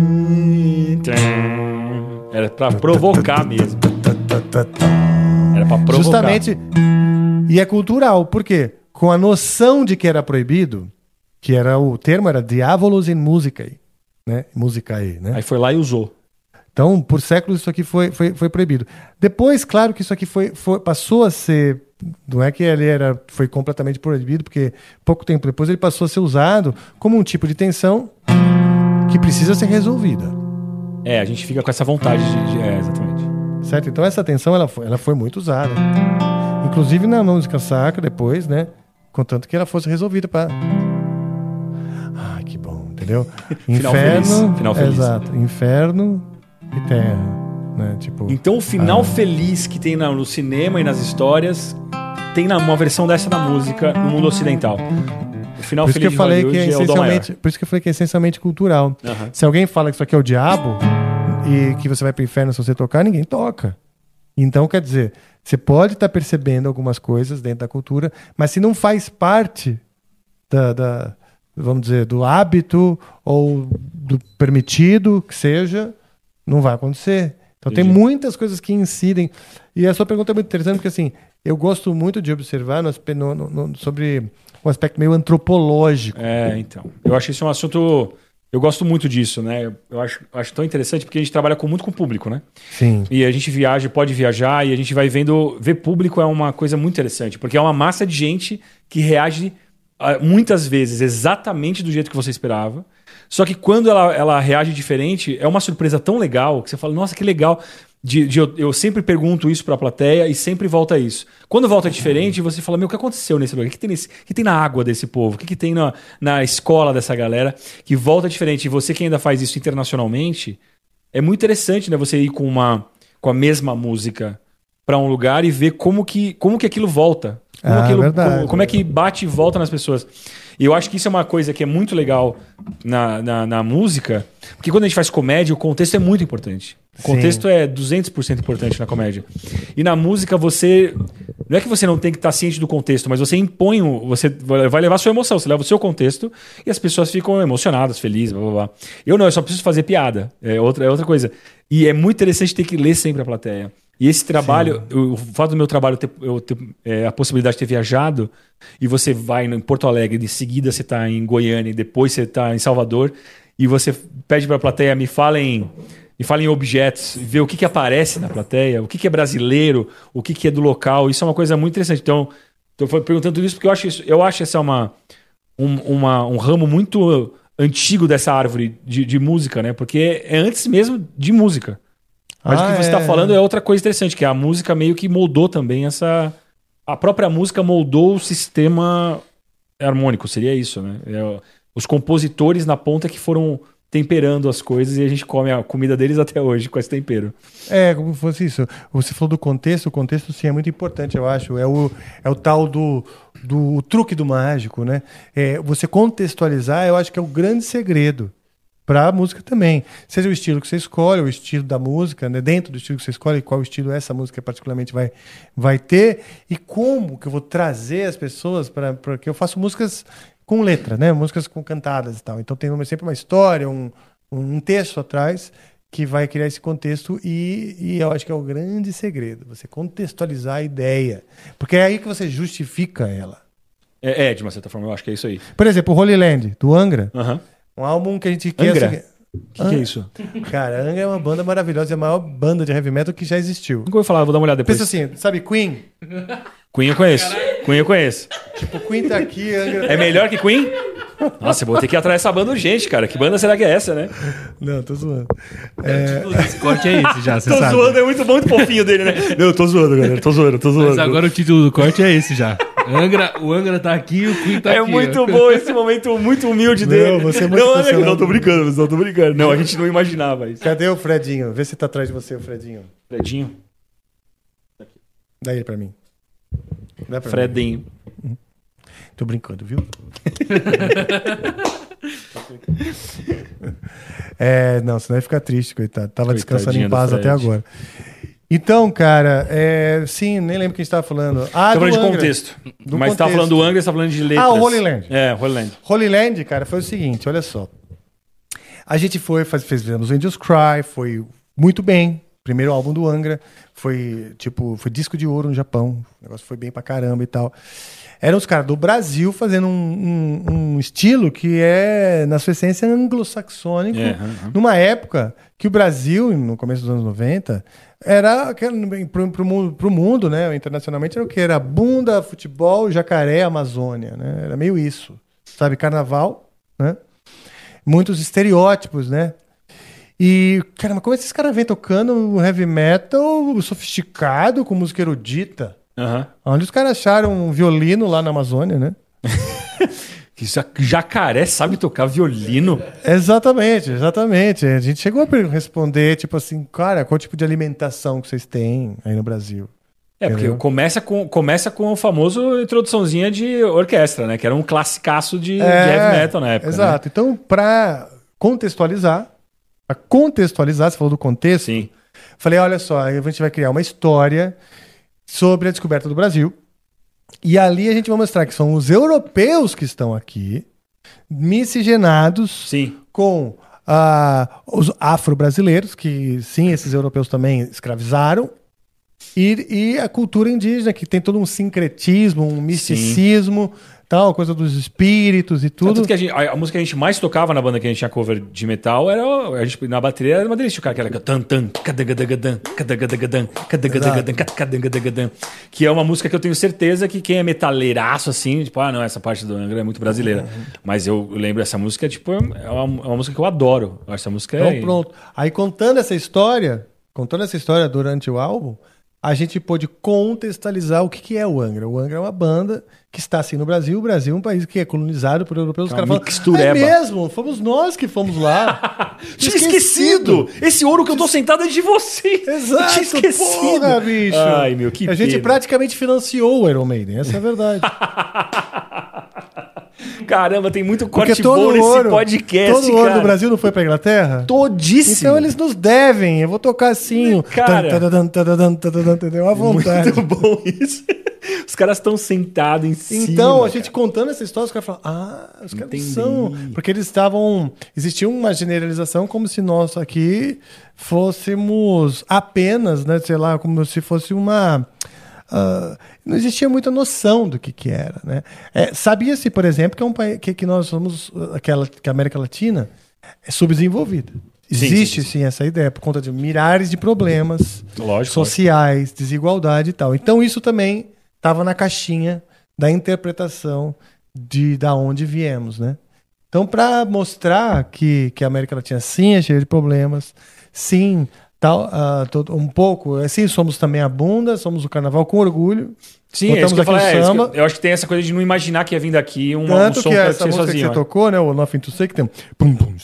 Era pra provocar mesmo. Era Pra provocar. Justamente. E é cultural. Por quê? Com a noção de que era proibido, que era o termo era diabolos in musicae, né? Musicae, né? Aí foi lá e usou. Então, por séculos isso aqui foi, foi, foi proibido. Depois, claro que isso aqui foi, foi, passou a ser... Não é que ele era, foi completamente proibido, porque pouco tempo depois ele passou a ser usado como um tipo de tensão que precisa ser resolvida. É, a gente fica com essa vontade de... de é, exatamente. Certo? Então essa tensão ela foi, ela foi muito usada. Inclusive na música sacra depois, né? Contanto que ela fosse resolvida para... Ai, que bom, entendeu? Final Inferno... feliz. Final feliz. Exato. Inferno e terra. Né? Tipo, então o final ah, feliz que tem no cinema e nas histórias tem na, uma versão dessa da música no mundo ocidental. O final por isso feliz que eu falei que é, é essencialmente, por isso que eu falei que é essencialmente cultural. Uhum. Se alguém fala que isso aqui é o diabo e que você vai pro inferno se você tocar, ninguém toca. Então, quer dizer, você pode estar tá percebendo algumas coisas dentro da cultura, mas se não faz parte da, da, vamos dizer, do hábito ou do permitido que seja, não vai acontecer. Então Entendi. Tem muitas coisas que incidem. E a sua pergunta é muito interessante, porque assim, eu gosto muito de observar no, no, no, sobre um aspecto meio antropológico. É, então. Eu acho isso um assunto... Eu gosto muito disso, né? Eu acho, acho tão interessante porque a gente trabalha com, muito com o público, né? Sim. E a gente viaja, pode viajar e a gente vai vendo... Ver público é uma coisa muito interessante, porque é uma massa de gente que reage muitas vezes exatamente do jeito que você esperava. Só que quando ela, ela reage diferente, é uma surpresa tão legal que você fala, nossa, que legal. De, de, eu, eu sempre pergunto isso pra plateia e sempre volta isso. Quando volta diferente, você fala, meu, o que aconteceu nesse lugar? O que, que, tem, nesse, o que tem na água desse povo? O que, que tem na, na escola dessa galera? Que volta diferente. E você que ainda faz isso internacionalmente, é muito interessante, né? Você ir com, uma, com a mesma música pra um lugar e ver como que, como que aquilo volta. Como, ah, aquilo, verdade. como, como é que bate e volta nas pessoas. E eu acho que isso é uma coisa que é muito legal na, na, na música, porque quando a gente faz comédia, o contexto é muito importante. O contexto Sim. é duzentos por cento importante na comédia. E na música você... Não é que você não tem que estar ciente do contexto, mas você impõe... O, você vai levar a sua emoção, você leva o seu contexto e as pessoas ficam emocionadas, felizes, blá, blá, blá. Eu não, eu só preciso fazer piada. É outra, é outra coisa. E é muito interessante ter que ler sempre a plateia. E esse trabalho, o, o fato do meu trabalho ter, eu ter é, a possibilidade de ter viajado, e você vai em Porto Alegre, de seguida você está em Goiânia, e depois você está em Salvador, e você pede para a plateia, me falem, me falem objetos, ver o que, que aparece na plateia, o que, que é brasileiro, o que, que é do local. Isso é uma coisa muito interessante. Então, eu fui perguntando tudo isso porque eu acho isso, eu acho essa uma, um, uma, um ramo muito antigo dessa árvore de, de música, né? Porque é antes mesmo de música. Mas ah, o que você está é... falando é outra coisa interessante, que a música meio que moldou também essa... A própria música moldou o sistema harmônico, seria isso, né? É, os compositores na ponta que foram temperando as coisas e a gente come a comida deles até hoje com esse tempero. É, como fosse isso. Você falou do contexto, o contexto sim é muito importante, eu acho. É o, é o tal do, do o truque do mágico, né? É, você contextualizar, eu acho que é o grande segredo. Para a música também. Seja o estilo que você escolhe, o estilo da música, né? Dentro do estilo que você escolhe, qual estilo essa música particularmente vai, vai ter, e como que eu vou trazer as pessoas para... Porque eu faço músicas com letra, né? Músicas com cantadas e tal. Então tem sempre uma história, um, um texto atrás que vai criar esse contexto e, e eu acho que é o grande segredo. Você contextualizar a ideia. Porque é aí que você justifica ela. É, é de uma certa forma, eu acho que é isso aí. Por exemplo, o Holy Land, do Angra. Aham. Uh-huh. Um álbum que a gente quer... Angra? O que, que é isso? Cara, Angra é uma banda maravilhosa, é a maior banda de heavy metal que já existiu. Nunca vou falar, vou dar uma olhada depois. Pensa assim, sabe Queen? Queen eu conheço. Caralho. Queen eu conheço. Tipo, Queen tá aqui, Angra... É melhor que Queen? Nossa, eu vou ter que ir atrás dessa banda urgente, cara. Que banda será que é essa, né? Não, tô zoando. É... Esse corte é esse já, você tô sabe. Tô zoando, é muito bom, muito fofinho dele, né? Não, eu tô zoando, galera. Tô zoando, tô zoando. Mas agora o título do corte é esse já. Angra, o Angra tá aqui e o Queen tá é aqui. É muito bom esse momento muito humilde dele. Não, você é muito Não, não, não, tô brincando, não tô brincando. Não, a gente não imaginava isso. Cadê o Fredinho? Vê se tá atrás de você, o Fredinho. Fredinho? Dá ele pra mim. Dá pra Fredinho. Mim. Tô brincando, viu? É, não, senão ia ficar triste, coitado. Tava descansando em paz até agora. Então, cara, é, sim, nem lembro o que a gente estava falando. Ah, tô falando de Angra. contexto. Do Mas contexto. tava falando do Angra, você tá falando de letras. Ah, o Holy Land. É, Holy Land. Holy Land, cara, foi o seguinte, olha só. A gente foi, faz, fizemos o Angels Cry, foi muito bem. primeiro álbum do Angra. Foi, tipo, foi disco de ouro no Japão. O negócio foi bem pra caramba e tal. Eram os caras do Brasil fazendo um, um, um estilo que é, na sua essência, anglo-saxônico. É, uhum. Numa época que o Brasil, no começo dos anos noventa, era, pro, pro, mundo, pro mundo, né, internacionalmente, era o que? Era bunda, futebol, jacaré, Amazônia, né? Era meio isso. Sabe, carnaval, né? Muitos estereótipos, né? E, cara, mas como esses caras vêm tocando heavy metal sofisticado, com música erudita? Uhum. Onde os caras acharam um violino lá na Amazônia, né? Que jacaré sabe tocar violino? Exatamente, exatamente. A gente chegou a responder, tipo assim, cara, qual tipo de alimentação que vocês têm aí no Brasil? É, porque começa com, começa com o famoso introduçãozinha de orquestra, né? Que era um classicaço de, é, de heavy metal na época. Exato. Né? Então, pra contextualizar, pra contextualizar, você falou do contexto. Sim. Falei, olha só, a gente vai criar uma história sobre a descoberta do Brasil. E ali a gente vai mostrar que são os europeus que estão aqui, miscigenados sim. com uh, os afro-brasileiros, que sim, esses europeus também escravizaram, e, e a cultura indígena, que tem todo um sincretismo, um misticismo, tal, coisa dos espíritos e tudo. Tanto que a, gente, a, a música que a gente mais tocava na banda que a gente tinha cover de metal era a gente, na bateria era uma delícia, o cara que era tan tan cadagadagadam, cadagadagadam, cadagadagadam, cadagadagadam, que é uma música que eu tenho certeza que quem é metaleiraço assim, tipo, ah, não, essa parte do Angra é muito brasileira. Uhum. Mas eu lembro essa música, tipo, é uma, é uma música que eu adoro. Eu acho essa música então, é... pronto. Aí contando essa história, contando essa história durante o álbum, a gente pôde contextualizar o que, que é o Angra. O Angra é uma banda que está assim no Brasil. O Brasil é um país que é colonizado por europeus. Os é caras falam, mixtureba. é mesmo, fomos nós que fomos lá. Tinha esquecido. Esse ouro que eu tô sentado é de você. Exato. Tinha esquecido. Porra, bicho. Ai, meu, que A gente pena. praticamente financiou o Iron Maiden. Essa é a verdade. Caramba, tem muito Porque corte todo bom nesse ouro, podcast, todo o ouro cara. do Brasil não foi pra Inglaterra? Todíssimo. Então eles nos devem. Eu vou tocar assim. Cara. Entendeu? À vontade. Muito bom isso. Os caras estão sentados em cima. Então, a cara. gente contando essa história, os caras falam, ah, os caras Entendi. são... Porque eles estavam... Existia uma generalização como se nós aqui fôssemos apenas, né, sei lá, como se fosse uma... Uh, não existia muita noção do que que era, né? É, sabia-se, por exemplo, que, é um país, que, que nós somos... Aquela, que a América Latina é subdesenvolvida. Existe, sim, sim, sim, essa ideia, por conta de milhares de problemas lógico, sociais, lógico. desigualdade e tal. Então, isso também estava na caixinha da interpretação de da onde viemos, né? Então, para mostrar que, que a América Latina sim é cheia de problemas, sim, tal, uh, todo, um pouco, assim, somos também a bunda, somos o carnaval com orgulho. Sim, é isso que eu, falei, é isso que eu, eu acho que tem essa coisa de não imaginar que ia vir daqui um, Tanto um som que que, essa que música sozinho, que você tocou, né, o Nothing to Say, que tem um pum, pum,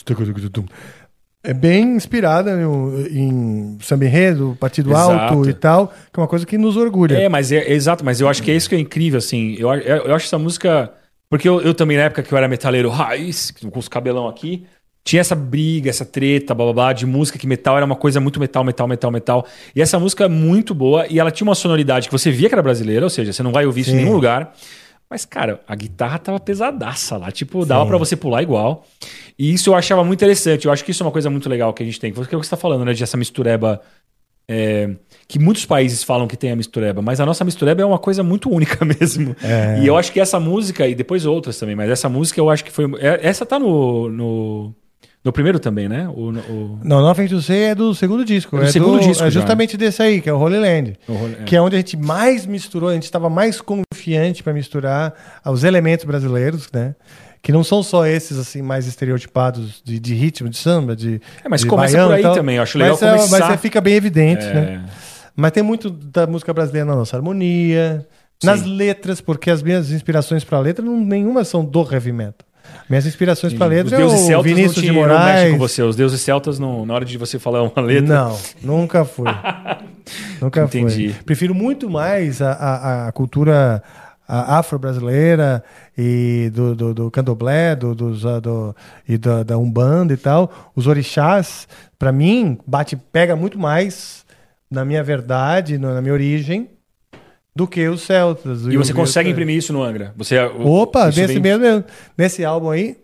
é bem inspirada no, em samba enredo, partido Exato. alto e tal, que é uma coisa que nos orgulha. É, mas é, é exato, mas eu acho que é isso que é incrível, assim. Eu, eu, eu acho essa música. Porque eu, eu também, na época que eu era metaleiro raiz, com os cabelão aqui, tinha essa briga, essa treta, blá blá blá, de música, que metal era uma coisa muito metal, metal, metal, metal. E essa música é muito boa, e ela tinha uma sonoridade que você via que era brasileira, ou seja, você não vai ouvir isso em nenhum lugar. Mas, cara, a guitarra tava pesadaça lá. Tipo, dava pra você pular igual. E isso eu achava muito interessante. Eu acho que isso é uma coisa muito legal que a gente tem. Que é o que você tá falando, né? De essa mistureba... É, que muitos países falam que tem a mistureba. Mas a nossa mistureba é uma coisa muito única mesmo. É. E eu acho que essa música, e depois outras também, mas essa música eu acho que foi... Essa tá no... no... No primeiro também, né? O, o... Não, Nothing to Say é do segundo disco. É do é segundo do, disco É já. justamente desse aí, que é o Holy Land. O Holy, é. Que é onde a gente mais misturou, a gente estava mais confiante para misturar os elementos brasileiros, né? Que não são só esses, assim, mais estereotipados de, de ritmo, de samba, de É, mas de começa baião por aí e tal. também. Eu acho legal mas, começar... Mas fica bem evidente, é... né? Mas tem muito da música brasileira na nossa harmonia, Sim. nas letras, porque as minhas inspirações para letra, não, nenhuma são do heavy metal. Minhas inspirações para letra é o Vinícius de Moraes. Não mexem com você. Os deuses celtas, não, na hora de você falar uma letra... Não, nunca fui. nunca Entendi. fui. Prefiro muito mais a, a, a cultura afro-brasileira e do, do, do candomblé, do, do, do, e da, da Umbanda e tal. Os orixás, para mim, bate, pega muito mais na minha verdade, na minha origem, do que os celtas. E você consegue imprimir isso no Angra? Você, Opa, isso nesse vem... mesmo, nesse álbum aí,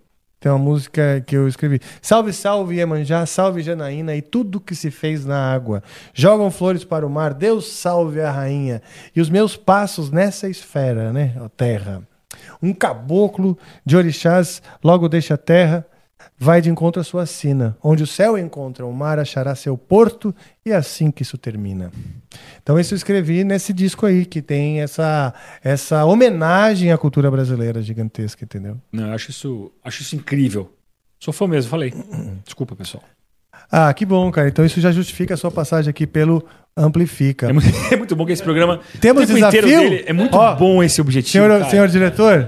Tem uma música que eu escrevi. Salve, salve Iemanjá, salve Janaína e tudo que se fez na água. Jogam flores para o mar, Deus salve a rainha. E os meus passos nessa esfera, né, a terra. Um caboclo de orixás logo deixa a terra, vai de encontro à sua sina. Onde o céu encontra o mar, achará seu porto, e é assim que isso termina. Então isso eu escrevi nesse disco aí, que tem essa, essa homenagem à cultura brasileira gigantesca, entendeu? Não, eu acho isso, acho isso incrível. Sou fã mesmo, falei. Desculpa, pessoal. Ah, que bom, cara. Então isso já justifica a sua passagem aqui pelo Amplifica. É muito, é muito bom que esse programa... Temos o tempo desafio? inteiro dele é muito Ó, bom esse objetivo, Senhor, cara. senhor diretor?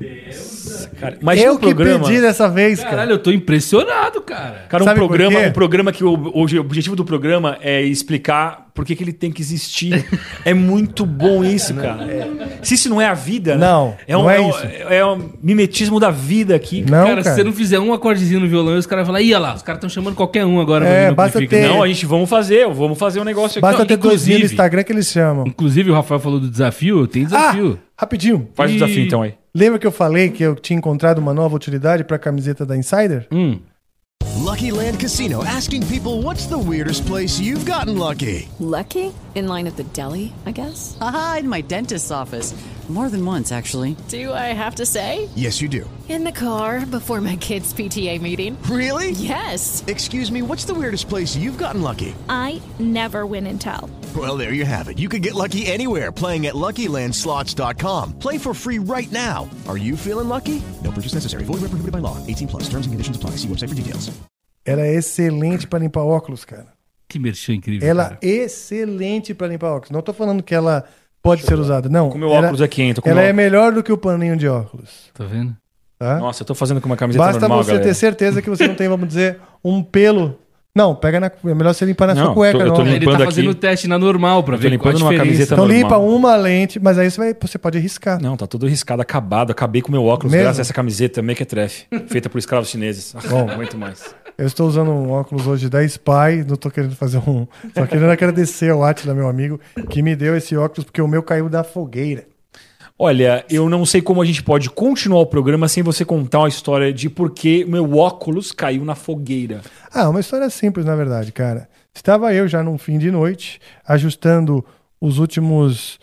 Cara, imagina eu um programa... que pedi dessa vez, cara. Caralho, eu tô impressionado, cara. Cara, um Sabe por programa, quê? um programa que o, o objetivo do programa é explicar por que, que ele tem que existir. É muito bom isso, cara. É. Se isso não é a vida, né? Não, é um, não é é um, isso. é um mimetismo da vida aqui. Não, cara, cara. se você não fizer um acordezinho no violão, os caras vão falar, ih, olha lá, os caras estão chamando qualquer um agora. É, pra vir basta Amplifica. ter- Não, a gente vamos fazer, vamos fazer um negócio aqui. Basta Não, ter dois mil no inclusive- Instagram que eles chamam. Inclusive, o Rafael falou do desafio, tem desafio. Ah, rapidinho. Faz o E- desafio então aí. Lembra que eu falei que eu tinha encontrado uma nova utilidade para a camiseta da Insider? Hum. Lucky Land Casino asking people, what's the weirdest place you've gotten lucky? Lucky? In line at the deli, I guess? Aha, in my dentist's office. More than once, actually. Do I have to say? Yes, you do. In the car before my kids' P T A meeting. Really? Yes. Excuse me, what's the weirdest place you've gotten lucky? I never win and tell. Well, there you have it. You can get lucky anywhere, playing at Lucky Land Slots dot com. Play for free right now. Are you feeling lucky? No purchase necessary. Void where prohibited by law. eighteen plus. Terms and conditions apply. See website for details. Ela é excelente para limpar óculos, cara. Que merchan incrível. Ela cara. é excelente para limpar óculos. Não tô falando que ela pode ser usada, não. Com meu ela, óculos aqui, hein? Tô com Ela meu- é melhor do que o paninho de óculos. Tá vendo? Tá? Nossa, eu tô fazendo com uma camiseta Basta normal, você galera. ter certeza que você não tem, vamos dizer, um pelo. Não, pega na. É melhor você limpar na Não, sua cueca, tô- eu tô não. limpando Ele tá aqui. fazendo o teste na normal pra Eu tô ver qual a limpando uma diferença. camiseta Então normal. limpa uma lente, mas aí você, vai, você pode arriscar. Não, tá tudo riscado, acabado. Acabei com meu óculos Mesmo? graças a essa camiseta Mequetrefe, feita por escravos chineses. Ah, Bom. não aguento mais. Eu estou usando um óculos hoje da Spy, não tô querendo fazer um. Só querendo agradecer ao Atila, meu amigo, que me deu esse óculos, porque o meu caiu da fogueira. Olha, eu não sei como a gente pode continuar o programa sem você contar uma história de por que meu óculos caiu na fogueira. Ah, uma história simples, na verdade, cara. Estava eu já num fim de noite, ajustando os últimos.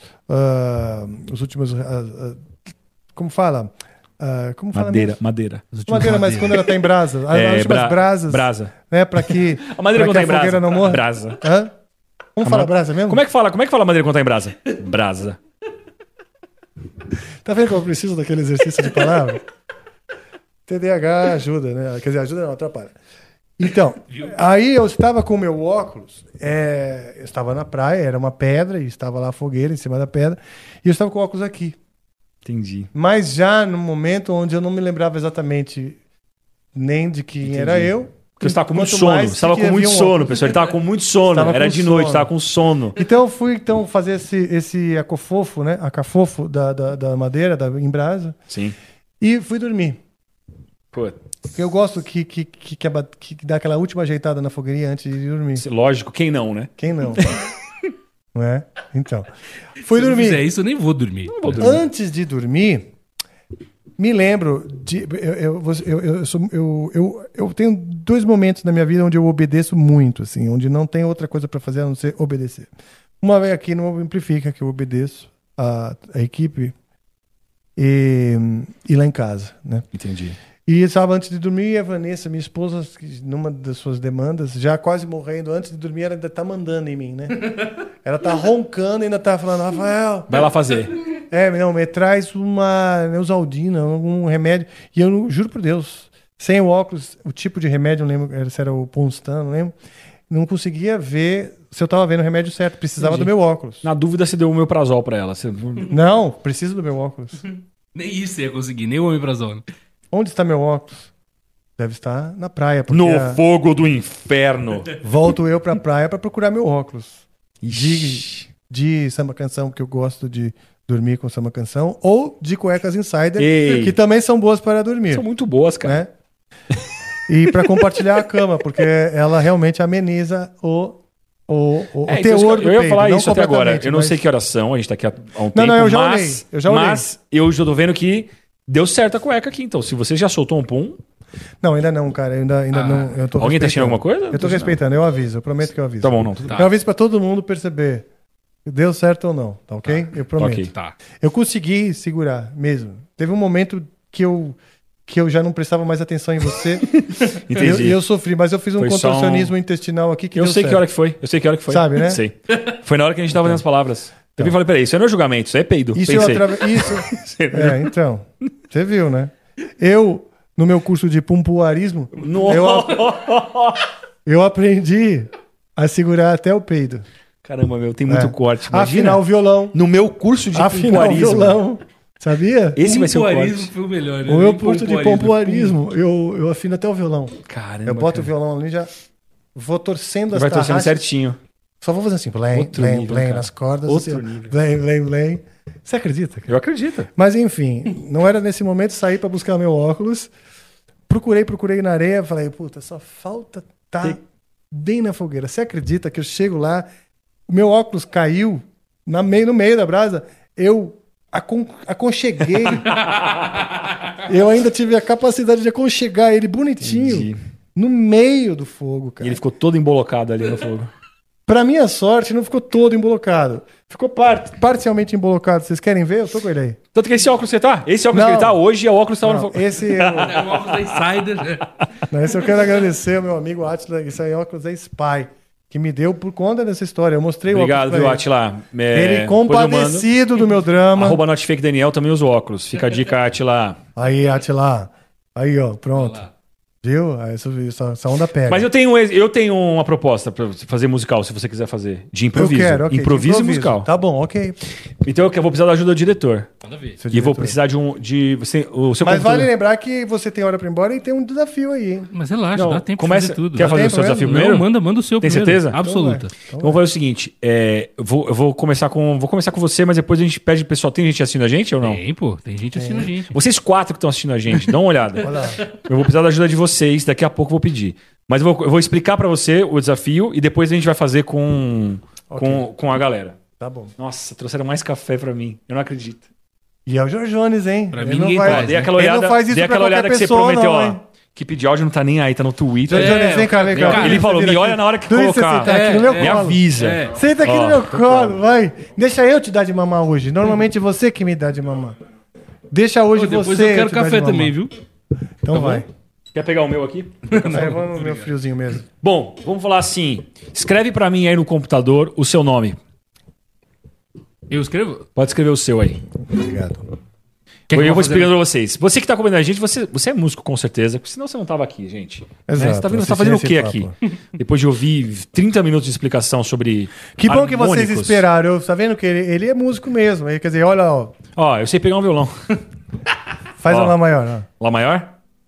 ah, os últimos. ah, ah, como fala? Ah, como fala Madeira, mesmo? madeira. Madeira, mas quando ela tá em brasa. As É, últimas bra- brasas. brasa. Né, pra que. A madeira pra quando que tá em fogueira brasa. não morra. Brasa. Hã? Vamos falar brasa mesmo? Como é que fala? Como é que fala madeira quando tá em brasa? Brasa. Tá vendo que eu preciso daquele exercício de palavra? T D A H ajuda, né? Quer dizer, ajuda não, atrapalha. Então, aí eu estava com o meu óculos, é, eu estava na praia, era uma pedra, e estava lá a fogueira em cima da pedra, e eu estava com o óculos aqui. Entendi. Mas já no momento onde eu não me lembrava exatamente nem de quem Entendi. era eu. Porque você tava com muito quanto sono. mais Você tava que com muito havia um sono, óculos. pessoal. Ele tava com muito sono. Tava Era com de noite, sono. tava com sono. Então eu fui então fazer esse, esse acofofo, né? Acafofo da, da, da madeira, da em brasa, Sim. e fui dormir. Pô, Porque eu gosto que, que, que, que, aba- que dá aquela última ajeitada na fogueirinha antes de dormir. lógico, quem não, né? Quem não? Não é? Então. Fui Se eu não dormir. fizer isso, eu nem vou dormir. Vou dormir. Antes de dormir, me lembro de. Eu, eu, eu, eu, eu, sou- eu, eu, eu tenho dois momentos na minha vida onde eu obedeço muito, assim, onde não tem outra coisa para fazer a não ser obedecer. Uma vez aqui no Amplifica, que eu obedeço a, a equipe, e, e lá em casa, né? Entendi. E estava antes de dormir, e a Vanessa, minha esposa, que numa das suas demandas, já quase morrendo, antes de dormir, ela ainda tá mandando em mim, né? Ela tá roncando e ainda tá falando, Rafael... Vai lá fazer. É, não, me traz uma Neusaldina, algum remédio. E eu não, juro por Deus, sem o óculos, o tipo de remédio, não lembro se era o Ponstan, não lembro, não conseguia ver se eu tava vendo o remédio certo, precisava Entendi. do meu óculos. Na dúvida, você deu o meu prazol pra ela. Você... Não, preciso do meu óculos. Nem isso você ia conseguir, nem o homem pra zona. Onde está meu óculos? Deve estar na praia. Porque No a- fogo do inferno. Volto eu pra praia pra procurar meu óculos. De, Ixi. de samba canção, porque eu gosto de dormir com samba canção, ou de cuecas insider, Ei. que também são boas para dormir. São muito boas, cara. Né? E para compartilhar a cama, porque ela realmente ameniza o, o, o, É, o então, teor do eu ia peito, falar não isso até agora. completamente, Eu não mas- sei que horas são, a gente tá aqui há há um tempo. Não, não, eu já mas, olhei, eu já olhei. Mas eu já tô vendo que deu certo a cueca aqui. Então, se você já soltou um pum, Não, ainda não, cara. Eu ainda, ainda Ah. não. Eu tô Alguém tá respeitando. assistindo alguma coisa? Eu tô respeitando, eu aviso, eu prometo que eu aviso. Tá bom, não. Tudo Tá. Eu aviso pra todo mundo perceber. Deu certo ou não, tá ok? Eu prometo. Ok. Tá. Eu consegui segurar mesmo. Teve um momento que eu, que eu já não prestava mais atenção em você. E eu, Entendi. e eu sofri, mas eu fiz um Foi só contorcionismo intestinal aqui que Eu deu sei certo. que hora que foi. Eu sei que hora que foi. Sabe, né? Sei. Foi na hora que a gente tava fazendo as palavras. Eu falei, peraí, isso não é julgamento, isso é peido. Isso eu Pensei. atrave... Isso. É, então. Você viu, né? Eu, no meu curso de pumpuarismo, eu, a- eu aprendi a segurar até o peido. Caramba, meu, tem muito É. corte. Imagina, Afinar o violão. no meu curso de Afinar o pompoarismo. violão. Sabia? Esse vai ser o Pompoarismo corte. foi o melhor. né? O meu Nem curso de pompoarismo. pompoarismo, eu, eu afino até o violão. Caramba, Eu boto cara. o violão ali e já vou torcendo as Vai torcendo tarraxas. certinho. Só vou fazer assim, blém, Outro blém, nível, blém cara. nas cordas. Outro assim, ó. nível. Blém, blém, blém. Você acredita, cara? Eu acredito. Mas enfim, não era nesse momento, saí pra buscar meu óculos. Procurei, procurei na areia, falei, puta, só falta tá bem na fogueira. Você acredita que eu chego lá, o meu óculos caiu na meio, no meio da brasa, eu acon aconcheguei. Eu ainda tive a capacidade de aconchegar ele bonitinho Entendi. no meio do fogo, E cara. ele ficou todo embolocado ali no fogo. Pra minha sorte, não ficou todo embolocado. Ficou par parcialmente embolocado. Vocês querem ver? Eu tô com ele aí. Tanto que esse óculos que você tá, esse óculos Não. que ele tá hoje é o óculos que tava no Não, fogo. esse, eu, É o óculos da Insider. né? não, esse eu quero agradecer ao meu amigo Atila. Isso aí é óculos da Spy, que me deu por conta dessa história. Eu mostrei Obrigado, o óculos viu, pra Atila? É, ele. Ele depois eu mando. compadecido do meu drama. Arroba Notfake Daniel também usa óculos. Fica a dica, Atila. Aí, Atila. Aí, ó, pronto. Viu? Aí, Essa, essa, essa onda pega. Mas eu tenho, eu tenho uma proposta pra você fazer musical, se você quiser fazer. De improviso. Eu quero, ok, de improviso, e improviso. musical. Tá bom, ok. Então eu vou precisar da ajuda do diretor. Manda ver. Seu E vou diretor. precisar de um. De, você, o seu Mas computador- vale lembrar que você tem hora pra ir embora e tem um desafio aí, hein? Mas relaxa, Não, dá tempo começa- de fazer tudo. quer Dá fazer o tempo seu mesmo? desafio Não, primeiro? manda, manda o seu Tem primeiro. certeza? Absoluta. Então vamos fazer o seguinte: é, eu, vou, eu vou começar com. Vou começar com você, mas depois a gente pede pro pessoal. Tem gente assistindo a gente ou não? Tem, pô. Tem gente assistindo a gente. Vocês quatro que estão assistindo a gente, dá uma olhada. Olha lá. Eu vou precisar da ajuda de vocês, daqui a pouco eu vou pedir. Mas eu vou, eu vou explicar pra você o desafio e depois a gente vai fazer com, com, com a galera. Tá bom. Nossa, trouxeram mais café pra mim. Eu não acredito. E é o Jorjones, hein? Pra Ele mim não ninguém vai- traz, Dei né? aquela Ele olhada, não faz isso dei pra aquela qualquer olhada que você pessoa, prometeu, não, ó. hein? Que pedir áudio não tá nem aí, tá no Twitter. Jorjones, vem cá, vem cá. Ele Vem falou, vir me aqui. olha na hora que Luiz, você colocar. tá aqui É, no meu Me colo. avisa. É. Senta aqui Ó, no meu tô colo, vai. Deixa eu te dar de mamar hoje. Normalmente é você que me dá de mamar. Deixa hoje Pô, depois você eu quero te dar café de mamar. também, viu? Então vai. Quer pegar o meu aqui? Aí eu vou no meu friozinho mesmo. Bom, vamos falar assim. Escreve pra mim aí no computador o seu nome. Eu escrevo? Pode escrever o seu aí. Obrigado. Quer que eu eu vou vá fazer- explicando pra vocês. Você que tá acompanhando a gente, você, você é músico com certeza, porque senão você não tava aqui, gente. Exato, Né? Você tá, vendo, você tá assistindo fazendo o esse quê papo. aqui? Depois de ouvir trinta minutos de explicação sobre. Que bom que vocês harmônicos. esperaram. Eu, tá vendo que ele, ele é músico mesmo. Ele, quer dizer, olha, ó, Ó, eu sei pegar um violão. faz Ó. a lá maior. Ó. Lá maior?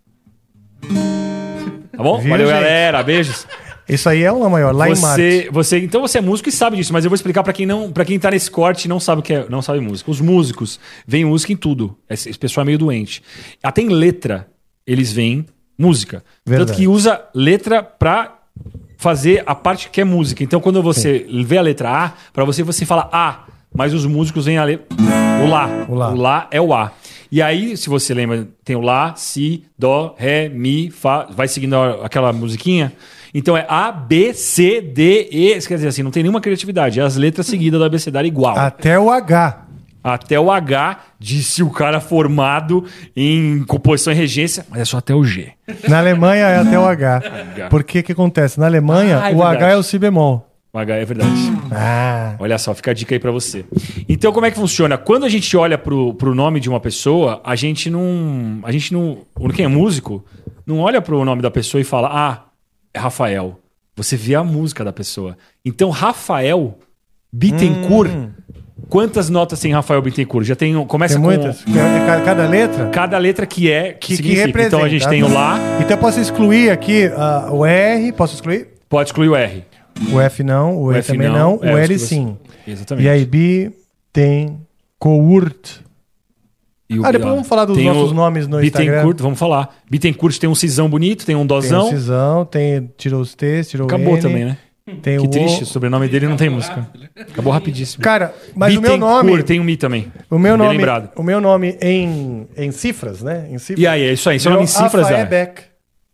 Tá bom? Viu, Valeu, gente? galera. Beijos. Isso aí é um lá maior, lá em Marte. Você, você, então você é músico e sabe disso, mas eu vou explicar pra quem não, para quem tá nesse corte e não sabe o que é, não sabe música. Os músicos veem música em tudo. Esse, esse pessoal é meio doente. Até em letra eles veem música. Verdade. Tanto que usa letra pra fazer a parte que é música. Então quando você vê a letra A, pra você você fala A, mas os músicos veem a letra o lá. O lá. O lá é o A. E aí, se você lembra, tem o Lá, Si, Dó, Ré, Mi, Fá, vai seguindo a- aquela musiquinha. Então é A, B, C, D, E. Quer dizer assim, não tem nenhuma criatividade. É as letras seguidas do abecedário igual. Até o H. Até o H, disse o cara formado em composição e regência, mas é só até o G. Na Alemanha é até o H. H. Porque o que acontece? Na Alemanha, Ah, é o verdade. H é o si bemol. O H é verdade. Ah. Olha só, fica a dica aí pra você. Então, como é que funciona? Quando a gente olha pro, pro nome de uma pessoa, a gente não. A gente não. Quem é músico, não olha pro nome da pessoa e fala, ah, é Rafael. Você vê a música da pessoa. Então, Rafael Bittencourt. Hum. Quantas notas tem Rafael Bittencourt? Já tem. Começa Tem com. muitas. É ca- Cada letra? Cada letra que é. Que, Que, que significa. representa. Então a gente tem o Lá, Então eu posso excluir aqui ah, o R, posso excluir? pode excluir o R. O F não, o, O E F também não, não, é, o eu L excluo sim. Exatamente. E aí B tem Court. E o- Ah, depois vamos falar dos tem nossos o nomes no Bittencourt, Instagram. vamos falar. Bittencourt tem um cisão bonito, tem um Tem dozão. o Cisão, tem, tirou os T's, tirou Acabou o N. também, né? Tem Que o triste, o O. sobrenome dele não tem música. Acabou rapidíssimo. Cara, mas o meu Bittencourt nome... tem um Mi também. O meu Bem nome, lembrado. o meu nome em, em cifras, né? Em cifras, E aí, é isso aí. Seu meu nome em cifras é? Alfabeck.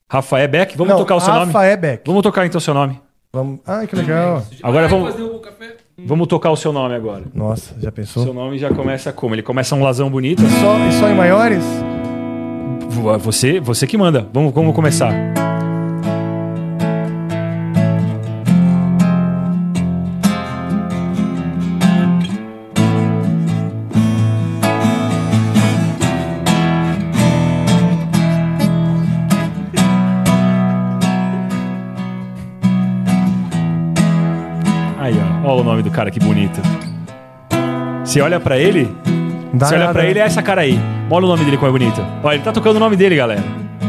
Rafael Beck? Vamos Não, tocar o seu nome? Rafael Beck. Vamos tocar então o seu nome. Vamos... Ai, que legal. Agora vamos, vamos tocar o seu nome agora. Nossa, já pensou? Seu nome já começa como? Ele começa um lasão bonito. Só, e só em maiores? Você, você que manda. Vamos, vamos começar. Aí, ó. Olha o nome do cara, que bonito. Você olha pra ele... Dá Você olha nada. pra ele, é essa cara aí. Olha o nome dele, como é bonito. Olha, ele tá tocando o nome dele, galera.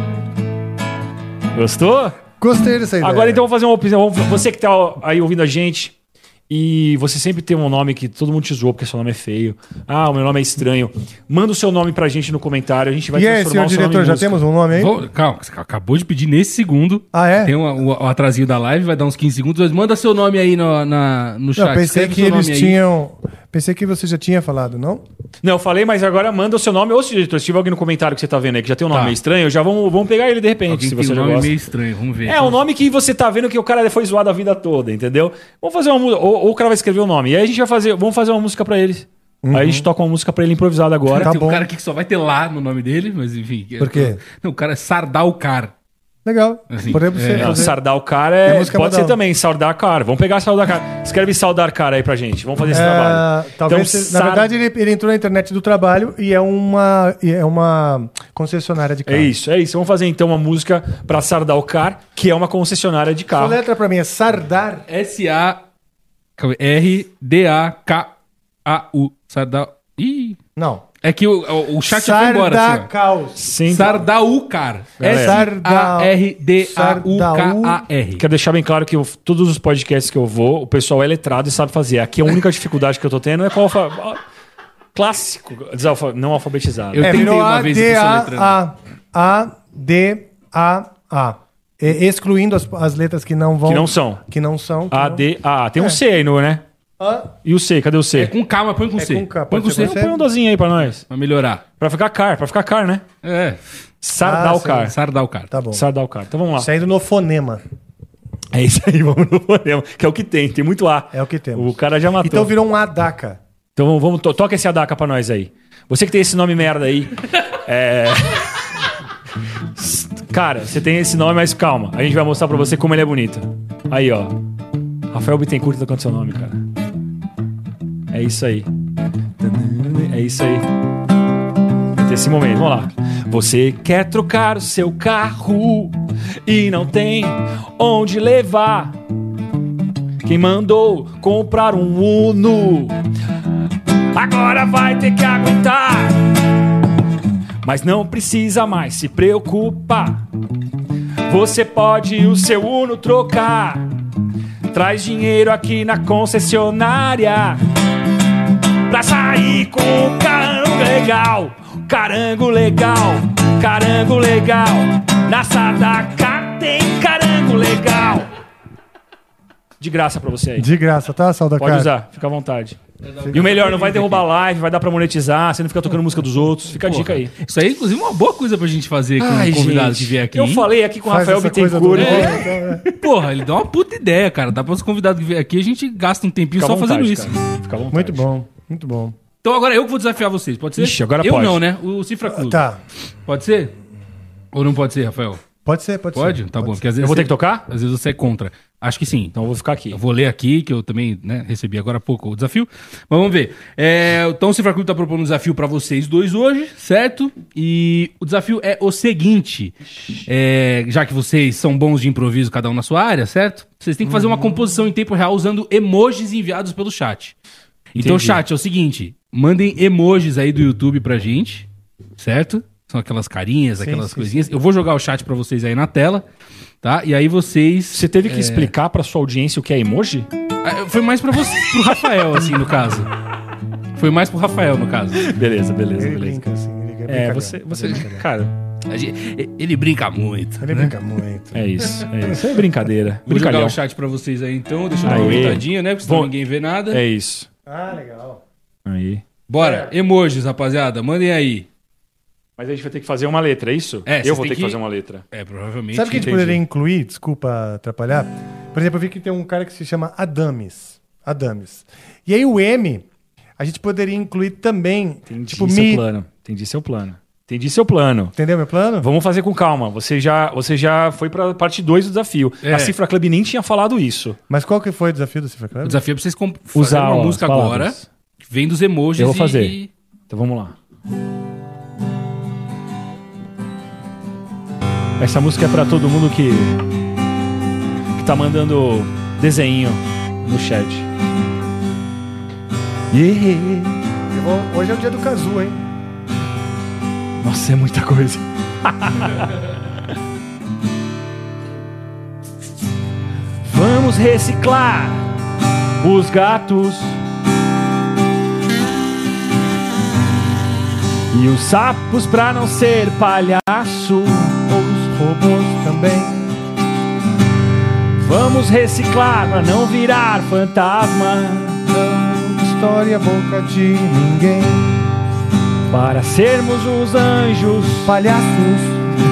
Gostou? Gostei dessa ideia. Agora então vou fazer uma opinião. Você que tá aí ouvindo a gente e você sempre tem um nome que todo mundo te zoou porque seu nome é feio. Ah, o meu nome é estranho. Manda o seu nome pra gente no comentário. A gente vai E aí, transformar senhor o seu nome diretor, em já música. temos um nome aí? Vou- calma, você acabou de pedir nesse segundo. Ah, é? Tem um- o, o atrasinho da live, vai dar uns quinze segundos. Mas manda seu nome aí no, na, no chat. Não, pensei Escreve que seu eles nome aí. tinham... Pensei que você já tinha falado, não? Não, eu falei, mas agora manda o seu nome. Ou se diretor, se tiver alguém no comentário que você tá vendo aí que já tem um nome Tá. meio estranho, já vamos, vamos pegar ele de repente, Alguém se tem você um já nome gosta. meio estranho, vamos ver. É, um nome que você tá vendo que o cara foi zoado a vida toda, entendeu? Vamos fazer uma música. Ou, ou o cara vai escrever o nome. E aí a gente vai fazer. Vamos fazer uma música pra eles. Aí a gente toca uma música pra ele improvisada agora. Tá Tem bom. um cara aqui que só vai ter lá no nome dele, mas enfim. Por quê? Não, o cara é Sardaukar. Legal. Assim, Podemos é, ser. Não, fazer- Sardaukar E é. a música Pode ser Madal. também, Saudar Vamos pegar Saudar Escreve Saudar aí pra gente. Vamos fazer esse É, trabalho. talvez, Então, se- na Sar- verdade, ele, ele entrou na internet do trabalho e é uma, e é uma concessionária de carro. É isso, é isso. Vamos fazer então uma música pra Sardaukar, que é uma concessionária de Sua carro. letra pra mim é Sardar. S A R D A K A U. Sardau. Ih. Não. É que o, o, o chat já foi embora. Assim, ó. Sardacaus. Sim. Sardaukar. Galera. S A R D A U K A R. Quero deixar bem claro que eu- todos os podcasts que eu vou, o pessoal é letrado e sabe fazer. Aqui a única dificuldade que eu tô tendo é com o alfa... clássico, desalfa... não alfabetizado. Eu É, tentei virou uma A vez D e tô A soletrando. A. A D A A. É, excluindo as, as letras que não vão. Que não são. Que não são. que A, não- D, A. Tem um É. C aí, no, né? A. E o C? Cadê o C? É com K, mas põe com É C. com K, põe pode com ser C. com C? Põe um dozinho aí pra nós. Pra melhorar. Pra ficar car, pra ficar car, né? É. Sardaukar. Sardaukar. Tá bom. Sardaukar. Então vamos lá. Saindo no fonema. É isso aí, vamos no fonema. Que é o que tem, tem muito A. É o que temos. O cara já matou. Então virou um Adaka. Então vamos, vamos to- toca esse Adaka pra nós aí. Você que tem esse nome merda aí. é... Cara, você tem esse nome, mas calma. A gente vai mostrar pra você como ele é bonito. Aí, ó. Rafael Bittencourt tá tocando seu nome, cara. É isso aí. É isso aí. Vai ter esse momento, vamos lá. Você quer trocar o seu carro e não tem onde levar. Quem mandou comprar um Uno agora vai ter que aguentar. Mas não precisa mais se preocupar. Você pode o seu Uno trocar. Traz dinheiro aqui na concessionária pra sair com o carango legal. Carango legal, carango legal. Na Sardaukar tem carango legal. De graça pra você aí. De graça, tá, Sardaukar? Pode usar, fica à vontade. E o melhor, não vai derrubar a live, vai dar pra monetizar, você não fica tocando música dos outros. Fica a dica aí. Isso aí, inclusive, é uma boa coisa pra gente fazer com Ai, o convidado gente, que vier aqui. eu hein? falei aqui com o Faz Rafael essa coisa Bittencourt. do- É. É. Porra, ele dá uma puta ideia, cara. Dá pra os convidados que vier aqui, a gente gasta um tempinho Fica à só vontade, fazendo isso. cara. Fica à vontade. Muito bom, muito bom. Então agora eu que vou desafiar vocês, pode ser? Ixi, agora eu pode. não, né? O Cifra Cruz. Tá. Pode ser? Ou não pode ser, Rafael? Pode ser, pode, Pode? ser. Tá Pode bom. ser. Porque às vezes Eu vou ter você- que tocar? Às vezes você é contra. Acho que sim. Então eu vou ficar aqui. Eu vou ler aqui, que eu também né, recebi agora há pouco o desafio. Mas vamos ver. É, então o Cifra Clube tá propondo um desafio pra vocês dois hoje, certo? E o desafio é o seguinte. É, já que vocês são bons de improviso, cada um na sua área, certo? Vocês têm que fazer uma composição em tempo real usando emojis enviados pelo chat. Então, Entendi. chat, é o seguinte. Mandem emojis aí do YouTube pra gente, certo? São aquelas carinhas, Sim, aquelas sim, coisinhas. Eu vou jogar o chat pra vocês aí na tela, tá? E aí vocês... Você teve que explicar pra sua audiência o que é emoji? Ah, Foi mais pra você, pro Rafael, assim, no caso. Foi mais pro Rafael, no caso. Beleza, beleza, Ele beleza. brinca assim, ele é É, brincalhão. você, você, Ele é brincalhão. cara, A gente- Ele brinca muito. Ele brinca muito. é isso, é isso. É brincadeira. Vou jogar Brincalhão. o chat pra vocês aí, então. Deixa eu dar uma Aê. aumentadinha, né? Porque senão Bom, ninguém vê nada. É isso. Ah, legal. Aí. Bora. Emojis, rapaziada. Mandem aí. Mas a gente vai ter que fazer uma letra, é isso? É, eu vocês vou têm ter que que- fazer uma letra. É, provavelmente. Sabe o que a gente Entendi. poderia incluir? Desculpa atrapalhar. Por exemplo, eu vi que tem um cara que se chama Adames. Adames. E aí o M, a gente poderia incluir também, Entendi tipo, seu mi... plano. Entendi seu plano. Entendi seu plano. Entendeu meu plano? Vamos fazer com calma. Você já, você já foi pra parte dois do desafio. É. A Cifra Club nem tinha falado isso. Mas qual que foi o desafio do Cifra Club? O desafio é pra vocês comp- Usar fazerem uma as música palavras. agora, que vem dos emojis Eu vou e- fazer. e... Então vamos lá. Essa música é pra todo mundo que que tá mandando desenho no chat. Yeah. Eu vou- Hoje é o dia do Kazu, hein? Nossa, é muita coisa. Vamos reciclar os gatos e os sapos pra não ser palhaço. Os robôs também. Vamos reciclar pra não virar fantasma. Não história boca de ninguém. Para sermos os anjos Palhaços.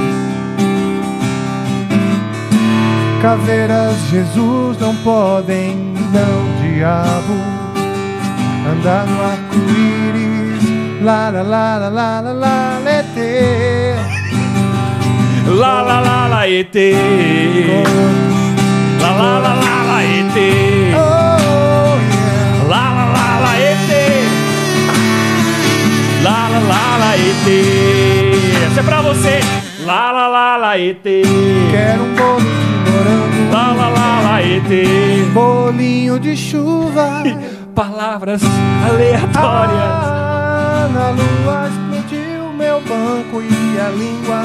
Caveiras, Jesus não podem, não, diabo. Andar no arco-íris. Lá, lá, lá, lá, lá, lá, lá, letê. lá lá lá lá E T. Lá lá lá lá lá E T. Oh, yeah. Lá lá lá lá E T. Lá lá lá lá E T. Essa é pra você. Lá lá lá lá E T. Quero um bolo de morango. Lá lá lá lá E T. Bolinho de chuva. Palavras aleatórias. Ah, na lua explodiu meu banco e a língua.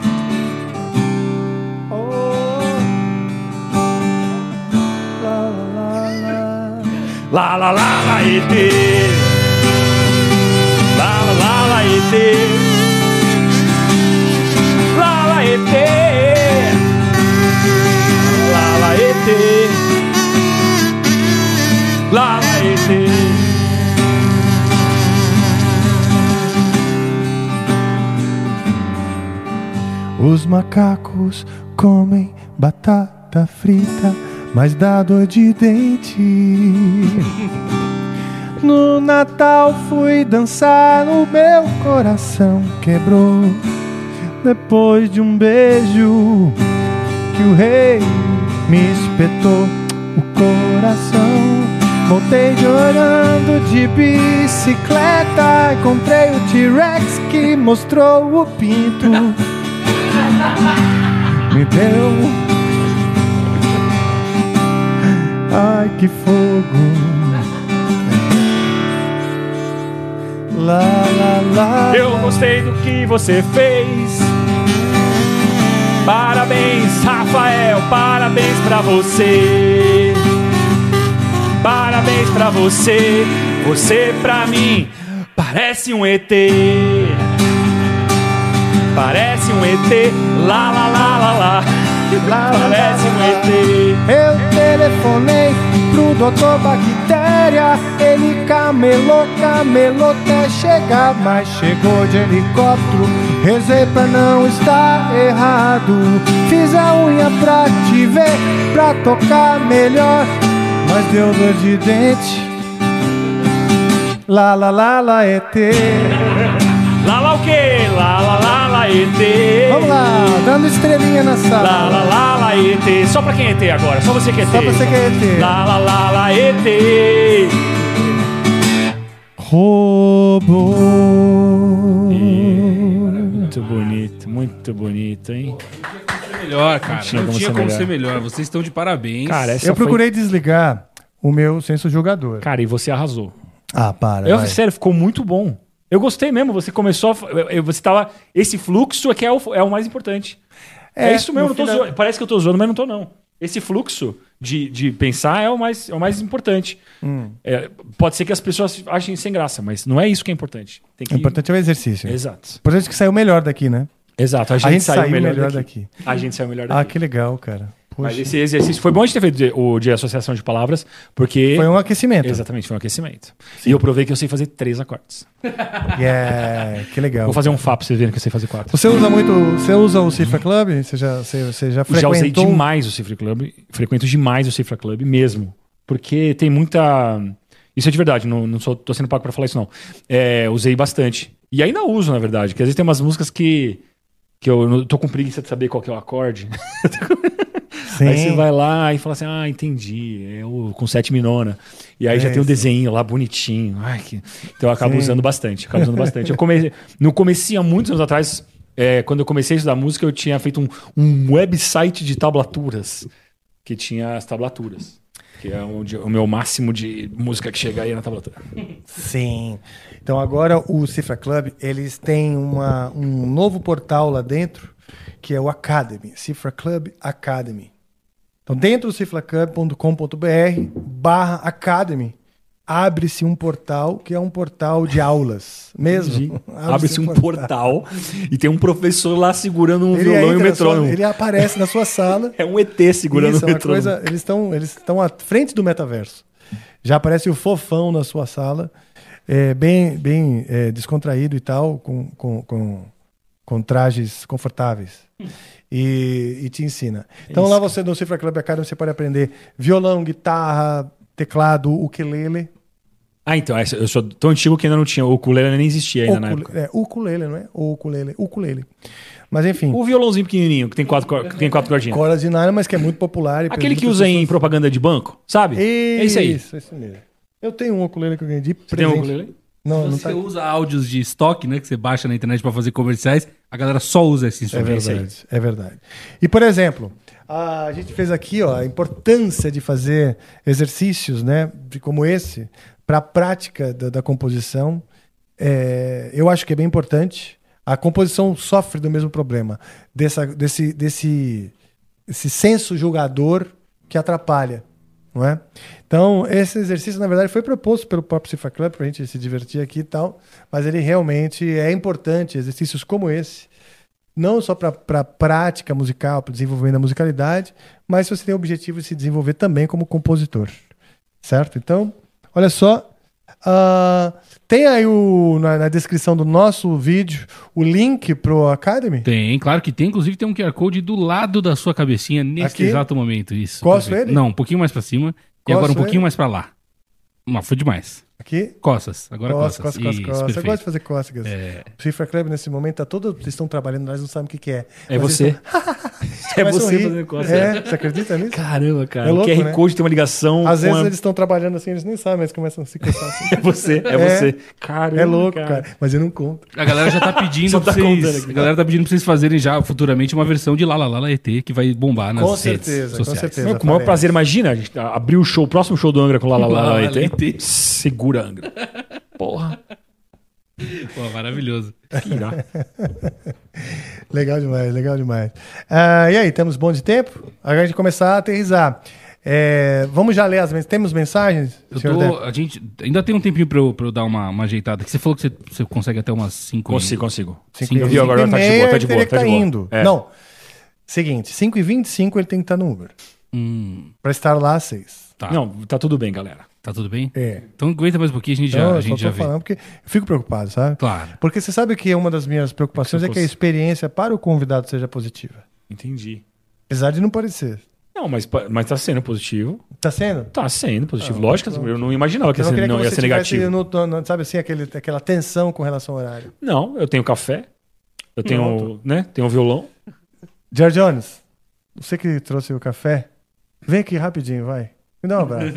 Oh. Lá, lá, lá. Lá lá lá lá E T. Lá lá lá lá E T. Lá lá E T. Lá lá E T. Lá lá E T. Os macacos comem batata frita, mas dá dor de dente. No Natal fui dançar, no meu coração quebrou. Depois de um beijo que o rei me espetou o coração. Voltei chorando de bicicleta, encontrei o T-Rex que mostrou o pinto. Me deu. Ai, que fogo. Lá, lá, lá. Eu gostei do que você fez. Parabéns, Rafael, parabéns pra você. Parabéns pra você. Você pra mim parece um E T. Parece um E T. Lá, lá, lá, lá, lá. Lá, Parece lá, lá, um E T. Eu telefonei pro doutor Bactéria. Ele camelou, camelou até chegar, mas chegou de helicóptero. Rezei pra não estar errado. Fiz a unha pra te ver, pra tocar melhor, mas deu dor de dente. Lá, lá, lá, lá, E T. Lá, lá o quê? Lá, lá, lá, lá, E T. Vamos lá, dando estrelinha na sala. Lá, lá, lá, lá, E T. Só pra quem é E T agora? Só você que é E T. Só você que é E T. Lá, lá, lá, lá, E T. Robô. Muito bonito, muito bonito, hein? Melhor, cara. tinha Não como tinha ser como melhor. ser melhor. Vocês estão de parabéns. Cara, essa Eu foi- procurei desligar o meu senso julgador. Cara, e você arrasou. Ah, para. Eu, vai. sério, ficou muito bom. Eu gostei mesmo. Você começou. A, eu- eu- você tava. Esse fluxo é que é o, é o mais importante. É, É, isso mesmo. no Não tô final- zoando. Parece que eu tô zoando, mas não tô, não. Esse fluxo de, de pensar é o mais, é o mais importante. Hum. É, pode ser que as pessoas achem sem graça, mas não é isso que é importante. Tem que... O importante é o exercício. Exato. Importante que saiu melhor daqui, né? Exato. A gente, A gente saiu, saiu melhor, melhor daqui. daqui. A gente saiu melhor daqui. Ah, que legal, cara. Mas esse exercício foi bom a gente ter feito o de associação de palavras, porque... Foi um aquecimento. Exatamente, foi um aquecimento. Sim. E eu provei que eu sei fazer três acordes. Yeah, que legal. Vou fazer um Fá pra vocês verem que eu sei fazer quatro. Você usa muito... Você usa o Cifra Club? Você já, você, você já frequentou? Já usei demais o Cifra Club. Frequento demais o Cifra Club mesmo. Porque tem muita... Isso é de verdade, não, não sou, tô sendo pago pra falar isso não. É, usei bastante. E ainda uso, na verdade. Porque às vezes tem umas músicas que... Que eu não tô com preguiça de saber qual que é o acorde. Sim. Aí você vai lá e fala assim, ah, entendi, é o, com sétima e nona. E aí é já tem o um desenho lá bonitinho. Ai, que... Então eu acabo Sim. usando bastante, acabo usando bastante. Eu come... No comecinho, há muitos anos atrás, é, quando eu comecei a estudar música, eu tinha feito um, um website de tablaturas, que tinha as tablaturas. Que é onde, o meu máximo de música que chega aí na tablatura. Sim. Então agora o Cifra Club, eles têm uma, um novo portal lá dentro, que é o Academy, Cifra Club Academy. Então dentro do cifraclub ponto com ponto b r barra Academy, abre-se um portal que é um portal de aulas mesmo. Abre-se, abre-se um portal. portal e tem um professor lá segurando um ele violão e um metrônomo. Ele aparece na sua sala. É um E T segurando Isso, um metrônomo. Coisa, eles estão eles estão à frente do metaverso. Já aparece o fofão na sua sala, é, bem, bem é, descontraído e tal, com, com, com, com trajes confortáveis. E, e te ensina. Então Isso. lá você no Cifra Club Academy você pode aprender violão, guitarra, teclado, ukulele. Ah, então, eu sou tão antigo que ainda não tinha. O ukulele nem existia ainda Ukule, na época. É, ukulele, não é? O ukulele, ukulele. Mas enfim. O violãozinho pequenininho, que tem quatro, que tem quatro cordinhas. Cordas de nylon, mas que é muito popular. E aquele que usa pessoas... em propaganda de banco, sabe? Isso, é isso aí. Isso, isso mesmo. Eu tenho um ukulele que eu ganhei de presente. Você tem um ukulele? Não, você não tá... usa áudios de estoque, né? Que você baixa na internet para fazer comerciais. A galera só usa esse instrumento. É verdade, é verdade. E, por exemplo, a gente fez aqui ó, a importância de fazer exercícios, né? De, como esse, para a prática da, da composição. É, eu acho que é bem importante. A composição sofre do mesmo problema. Dessa, desse, desse esse senso julgador que atrapalha. Não é? Então, esse exercício, na verdade, foi proposto pelo próprio Cifra Club para a gente se divertir aqui e tal, mas ele realmente é importante, exercícios como esse, não só para a prática musical, para o desenvolvimento da musicalidade, mas se você tem o objetivo de se desenvolver também como compositor. Certo? Então, olha só, uh, tem aí o, na, na descrição do nosso vídeo o link pro Academy? Tem, claro que tem. Inclusive tem um Q R Code do lado da sua cabecinha nesse Aqui? exato momento. Isso. Coço ele? Não, um pouquinho mais pra cima. Coço e agora um pouquinho ele? mais pra lá. Não, foi demais. Aqui? Costas. Agora Costa, costas. costa, costa, Isso, costa. Eu perfeito. gosto de fazer cócegas. É. O Cifra Club, nesse momento, tá todo, eles estão trabalhando, nós não sabemos o que, que é. É Mas você. eles tão- É Começam a você rir. fazendo cócegas. É, você acredita nisso? Caramba, cara. É louco, o Q R né? Code tem uma ligação Às com vezes a... eles estão trabalhando assim, eles nem sabem, mas começam a se coçar assim. É você, é, você. Caramba, É louco, cara. cara. Mas eu não conto. A galera já tá pedindo Só pra tá contando vocês. aqui. A galera tá pedindo pra vocês fazerem já futuramente uma versão de Lala Lala E T que vai bombar nas Com redes certeza, com sociais. certeza. Meu, com o maior faremos. prazer, imagina, a gente abrir o show, o próximo show do Angra com Lala Lala Lala E T. E T. Segura, Angra. Porra. Pô, maravilhoso. Que irado. Legal demais, legal demais. Ah, e aí, temos bom de tempo? Agora a gente começar a aterrissar. É, vamos já ler as mensagens. Temos mensagens? Eu senhor tô, Deco? a gente ainda tem um tempinho pra eu, pra eu dar uma, uma ajeitada. Que você falou que você, você consegue até umas cinco Consigo, consigo. Cinco Eu vi cinco agora, e tá de meia, boa, tá de ele boa, teria tá que de tá boa. indo. É. Não. Seguinte, cinco e vinte e cinco ele tem que estar no Uber. Hum, Pra estar lá às seis. tá. Não, tá tudo bem, galera. Tá tudo bem? É. Então aguenta mais um pouquinho, a gente Então, já, a eu gente só já tô vê. falando porque eu fico preocupado, sabe? Claro. Porque você sabe que uma das minhas preocupações é que a experiência para o convidado seja positiva. Entendi. Apesar de não parecer. Não, mas, mas tá sendo positivo. Tá sendo? Tá sendo positivo. Ah, Lógico, pronto. eu não imaginava que Eu ia não ser, queria não que ia você ser tivesse negativo. no- no- sabe assim, aquele, aquela tensão com relação ao horário. Não, eu tenho café. Eu tenho, Pronto. né? Tenho um violão. George Jones, você que trouxe o café, vem aqui rapidinho, vai. Me dá um abraço.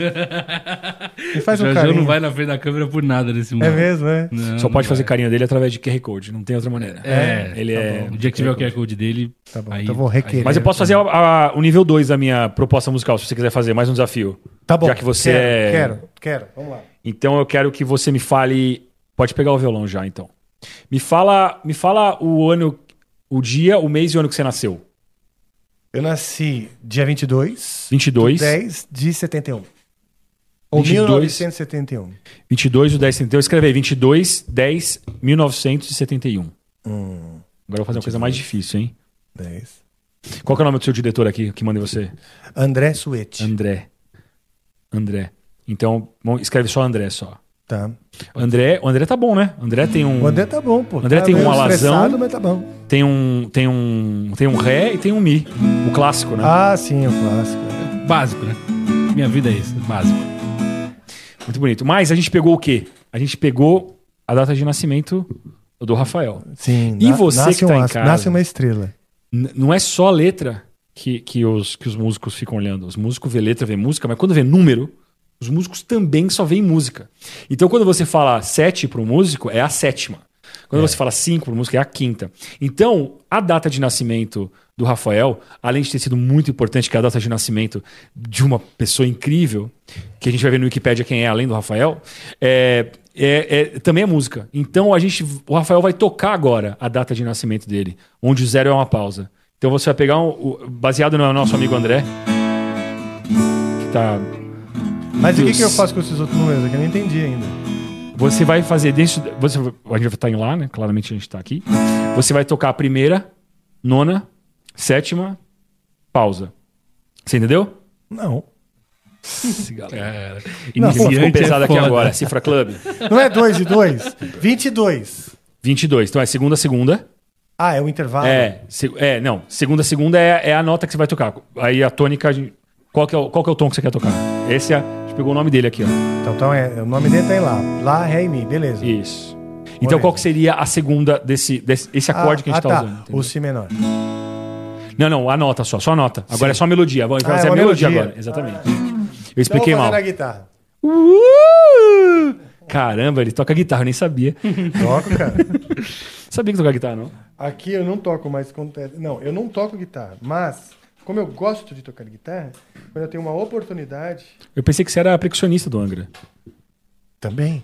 Me faz um Já carinho. não vai na frente da câmera por nada nesse É momento. mesmo, é? Não, Só não pode fazer vai. carinho dele através de Q R Code. Não tem outra maneira. É, ele tá é. bom. O dia que tiver o Q R Code dele. Tá bom, aí, então eu vou requerer. Mas eu posso fazer a- a- o nível dois da minha proposta musical, se você quiser fazer mais um desafio. Tá bom. Já que você quero, é. Quero, quero. Vamos lá. Então eu quero que você me fale. Pode pegar o violão já, então. Me fala, me fala o ano, o dia, o mês e o ano que você nasceu. Eu nasci dia vinte e dois, vinte e dois. de dez de setenta e um. Ou vinte e dois. mil novecentos e setenta e um. vinte e dois do dez de setenta e um. Eu escrevi vinte e dois, dez, mil novecentos e setenta e um. Hum, Agora eu vou fazer uma coisa mais difícil, hein? dez. Qual que é o nome do seu diretor aqui que manda em você? André Suete. André. André. Então, bom, escreve só André só. Tá. André, o André tá bom, né? O André tem um. O André tá bom, pô. O André tá tem um meio alazão. estressado, mas tá bom. Tem um, tem um, tem um ré e tem um mi. O clássico, né? Ah, sim, o clássico. Básico, né? Minha vida é isso, básico. Muito bonito. Mas a gente pegou o quê? A gente pegou a data de nascimento do Rafael. Sim. E na- você nasce que tá um em astro, casa. Nasce uma estrela. N- não é só a letra que, que, os, que os músicos ficam olhando. Os músicos vê letra, vê música, mas quando vê número, os músicos também só veem música. Então quando você fala sete para um músico, é a sétima. Quando É. você fala cinco para um músico, é a quinta. Então, a data de nascimento do Rafael, além de ter sido muito importante, que é a data de nascimento de uma pessoa incrível, que a gente vai ver no Wikipédia quem é além do Rafael, é, é, é- também é música. Então a gente, o Rafael vai tocar agora a data de nascimento dele, onde o zero é uma pausa. Então você vai pegar, um, o- baseado no nosso amigo André, que tá... Mas e o que, Deus. que eu faço com esses outros números aqui? Eu não entendi ainda. Você vai fazer dentro. Você, a gente vai estar em lá, né? Claramente a gente está aqui. Você vai tocar a primeira, nona, sétima, pausa. Você entendeu? Não. Esse galera. Não, Iniciante ficou é pesado aqui foda. agora. Cifra Club. Não é dois e dois? vinte e dois. vinte e dois. Então é segunda, segunda. Ah, é o intervalo? É, se- é, não. Segunda, segunda é, é a nota que você vai tocar. Aí a tônica. a gente- Qual que, é o, qual que é o tom que você quer tocar? Esse é. A gente pegou o nome dele aqui, ó. Então, então é, o nome dele tá em lá. Lá, Ré e Mi, beleza. Isso. Então Beleza. qual que seria a segunda desse, desse esse acorde ah, que a gente ah, tá tá. usando? entendeu? O Si menor. Não, não, a nota só, só a nota. Agora Sim. é só a melodia. Vamos Ah, fazer é a uma melodia, melodia. agora. Exatamente. Ah. Eu expliquei então, eu vou mal. fazer na guitarra. Uh! Caramba, ele toca guitarra, eu nem sabia. Toco, cara. Sabia que toca guitarra, não? Aqui eu não toco mais. Acontece. Não, eu não toco guitarra. Mas, como eu gosto de tocar guitarra, quando eu tenho uma oportunidade. Eu pensei que você era percussionista do Angra. Também.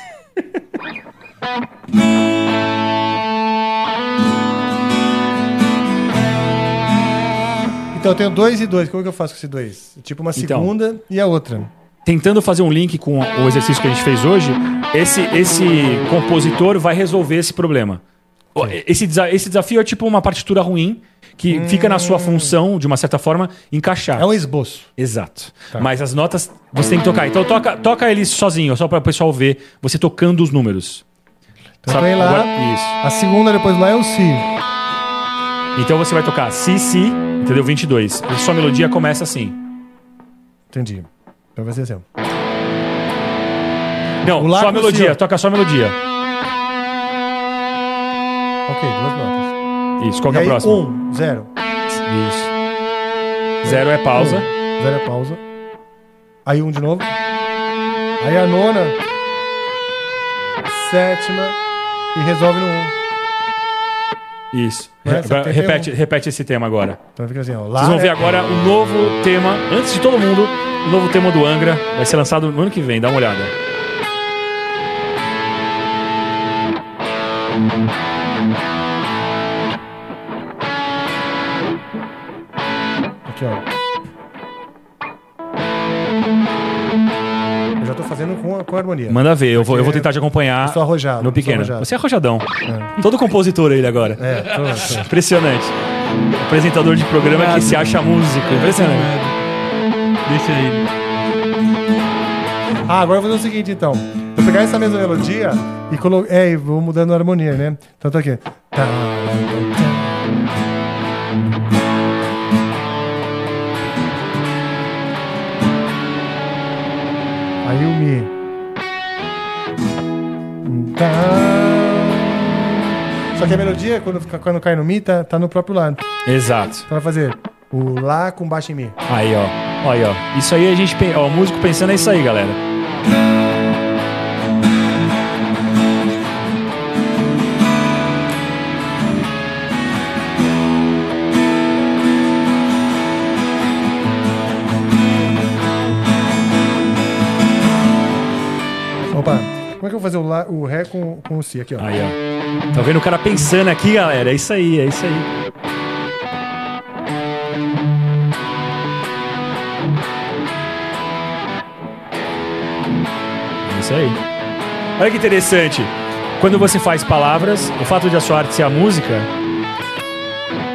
Então eu tenho dois e dois. Como é que eu faço com esse dois? Tipo uma Então. segunda e a outra. Tentando fazer um link com o exercício que a gente fez hoje, esse, esse compositor vai resolver esse problema. O- Esse, desa- esse desafio é tipo uma partitura ruim que fica na sua função, de uma certa forma, encaixar. É um esboço. Exato. Tá. Mas as notas você tem que tocar. Então toca, toca ele sozinho, só para o pessoal ver você tocando os números. Então Sabe? tem lá. Agora- isso. A segunda depois lá é o Si. Então você vai tocar Si, Si, entendeu? vinte e dois. A sua melodia começa assim. Entendi. Então vai ser assim. ó. Não, O Lá só a com o melodia, Si, ó. toca só a melodia. Ok, duas notas. Isso, qual que E é a aí, próxima? Um, zero. Isso. Zero é pausa. Um, zero é pausa. Aí um de novo. Aí a nona. Sétima. E resolve no um. Isso. Né? Agora, setenta e um. repete, repete esse tema agora. Então fica assim, ó. Lá Vocês vão ver é- agora o novo tema, antes de todo mundo, o novo tema do Angra. Vai ser lançado no ano que vem, dá uma olhada. Aqui, ó. Eu já tô fazendo com a, com a harmonia. Manda ver, eu vou, eu vou Porque tentar te acompanhar eu sou arrojado, no eu sou pequeno. arrojado. Você é arrojadão. É. Todo compositor ele agora. É, tô, tô. Impressionante. Apresentador de programa que se acha músico. Impressionante. Deixa ele. Ah, agora eu vou fazer o seguinte, então. Vou pegar essa mesma melodia e colocar. É, e vou mudando a harmonia, né? Então tá aqui. Tá. Aí o Mi. Tá. Só que a melodia, quando, fica- quando cai no Mi, tá, tá no próprio lado. Exato. Então vai fazer o Lá com baixo em Mi. Aí, ó. Aí, ó. Isso aí a gente. pen- Ó, o músico pensando é isso aí, galera. Opa, como é que eu vou fazer o, lá, o Ré com, com o Si aqui, ó? Aí, ó. Tá vendo o cara pensando aqui, galera? É isso aí, é isso aí. É isso aí. Olha que interessante. Quando você faz palavras, o fato de a sua arte ser a música,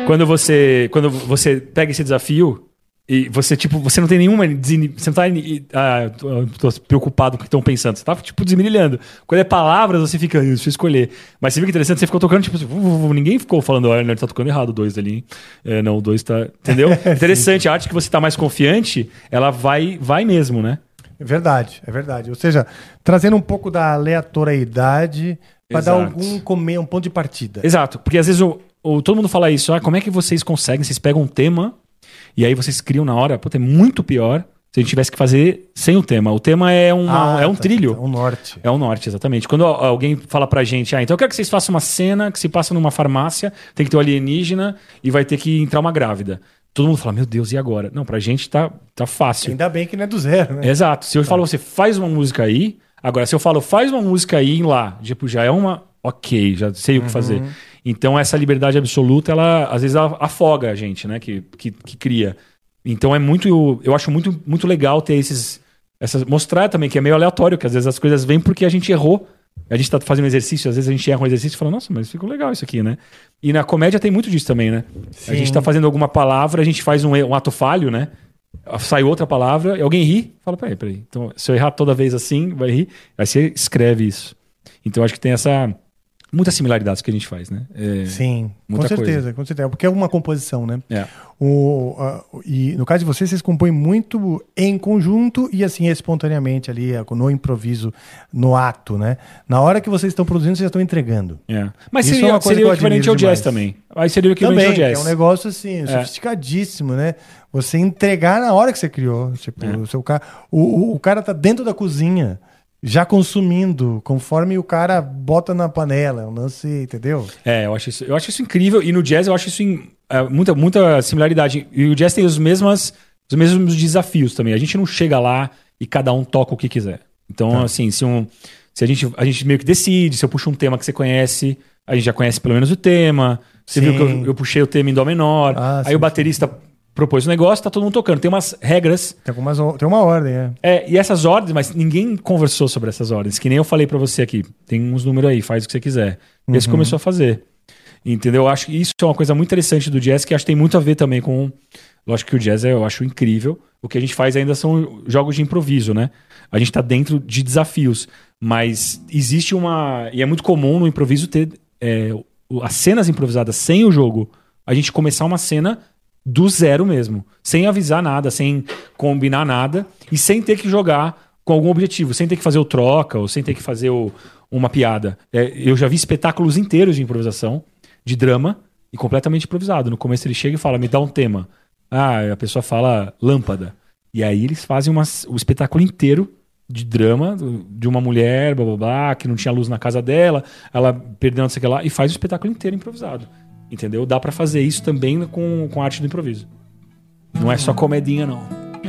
quando você quando você pega esse desafio e você, tipo, você não tem nenhuma desini... você não tá ah, tô preocupado com o que estão pensando, você tá, tipo, desmirilhando. Quando é palavras, você fica, deixa eu escolher. Mas você viu que interessante, você ficou tocando, tipo, ninguém ficou falando, olha, ele tá tocando errado o dois ali. É, não, o dois tá, entendeu? Interessante, a arte que você tá mais confiante, ela vai, vai mesmo, né? É verdade, é verdade. Ou seja, trazendo um pouco da aleatoriedade para dar algum comer, um ponto de partida. Exato, porque às vezes o, o, todo mundo fala isso, ah, como é que vocês conseguem, vocês pegam um tema e aí vocês criam na hora, pô, é muito pior se a gente tivesse que fazer sem o tema. O tema é, uma, Ah, é um tá, trilho. tá, um norte. É um norte, exatamente. Quando alguém fala pra gente, ah, então eu quero que vocês façam uma cena que se passa numa farmácia, tem que ter um alienígena e vai ter que entrar uma grávida. Todo mundo fala, meu Deus, e agora? Não, pra gente tá, tá fácil. Ainda bem que não é do zero, né? Exato. Se eu falo, você faz uma música aí, agora se eu falo, faz uma música aí lá, tipo, já é uma, ok, já sei o que fazer. Então essa liberdade absoluta, ela às vezes ela afoga a gente, né, que, que, que cria. Então é muito, eu acho muito, muito legal ter esses, essas, mostrar também que é meio aleatório, que às vezes as coisas vêm porque a gente errou. A gente tá fazendo um exercício, às vezes a gente erra um exercício e fala, nossa, mas ficou legal isso aqui, né? E na comédia tem muito disso também, né? Sim. A gente tá fazendo alguma palavra, a gente faz um, um ato falho, né? Sai outra palavra, e alguém ri, fala, peraí, peraí. Então, se eu errar toda vez assim, vai rir. Aí você escreve isso. Então, acho que tem essa... muitas similaridades que a gente faz, né? É, Sim, muita com certeza, coisa. com certeza. Porque é uma composição, né? É. O, a- e no caso de vocês, vocês compõem muito em conjunto e assim espontaneamente ali, no improviso, no ato, né? Na hora que vocês estão produzindo, vocês já estão entregando. É. Mas Isso seria, é uma coisa seria que o eu equivalente admiro ao jazz demais. também. Aí seria o equivalente Também, ao que jazz. é um negócio assim, sofisticadíssimo, né? Você entregar na hora que você criou. Tipo, É. o, seu ca... o, o, o cara tá dentro da cozinha, já consumindo, conforme o cara bota na panela. Eu não sei, entendeu? É, eu acho isso, eu acho isso incrível. E no jazz eu acho isso em, é, muita, muita similaridade. E o jazz tem os mesmos, os mesmos desafios também. A gente não chega lá e cada um toca o que quiser. Então, Tá. assim, se, um, se a, gente, a gente meio que decide, se eu puxo um tema que você conhece, a gente já conhece pelo menos o tema. Você Sim. viu que eu, eu puxei o tema em dó menor. Ah, aí sim, o baterista propôs o negócio, tá todo mundo tocando. Tem umas regras. Tem, algumas, tem uma ordem, é. É, e essas ordens, mas ninguém conversou sobre essas ordens. Que nem eu falei pra você aqui. Tem uns números aí, faz o que você quiser. E aí você Uhum. começou a fazer. Entendeu? Eu acho que isso é uma coisa muito interessante do jazz, que acho que tem muito a ver também com... Lógico que o jazz é, eu acho incrível. O que a gente faz ainda são jogos de improviso, né? A gente tá dentro de desafios. Mas existe uma... E é muito comum no improviso ter é, o- as cenas improvisadas sem o jogo. A gente começar uma cena do zero mesmo. Sem avisar nada, sem combinar nada. E sem ter que jogar com algum objetivo. Sem ter que fazer o troca, ou sem ter que fazer o- uma piada. É, eu já vi espetáculos inteiros de improvisação, de drama, e completamente improvisado. No começo ele chega e fala, me dá um tema. Ah, a pessoa fala lâmpada. E aí eles fazem uma, o espetáculo inteiro de drama do- de uma mulher, blá blá blá, que não tinha luz na casa dela, ela perdeu não sei o que lá, e faz o espetáculo inteiro improvisado. Entendeu? Dá pra fazer isso também com, com a arte do improviso. Não é só comedinha, não.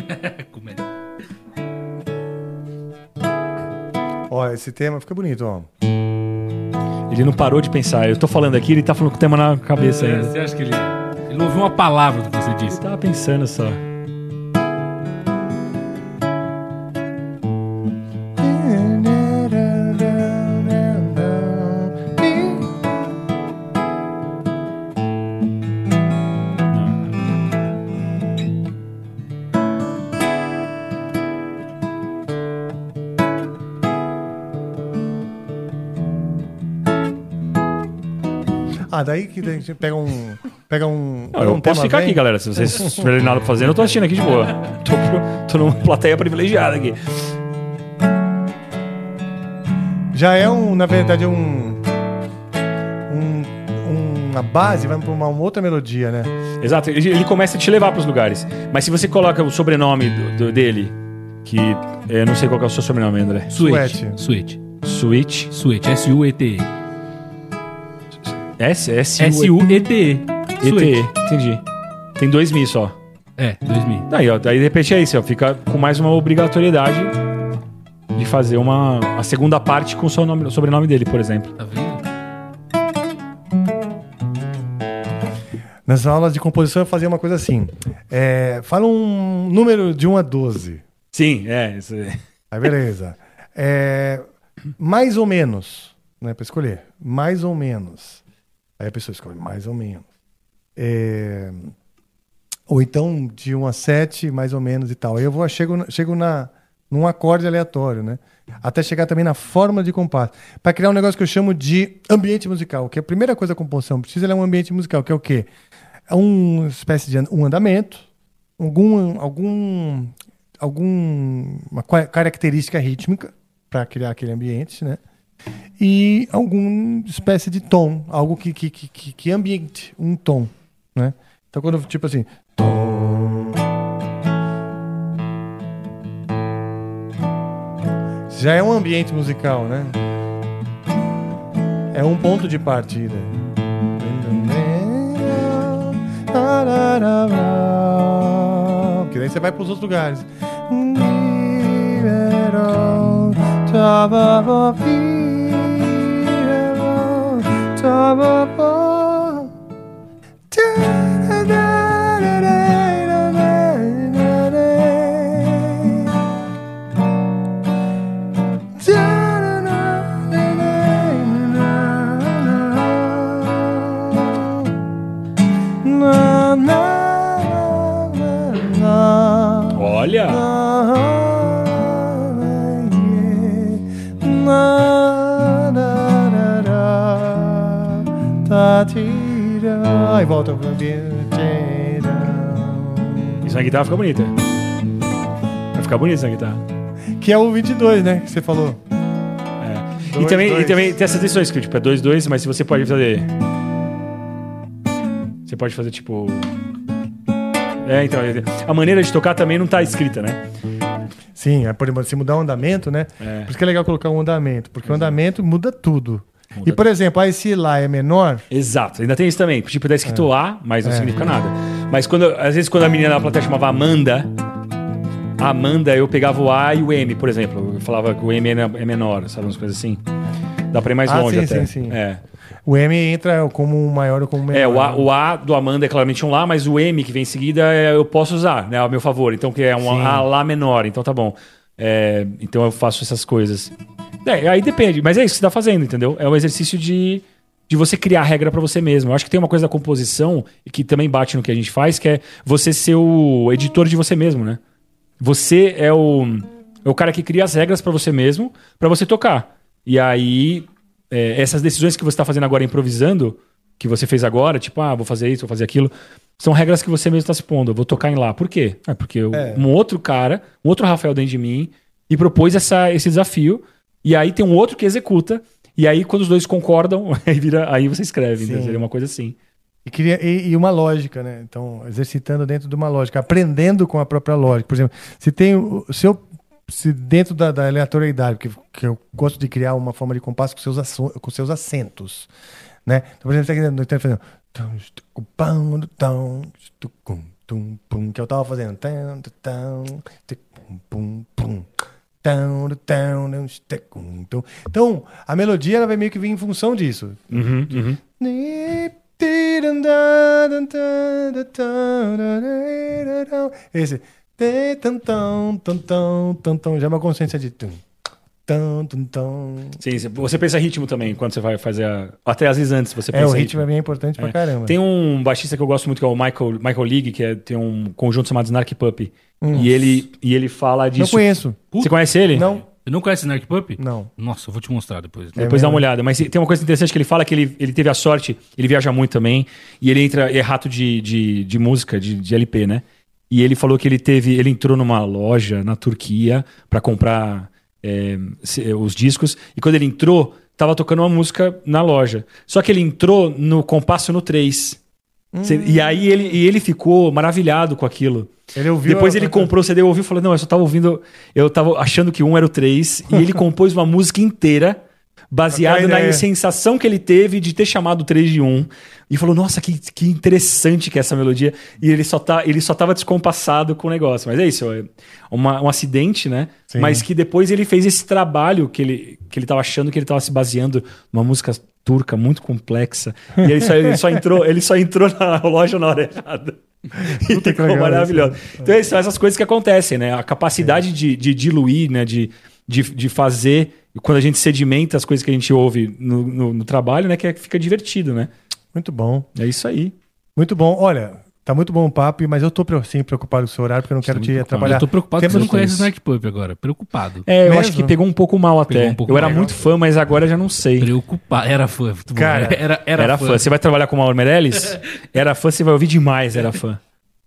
Ó, esse tema fica bonito, ó. Ele não parou de pensar. Eu tô falando aqui, ele tá falando com o tema na cabeça É, ainda. você acha que ele, ele não ouviu uma palavra do que você disse? Eu tava pensando só. Ah, daí que a gente pega um. Pega um. Não, eu um posso tema ficar bem- aqui, galera. Se vocês não tiverem nada pra fazer, eu tô assistindo aqui de boa. Tô, tô numa plateia privilegiada aqui. Já é um, na verdade, um. um uma base, vai pra uma, uma outra melodia, né? Exato, ele, ele começa a te levar pros lugares. Mas se você coloca o sobrenome do- do- dele, que eu não sei qual que é o seu sobrenome, André. Suete. Suete. Switch. Switch. S U E T E. S? S S U E T E. E T E, entendi. Tem dois mi só. É, dois mil. Daí, ó, daí de repente é isso, ó, fica com mais uma obrigatoriedade de fazer uma a segunda parte com o seu nome, o sobrenome dele, por exemplo. Tá vendo? Nas aulas de composição eu fazia uma coisa assim. É, fala um número de um a doze. Sim, é. Isso é. Aí beleza. É, mais ou menos, né? Pra escolher. Mais ou menos. Aí a pessoa escolhe mais ou menos. É, ou então de um a sete, mais ou menos e tal. Aí eu vou, chego, chego na, num acorde aleatório, né? Até chegar também na forma de compasso. Para criar um negócio que eu chamo de ambiente musical, que a primeira coisa que a composição precisa é um ambiente musical, que é o quê? É uma espécie de um andamento, algum, algum, alguma característica rítmica para criar aquele ambiente, né? E alguma espécie de tom, algo que, que, que, que ambiente um tom, né? Então quando, tipo assim... Tom, já é um ambiente musical, né? É um ponto de partida. Porque daí você vai para os outros lugares. Olha! Aí volta pro ambiente. Isso na guitarra fica bonita. Vai ficar bonito isso na guitarra. Que é o vinte e dois, né? Que você falou. É. Dois, e, também, dois. e também tem essas lições que tipo, é dois dois, mas se você pode fazer. Você pode fazer tipo. É, então. A maneira de tocar também não tá escrita, né? Sim, é, por exemplo, se mudar o andamento, né? É. Por isso que é legal colocar um andamento, porque o andamento muda tudo. Muda e, por exemplo, aí se lá é menor... Exato, ainda tem isso também. Tipo, tá escrito É. A, mas não É. significa nada. Mas quando, às vezes quando a menina da plateia chamava Amanda, a Amanda, eu pegava o A e o M, por exemplo. Eu falava que o M é menor, sabe? Umas coisas assim. Dá pra ir mais Ah, longe sim, até. sim, sim. É. O M entra como um maior ou como um menor. É, o A, o A do Amanda é claramente um Lá, mas o M que vem em seguida é, eu posso usar, né? Ao meu favor. Então, que é um Sim. A Lá menor. Então tá bom. É, então eu faço essas coisas. É, aí depende, mas é isso que você tá fazendo, entendeu? É um exercício de, de você criar regra pra você mesmo. Eu acho que tem uma coisa da composição que também bate no que a gente faz, que é você ser o editor de você mesmo, né? Você é o, é o cara que cria as regras pra você mesmo, pra você tocar. E aí, é, essas decisões que você tá fazendo agora improvisando, que você fez agora, tipo, ah, vou fazer isso, vou fazer aquilo, são regras que você mesmo está se pondo. Eu vou tocar em Lá. Por quê? É porque eu, É. um outro cara, um outro Rafael dentro de mim, me propôs essa, esse desafio. E aí tem um outro que executa. E aí, quando os dois concordam, aí, vira, aí você escreve. Então, Sim. seria uma coisa assim. E, queria, e, e uma lógica, né? Então, exercitando dentro de uma lógica, aprendendo com a própria lógica. Por exemplo, se tem o se eu se dentro da, da aleatoriedade, que, que eu gosto de criar uma forma de compasso com seus, asso- com seus acentos, né? Então, por exemplo, você está aqui fazendo que eu tava fazendo. Então, a melodia ela vai meio que vir em função disso. Uhum, uhum. Esse já é uma consciência de Sim, você pensa ritmo também quando você vai fazer a... Até às vezes antes você pensa é, o ritmo é bem importante pra É. caramba. Tem um baixista que eu gosto muito que é o Michael, Michael League, que é, tem um conjunto chamado Snarky Puppy. Hum. E, ele, e ele fala disso. Não conheço. Você conhece ele? Não. Você não conhece Snarky Puppy? Não. Nossa, eu vou te mostrar depois. Depois dá uma olhada. Mas tem uma coisa interessante que ele fala que ele, ele teve a sorte, ele viaja muito também, e ele entra, é rato de, de, de música, de, de L P, né? E ele falou que ele teve, ele entrou numa loja na Turquia pra comprar é, se- os discos, e quando ele entrou, tava tocando uma música na loja. Só que ele entrou no compasso no três. Cê- E aí ele, e ele ficou maravilhado com aquilo. Ele ouviu Depois a- ele comprou o C D, ouviu e falou: não, eu só tava ouvindo. Eu tava achando que um era o três. E ele compôs uma música inteira baseada Aquela na ideia. sensação que ele teve de ter chamado o três de um. E falou: nossa, que, que interessante que é essa melodia. E ele só, tá, ele só tava descompassado com o negócio. Mas é isso, é uma- um acidente, né? Sim. Mas que depois ele fez esse trabalho que ele, que ele tava achando que ele tava se baseando numa música turca muito complexa. E ele só, ele só, entrou, ele só entrou na loja na hora errada. E Puta que ficou legal maravilhoso. isso. Então, é, são essas coisas que acontecem, né? A capacidade de, de diluir, né? De, de, de fazer, quando a gente sedimenta as coisas que a gente ouve no, no, no trabalho, né? Que é, que fica divertido, né? Muito bom. É isso aí. Muito bom. Olha, tá muito bom o papo, mas eu tô sim preocupado com o seu horário, porque eu não quero te atrapalhar. Eu tô preocupado Temos que você não conhece o dois. Snark Puppy agora. Preocupado. É, eu Mesmo? acho que pegou um pouco mal até. Pegou um pouco eu era mal. muito fã, mas agora já não sei. Preocupado. Era fã. Muito bom. Cara, era, era, Era, fã. Você vai trabalhar com o Mauro Meirelles? Era fã, você vai ouvir demais, era fã.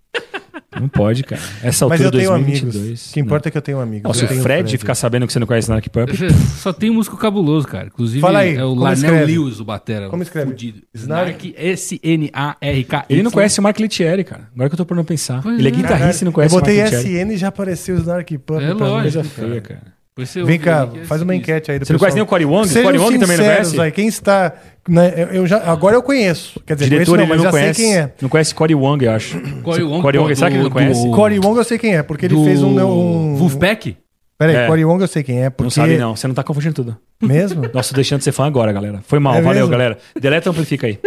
Não pode, cara. Essa Mas altura eu tenho dois mil e vinte e dois. amigos. O que importa é que eu tenho amigos. Não, Eu se o tenho Fred ficar sabendo que você não conhece Snark Puppy, Só tem músico cabuloso, cara. Inclusive, Fala aí, é o como Larnell escreve? Lewis, o batera. Como escreve? Fudido. Snark? Snark, S N A R K. ele não conhece o Mark Letieri, cara. Agora que eu tô parando pra pensar. Pois ele é é. guitarrista e não Eu conhece o Mark botei Letieri. S N e já apareceu o Snark Puppy. É pra mim. lógico, Coisa feia, cara. Vem cá, faz uma enquete aí do Você não conhece nem o Cory Wong? O Cory Wong também não conhece? Aí, quem está... Né, eu, eu já, agora eu conheço. Quer dizer, Diretor, conheço não, ele mas não já conhece. sei quem é. Não conhece Cory Wong, eu acho. Cory Wong, Cory Wong, do- será que ele não do- conhece? Cory Wong eu sei quem é, porque ele Do fez um... um... Wolfpack? Peraí, É. Cory Wong eu sei quem é, porque... Não sabe não, você não tá confundindo tudo. Mesmo? Nossa, tô deixando de ser fã agora, galera. Foi mal, É valeu, mesmo? galera. Deleta e amplifica aí.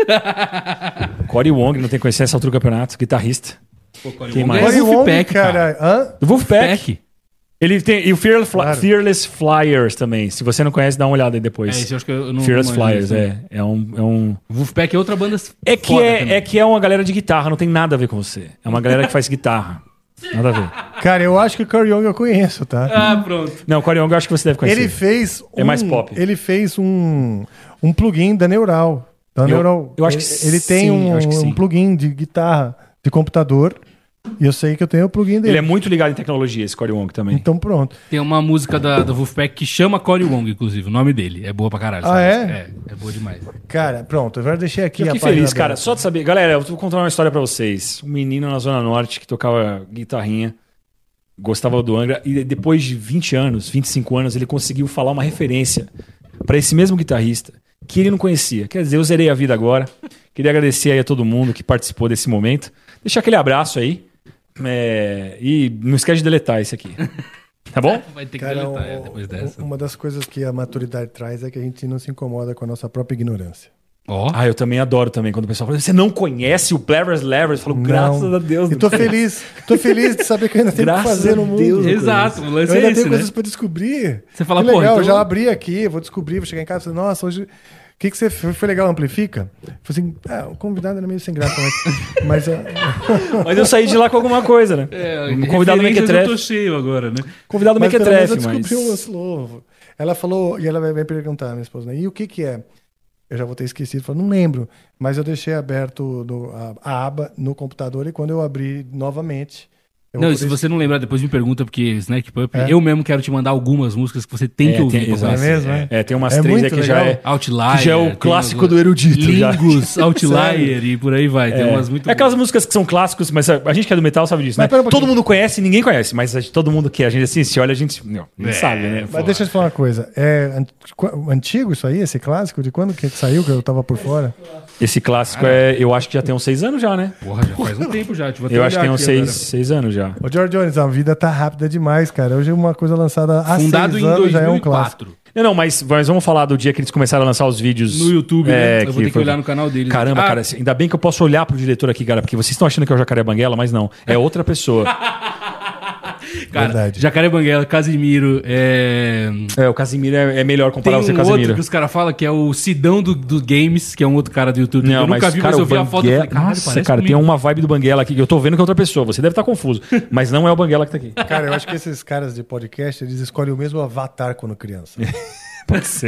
Cory Wong, não tem que conhecer essa altura do campeonato, guitarrista. Pô, Cory Quem Wong mais? é Cory Wong, Wolfpack, cara... Hã? Do Wolfpack. Wolfpack. Ele tem. E o Fearless, Fly- Claro. Fearless Flyers também. Se você não conhece, dá uma olhada aí É, depois. esse eu acho que eu não Fearless não imagino Flyers, isso, né? é. É um. É, um... Wolfpack é outra banda É, que foda é, também. é que é uma galera de guitarra, não tem nada a ver com você. É uma galera que faz guitarra. Nada a ver. Cara, eu acho que o Cory Wong eu conheço, tá? Ah, pronto. Não, o Cory Wong eu acho que você deve conhecer. Ele fez um, É mais pop. Ele fez um, um plugin da Neural. Da Eu- Neural. eu acho que ele, ele tem sim, um, eu acho que sim. um plugin de guitarra de computador. E eu sei que eu tenho o plugin dele. Ele é muito ligado em tecnologia, esse Cory Wong também. Então pronto. Tem uma música da, da Wolfpack que chama Cory Wong, inclusive. O nome dele. É boa pra caralho. Ah, sabe? é? É, é boa demais. Cara, pronto. Eu já deixei aqui Eu a fiquei página feliz, cara. aberta. Só de saber. Galera, eu vou contar uma história pra vocês. Um menino na Zona Norte que tocava guitarrinha, gostava do Angra, e depois de vinte anos, vinte e cinco anos, ele conseguiu falar uma referência pra esse mesmo guitarrista que ele não conhecia. Quer dizer, eu zerei a vida agora. Queria agradecer aí a todo mundo que participou desse momento. Deixar aquele abraço aí. É, e não esquece de deletar esse aqui. Tá bom? Vai ter que Cara, deletar, é, o- depois o- dessa. uma das coisas que a maturidade traz é que a gente não se incomoda com a nossa própria ignorância. Ó. Ah, eu também adoro também quando o pessoal fala, você não conhece o Blevers Levers? Eu falo, graças Não. a Deus. E tô feliz. Tô feliz de saber que eu ainda tenho o que Graças fazer no a mundo. Deus, Exato, o Eu lance ainda é esse, tenho né? coisas pra descobrir. Você fala, que pô, legal, então- já abri aqui, vou descobrir, vou chegar em casa e falar, nossa, hoje... O que, que você fez? Foi legal, amplifica? Eu falei assim, ah, o convidado era meio sem graça, mas... mas ah, Mas eu saí de lá com alguma coisa, né? É, um convidado referências eu mequetrefe. tô cheio agora, né? Convidado mas pelo menos mequetrefe, eu mas... descobri um lance novo. Ela falou, e ela vai vai perguntar, minha esposa, né? E o que que é? Eu já vou ter esquecido, falou, não lembro, mas eu deixei aberto no- a, a aba no computador e quando eu abri novamente... eu Não, vou e se poder- você não lembrar, depois me pergunta, porque Snark Puppy, É. eu mesmo quero te mandar algumas músicas que você tem que É, ouvir. tem- pra exato. conhecer. É mesmo, é? É, tem umas É três aí muito que já legal. é... Outlier. Que já é o tem clássico algumas- do erudito, já. Lingus, Outlier e por aí vai. Tem É, umas muito é aquelas boas. músicas que são clássicos, mas a, a gente que é do metal sabe disso, Mas né? pera um pouquinho. Todo mundo conhece, ninguém conhece, mas a- todo mundo que a gente assim, se olha, a gente não, não É, sabe, né? Mas foda. deixa eu te falar uma coisa. É an- qu- antigo isso aí, esse clássico? De quando que saiu, que eu tava por fora? Esse clássico é, eu acho que já tem uns seis anos já, né? Porra, já faz um tempo já. Deixa Eu acho que tem olhar uns aqui seis, agora. seis anos já. Ô, George Jones, a vida tá rápida demais, cara. Hoje uma coisa lançada há Fundado seis em anos já é um dois mil e clássico. quatro. Não, não, mas, mas vamos falar do dia que eles começaram a lançar os vídeos No YouTube, né? Eu vou ter que foi- olhar no canal deles. Caramba, Ah. cara, ainda bem que eu posso olhar pro diretor aqui, cara, porque vocês estão achando que é o Jacaré Banguela, mas não, é outra pessoa. Cara, Verdade. Jacaré Banguela, Casimiro, é... É, o Casimiro é, é melhor Tem comparar um você com o outro Casimiro. que os caras falam que é o Sidão do, do Games, que é um outro cara do YouTube. Não, eu nunca mas, vi, cara, mas eu o vi a foto e Banguela... falei, caralho, Nossa, parece cara, comigo. tem uma vibe do Banguela aqui, que eu tô vendo que é outra pessoa, você deve estar confuso, mas não é o Banguela que tá aqui. Cara, eu acho que esses caras de podcast, eles escolhem o mesmo avatar quando criança. Pode ser.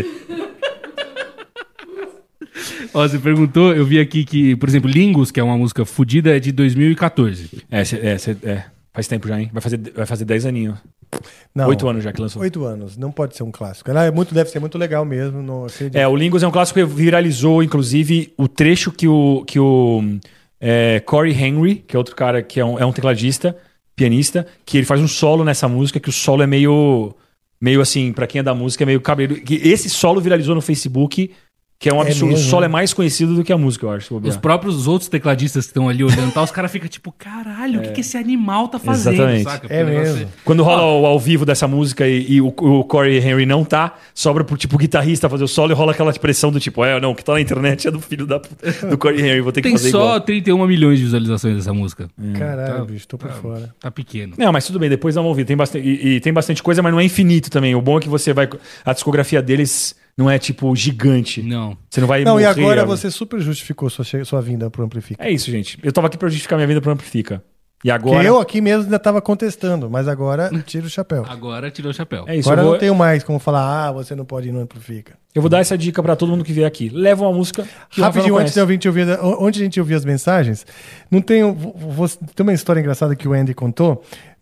Ó, você perguntou, eu vi aqui que, por exemplo, Lingus, que é uma música fodida, é de dois mil e quatorze. É, cê- é, cê- é, faz tempo já, hein? Vai fazer, vai fazer dez aninhos. Não, Oito anos já que lançou. Oito anos, não pode ser um clássico. Ela é muito, deve ser muito legal mesmo. Não, acredito. É, o Lingus é um clássico que viralizou, inclusive, o trecho que o, que o é, Corey Henry, que é outro cara que é um, é um tecladista, pianista, que ele faz um solo nessa música, que o solo é meio, meio assim, pra quem é da música, é meio cabelo. Que esse solo viralizou no Facebook, que é um É absurdo. mesmo, o solo né? é mais conhecido do que a música, eu acho. se bobear. Os próprios os outros tecladistas que estão ali olhando e tal, os caras ficam tipo, caralho, o que, que esse animal tá fazendo, Exatamente. saca? É Porque o negócio mesmo. Quando rola o ao vivo dessa música e, e o, o Corey Henry não tá, sobra pro tipo guitarrista fazer o solo e rola aquela expressão do tipo, é, não, o que tá na internet é do filho da, puta- do Corey Henry, vou ter que Tem fazer só igual. trinta e um milhões de visualizações dessa música. Caralho, Tá- bicho, tô por tá- fora. Tá pequeno. Não, mas tudo bem, depois dá uma ouvida. Tem bastante, e, e tem bastante coisa, mas não é infinito também. O bom é que você vai. A discografia deles Não é tipo gigante. Não. Você não vai Não, morrer. e agora agora. você super justificou sua, che- sua vinda pro Amplifica. É isso, gente. Eu tava aqui pra justificar minha vida pro Amplifica. E agora... Que eu aqui mesmo ainda tava contestando, mas agora tiro o chapéu. Agora tirou o chapéu. É isso, Agora eu eu vou... não tenho mais como falar, ah, você não pode ir no Amplifica. Eu vou dar essa dica pra todo mundo que vier aqui. Leva uma música que o Rafael Rapidinho, não antes de conhece. eu te ouvir, onde a gente ouvir as mensagens, não tem, um- vo- vo- tem uma história engraçada que o Andy contou,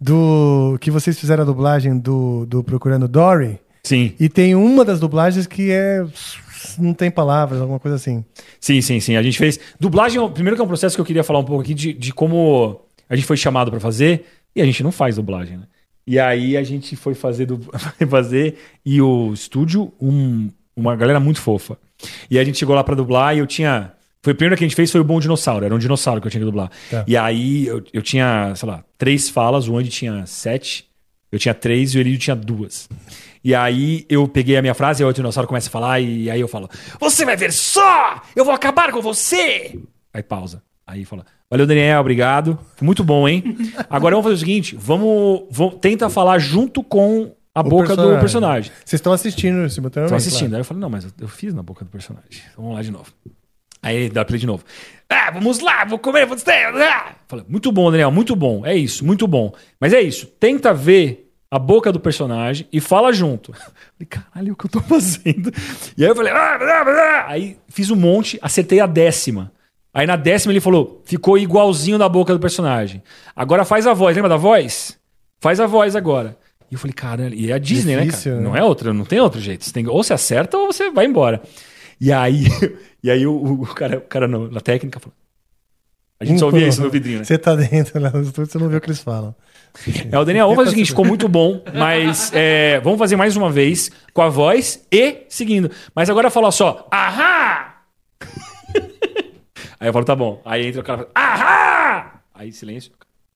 do que vocês fizeram a dublagem do, do Procurando Dory. Sim. E tem uma das dublagens que é... não tem palavras, alguma coisa assim. Sim, sim, sim. A gente fez... Dublagem, primeiro que é um processo que eu queria falar um pouco aqui de, de como a gente foi chamado pra fazer e a gente não faz dublagem, né? E aí a gente foi fazer, du... fazer e o estúdio, um, uma galera muito fofa. E aí a gente chegou lá pra dublar e eu tinha... Foi o primeiro que a gente fez foi o Bom Dinossauro. Era um dinossauro que eu tinha que dublar. Tá. E aí eu, eu tinha, sei lá, três falas. O Andy tinha sete. Eu tinha três e o Elídio tinha duas. E aí eu peguei a minha frase e o dinossauro começa a falar e aí eu falo: você vai ver só! Eu vou acabar com você! Aí pausa. Aí fala: valeu, Daniel, obrigado. Foi muito bom, hein? Agora vamos fazer o seguinte: vamos, vamos tenta falar junto com a O boca do personagem. Vocês estão assistindo simultaneamente? Tô assistindo. claro. Aí eu falei: não, mas eu, eu fiz na boca do personagem. Vamos lá de novo. Aí ele dá play de novo. Ah, vamos lá, vou comer, vou... Ah! Falei: muito bom, Daniel, muito bom. É isso, muito bom. Mas é isso, tenta ver a boca do personagem e fala junto. Falei: caralho, o que eu tô fazendo? E aí eu falei: ah, ah, ah. Aí fiz um monte, acertei a décima. Aí na décima ele falou: ficou igualzinho da boca do personagem. Agora faz a voz, lembra da voz? Faz a voz agora. E eu falei: caralho, e é a Disney, Difícil, né, cara? né? Não é outra, não tem outro jeito. Você tem, ou você acerta ou você vai embora. E aí, e aí o, o cara, o cara no- na técnica falou: a gente só ouvia isso no vidrinho, né? Você tá dentro lá no estúdio, você não vê o que eles falam. É, o Daniel, vamos fazer o seguinte, ficou muito bom, mas é, vamos fazer mais uma vez com a voz e seguindo. Mas agora fala só: ahá! Aí eu falo: tá bom. Aí entra o cara e fala: ahá! Aí silêncio.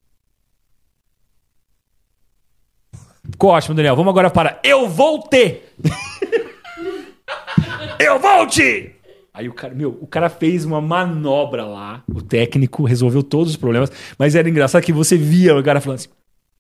Ficou ótimo, Daniel. Vamos agora para eu vou ter. Eu vou te! Aí o cara, meu, o cara fez uma manobra lá, o técnico resolveu todos os problemas, mas era engraçado que você via o cara falando assim.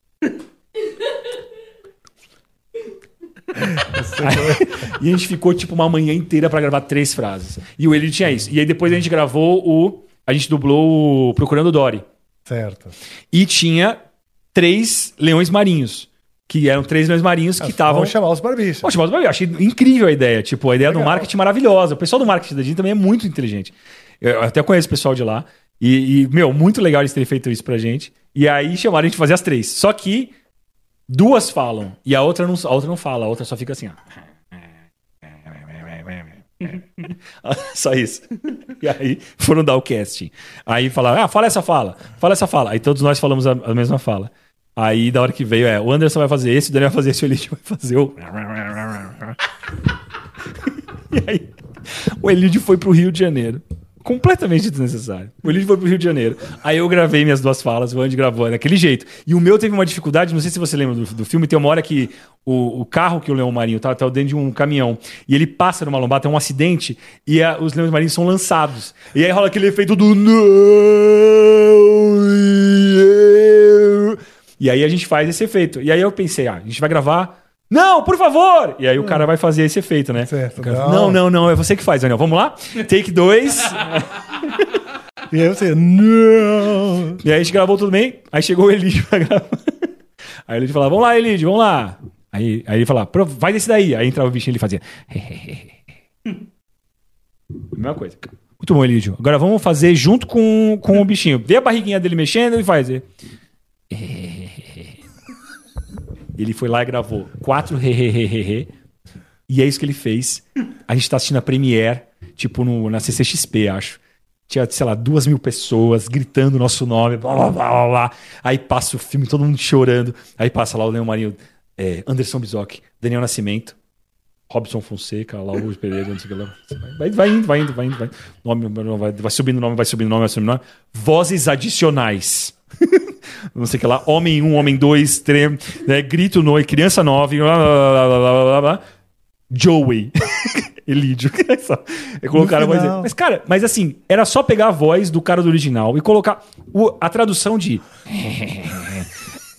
Aí, e a gente ficou tipo uma manhã inteira pra gravar três frases. E o Eli tinha isso. E aí depois a gente gravou o. A gente dublou o Procurando Dory. Certo. E tinha três leões marinhos. Que eram três leões marinhos que estavam. Vamos chamar os barbichos. Vamos chamar os barbichos. Achei incrível a ideia. Tipo, a ideia do marketing maravilhosa. O pessoal do marketing da Disney também é muito inteligente. Eu até conheço o pessoal de lá. E, e, meu, muito legal eles terem feito isso pra gente. E aí chamaram a gente de fazer as três. Só que duas falam e a outra não, a outra não fala. A outra só fica assim, ó. Só isso. E aí foram dar o casting. Aí falaram: ah, fala essa fala. Fala essa fala. Aí todos nós falamos a, a mesma fala. Aí da hora que veio é: o Anderson vai fazer esse, o Daniel vai fazer esse, o Elidio vai fazer o... E aí o Elidio foi pro Rio de Janeiro. Completamente desnecessário. O Elidio foi pro Rio de Janeiro. Aí eu gravei minhas duas falas, o Andy gravou daquele jeito. E o meu teve uma dificuldade, não sei se você lembra do, do filme, tem uma hora que o, o carro que o Leão Marinho tá, tá dentro de um caminhão e ele passa numa lombada, tem um acidente e a, os Leões Marinhos são lançados. E aí rola aquele efeito do não. E aí a gente faz esse efeito. E aí eu pensei: ah, a gente vai gravar... Não, por favor! E aí o cara vai fazer esse efeito, né? Certo, O cara, não. não, não, não, é você que faz, Daniel. Vamos lá? Take dois. E aí você, não! E aí a gente gravou tudo bem. Aí chegou o Elidio pra gravar. Aí o Elidio falava: vamos lá, Elidio, vamos lá. Aí, aí ele falava: "Pro- vai desse daí." Aí entrava o bichinho e ele fazia. Mesma coisa. Muito bom, Elidio. Agora vamos fazer junto com, com o bichinho. Vê a barriguinha dele mexendo e faz. Ele foi lá e gravou quatro hehehehe. E é isso que ele fez. A gente tá assistindo a Premiere, tipo no, na C C X P, acho. Tinha, sei lá, duas mil pessoas gritando o nosso nome, blá, blá, blá, blá, blá. Aí passa o filme, todo mundo chorando. Aí passa lá o Leão Marinho, é, Anderson Bizoc, Daniel Nascimento, Robson Fonseca, Lauro Pereira, não sei o que lá. Vai, vai indo, vai indo, vai indo. Vai, nome, vai, vai subindo o nome, vai subindo o nome, vai subindo o nome. Vozes adicionais. Não sei o que lá. Homem um, homem dois, trem, né, grito no criança nove, blá, blá, blá, blá, blá, blá. Joey. Elidio. Colocaram a voz dele. Mas, cara, mas assim, era só pegar a voz do cara do original e colocar o, a tradução de.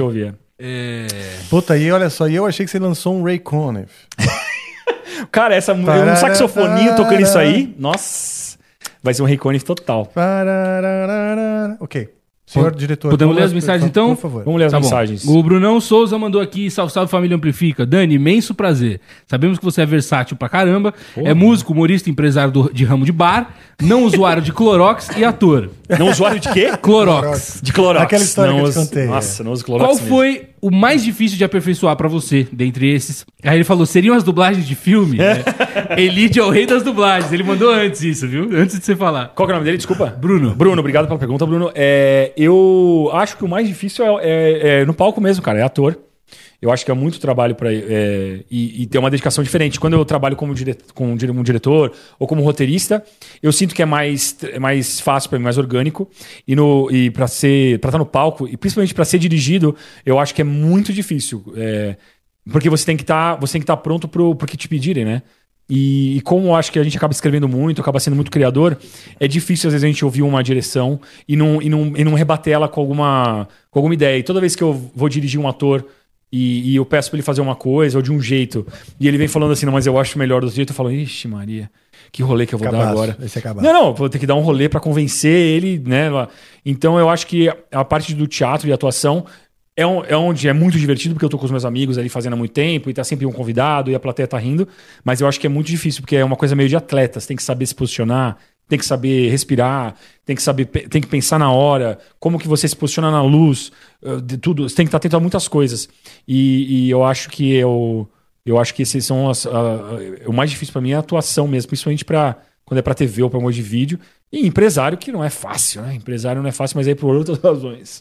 eu ouvia. É... Puta, e olha só, e eu achei que você lançou um Ray Conniff. Cara, essa, um saxofoninho tocando isso aí, nossa, vai ser um Ray Conniff total. Ok. Senhor diretor. Podemos ler as mensagens então? Por favor. Vamos ler as Tá bom. mensagens. O Brunão Souza mandou aqui, salve, salve família Amplifica. Dani, imenso prazer. Sabemos que você é versátil pra caramba, Porra. é músico, humorista, empresário do- de ramo de bar, não usuário de Clorox e ator. Não usuário de quê? Clorox. De Clorox. Aquela história não que eu te uso- contei. Nossa, não uso Clorox Qual mesmo. foi o mais difícil de aperfeiçoar pra você, dentre esses? Aí ele falou, seriam as dublagens de filme? né? Elide é o rei das dublagens. Ele mandou antes isso, viu? Antes de você falar. Qual que é o nome dele? Desculpa. Bruno. Bruno, obrigado pela pergunta, Bruno. É, eu acho que o mais difícil é, é- é no palco mesmo, cara. É ator. Eu acho que é muito trabalho para é, e, e ter uma dedicação diferente. Quando eu trabalho como, dire, como dire- um diretor ou como roteirista, eu sinto que é mais, é mais fácil para mim, mais orgânico. E, no, e para ser, para estar no palco e principalmente para ser dirigido, eu acho que é muito difícil, é, porque você tem que estar, você tem que estar pronto pro, pro que te pedirem, né? E, e como eu acho que a gente acaba escrevendo muito, acaba sendo muito criador, é difícil às vezes a gente ouvir uma direção e não, e não, e não rebater ela com alguma, com alguma ideia. E toda vez que eu vou dirigir um ator e, e eu peço pra ele fazer uma coisa ou de um jeito, e ele vem falando assim, não, mas eu acho melhor do outro jeito, eu falo, ixi Maria, que rolê que eu vou Cabaço, dar agora. esse é cabaço. Não, não, vou ter que dar um rolê pra convencer ele, né? lá. Então eu acho que a parte do teatro e atuação é, um- é onde é muito divertido, porque eu tô com os meus amigos ali fazendo há muito tempo e tá sempre um convidado e a plateia tá rindo, mas eu acho que é muito difícil, porque é uma coisa meio de atleta, você tem que saber se posicionar, tem que saber respirar, tem que saber, pe- tem que pensar na hora, como que você se posiciona na luz, eh, de tudo, você tem que estar atento a muitas coisas. E, e eu acho que eu, eu acho que esses são as, a- a- o mais difícil pra mim é a atuação mesmo, principalmente para quando é pra T V ou pra um monte de vídeo. E empresário que não é fácil, né? Empresário não é fácil, mas aí por outras razões.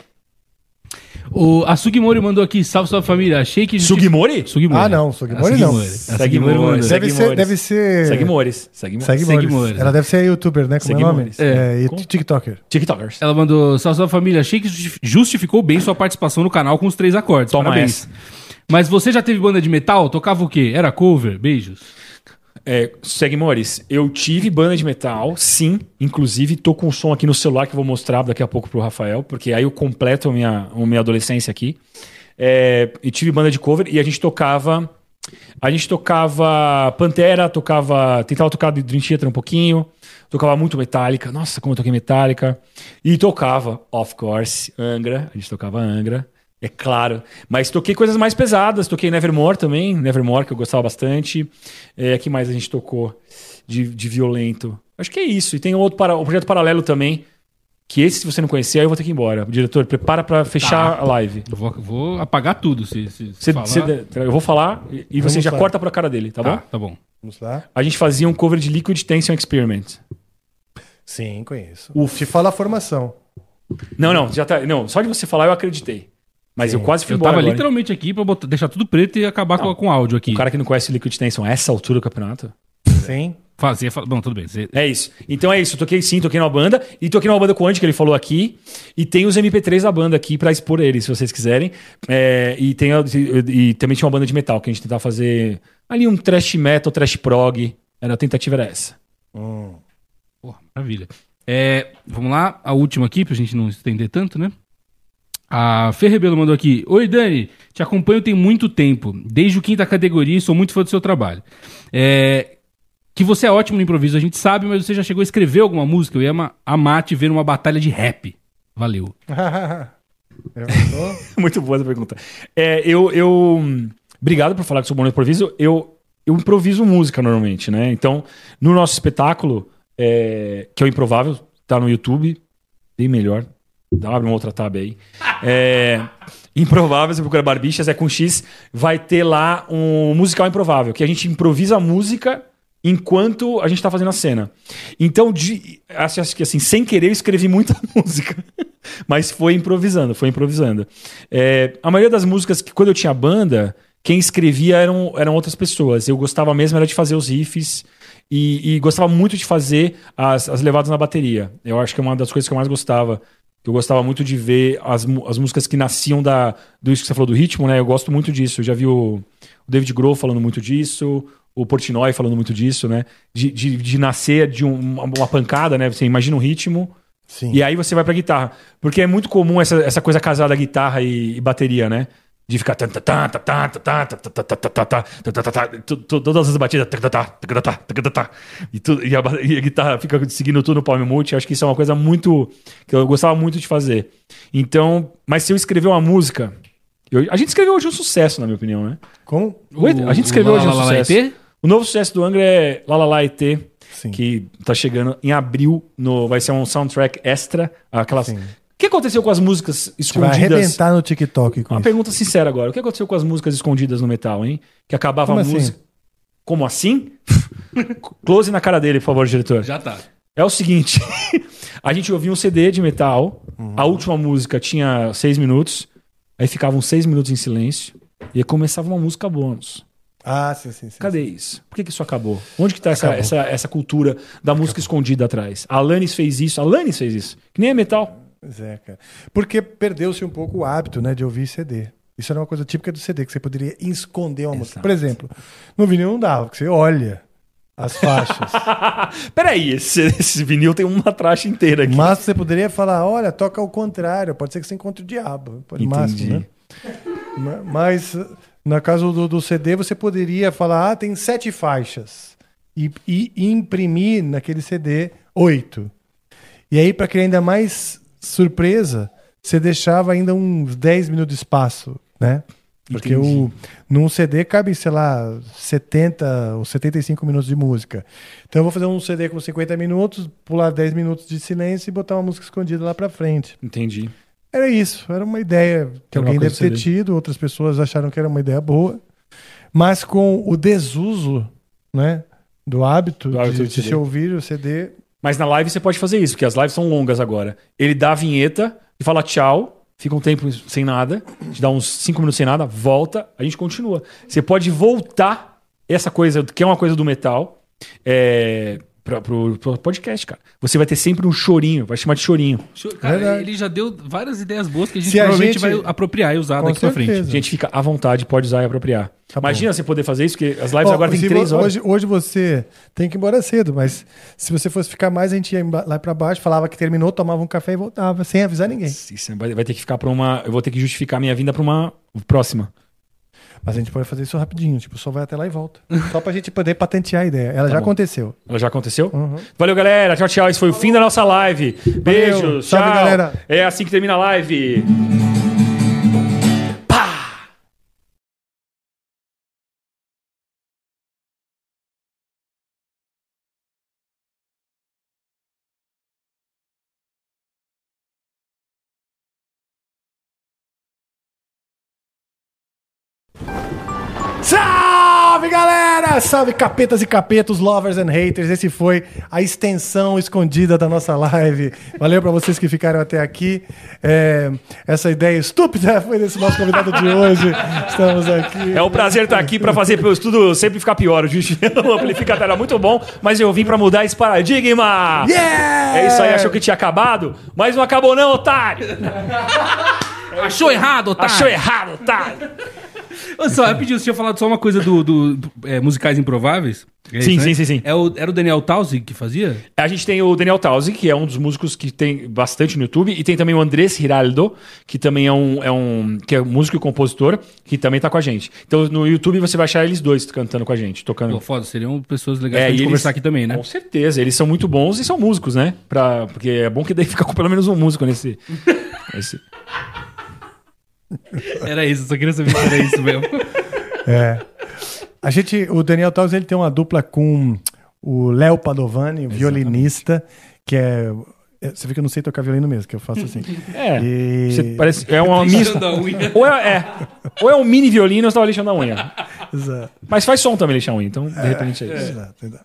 O, a Sugimori mandou aqui, salve, salve família. Achei que... Sugimori? Sugimori. Ah, não, Sugimori A não. A Sugimori mandou. Deve Segue ser, Mores. deve ser... Segue Mores. Segue Mores. Segue Segue Mores. Mores. Ela deve ser youtuber, né? Como Segue é o nome? Mores. É, e Com- TikToker. TikTokers. Ela mandou, salve, salve família. Achei que justi- justificou bem sua participação no canal com os três acordes. Toma Parabéns. Mas você já teve banda de metal? Tocava o quê? Era cover? Beijos. É, segue Mores. Eu tive banda de metal, sim. Inclusive, tô com um som aqui no celular que eu vou mostrar daqui a pouco pro Rafael, porque aí eu completo a minha, a minha adolescência aqui. É, e tive banda de cover e a gente tocava. A gente tocava Pantera, tocava. Tentava tocar Dream Theater um pouquinho. Tocava muito Metallica. Nossa, como eu toquei Metallica. E tocava, of course, Angra. A gente tocava Angra. É claro. Mas toquei coisas mais pesadas. Toquei Nevermore também. Nevermore, que eu gostava bastante. É, que mais a gente tocou de, de violento? Acho que é isso. E tem um outro para, um projeto paralelo também. Que esse, se você não conhecer, aí eu vou ter que ir embora. Diretor, prepara pra fechar Tá. a live. Eu vou, vou apagar tudo se, se, se Você- falar. você- eu vou falar e, e Vamos você já lá. corta pra cara dele, tá, Tá, bom? tá bom. Vamos lá. A gente fazia um cover de Liquid Tension Experiment. Sim, conheço. Uf. Te fala a formação. Não, não, já tá. Não, só de você falar eu acreditei. Mas Sim. eu quase fui Eu embora tava agora, hein? literalmente aqui pra botar- deixar tudo preto e acabar com, Não. com áudio aqui. O cara que não conhece Liquid Tension a essa altura do campeonato. Sim. Fazia, fala... Bom, tudo bem. Você... É isso. Então é isso. Eu toquei sim, toquei numa banda. E toquei numa banda com o Andy, que ele falou aqui. E tem os M P três da banda aqui pra expor eles, se vocês quiserem. É, e, tem, e, e também tinha uma banda de metal, que a gente tentava fazer ali um thrash metal, thrash prog. Era, a tentativa era essa. Hum. Porra, maravilha. É, vamos lá, a última aqui, pra gente não estender tanto, né? A Fê Rebelo mandou aqui. Oi, Dani. Te acompanho tem muito tempo. Desde o quinta categoria e sou muito fã do seu trabalho. É... Que você é ótimo no improviso, a gente sabe, mas você já chegou a escrever alguma música? Eu ia ama- amar te ver numa batalha de rap. Valeu. Muito boa essa pergunta. É, eu, eu... Obrigado por falar que sou bom no improviso. Eu, eu improviso música normalmente, né? Então, no nosso espetáculo, é, que é o Improvável, tá no YouTube, bem melhor. Dá abre uma outra tab aí. É, Improvável, você procura Barbichas, é com X. Vai ter lá um musical improvável, que a gente improvisa a música enquanto a gente tá fazendo a cena. Então, de, acho, acho que assim, sem querer, eu escrevi muita música. Mas foi improvisando, foi improvisando. É, a maioria das músicas, que quando eu tinha banda, quem escrevia eram, eram outras pessoas. Eu gostava mesmo era de fazer os riffs e, e gostava muito de fazer as, as levadas na bateria. Eu acho que é uma das coisas que eu mais gostava. Eu gostava muito de ver as, as músicas que nasciam da, do isso que você falou do ritmo, né? Eu gosto muito disso. Eu já vi o, o David Grohl falando muito disso, o Portnoy falando muito disso, né? De, de, de nascer de um, uma, uma pancada, né? Você imagina um ritmo. Sim. E aí você vai pra guitarra. Porque é muito comum essa, essa coisa casada guitarra e, e bateria, né? De ficar... Todas as batidas... E, tu, e, a, e a guitarra fica seguindo tudo no palm mute. Acho que isso é uma coisa muito... que eu gostava muito de fazer. Então... Mas se eu escrever uma música... Eu, a gente escreveu hoje um sucesso, na minha opinião, né? Como? O, a gente escreveu hoje um sucesso. E T? O novo sucesso do Angra é Lalala E T. Sim. Que tá chegando em abril. No, vai ser um soundtrack extra. Aquelas... Sim. O que aconteceu com as músicas Você vai escondidas? arrebentar no TikTok com Uma isso. pergunta sincera agora. O que aconteceu com as músicas escondidas no metal, hein? Que acabava Como a assim? música... Como assim? Close na cara dele, por favor, diretor. Já tá. É o seguinte. A gente ouvia um C D de metal. Uhum. A última música tinha seis minutos. Aí ficavam seis minutos em silêncio. E aí começava uma música bônus. Ah, sim, sim. sim Cadê sim. isso? Por que, que isso acabou? Onde que tá essa, Acabou. essa, essa cultura da música escondida atrás? A Alanis fez isso. A Alanis fez isso. Que nem é metal. Pois é, cara. Porque perdeu-se um pouco o hábito, né, de ouvir C D. Isso era uma coisa típica do C D, que você poderia esconder uma música. Por exemplo, no vinil não dava, porque você olha as faixas. Peraí, esse, esse vinil tem uma traixa inteira aqui. Mas você poderia falar, olha, toca ao contrário, pode ser que você encontre o diabo. Pode Entendi. máximo, né? Ma- Mas, no caso do, do C D, você poderia falar, ah, tem sete faixas. E, e imprimir naquele C D oito. E aí, para criar ainda mais surpresa, você deixava ainda uns dez minutos de espaço, né? Porque o, num C D cabe, sei lá, setenta ou setenta e cinco minutos de música. Então eu vou fazer um C D com cinquenta minutos, pular dez minutos de silêncio e botar uma música escondida lá pra frente. Entendi. Era isso, era uma ideia que Era uma alguém coisa deve ter C D. tido, outras pessoas acharam que era uma ideia boa. Mas com o desuso, né, do hábito, Do hábito de, de de C D. se ouvir o C D... Mas na live você pode fazer isso, porque as lives são longas agora. Ele dá a vinheta e fala tchau, fica um tempo sem nada, te dá uns cinco minutos sem nada, volta, a gente continua. Você pode voltar essa coisa, que é uma coisa do metal, é, pra, pro, pro podcast, cara. Você vai ter sempre um chorinho, vai chamar de chorinho. Cara, Verdade. ele já deu várias ideias boas que a gente Se a provavelmente gente- vai apropriar e usar Com daqui pra certeza. frente. A gente fica à vontade, pode usar e apropriar. Tá Imagina você poder fazer isso, porque as lives Ó, agora tem se três vo- horas. Hoje, hoje você tem que ir embora cedo, mas se você fosse ficar mais, a gente ia emba- lá pra baixo, falava que terminou, tomava um café e voltava, sem avisar ninguém. Isso vai, vai ter que ficar pra uma. Eu vou ter que justificar minha vinda pra uma próxima. Mas a gente pode fazer isso rapidinho, tipo, só vai até lá e volta. Só pra gente poder patentear a ideia. Ela já bom. aconteceu. Ela já aconteceu? Uhum. Valeu, galera. Tchau, tchau. Esse foi o fim da nossa live. Beijos. Salve, tchau. galera. É assim que termina a live. Salve, galera! Ah, salve capetas e capetos, lovers and haters. Esse foi a extensão escondida da nossa live. Valeu pra vocês que ficaram até aqui. É, essa ideia estúpida foi desse nosso convidado de hoje. Estamos aqui. É um prazer estar aqui pra fazer o estudo sempre ficar pior. O Justino Amplifica era muito bom, mas eu vim pra mudar esse paradigma. Yeah! É isso aí, achou que tinha acabado? Mas não acabou não, otário. Achou errado, otário. Achou errado, otário. Olha só, rapidinho, você tinha falado só uma coisa do, do é, musicais improváveis? É sim, isso, sim, né? sim, sim. É o, era o Daniel Tausig que fazia? A gente tem o Daniel Tausig, que é um dos músicos que tem bastante no YouTube, e tem também o Andrés Giraldo, que também é um, é um que é músico e compositor, que também tá com a gente. Então no YouTube você vai achar eles dois cantando com a gente, tocando. Pô, foda, seriam pessoas legais É, pra gente e conversar eles- aqui também, né? Com certeza, eles são muito bons e são músicos, né? Pra, porque é bom que daí fica com pelo menos um músico nesse... nesse... Era isso, só queria saber se era isso mesmo. É. A gente, o Daniel Taus, ele tem uma dupla com o Léo Padovani, o violinista, que é... Você vê que eu não sei tocar violino mesmo, que eu faço assim. É, E- você parece, é uma mista. Lixando a unha. Ou é, é, ou é um mini violino ou você tava lixando a unha. Exato. Mas faz som também lixar a unha, então de repente é isso. Exato, exato.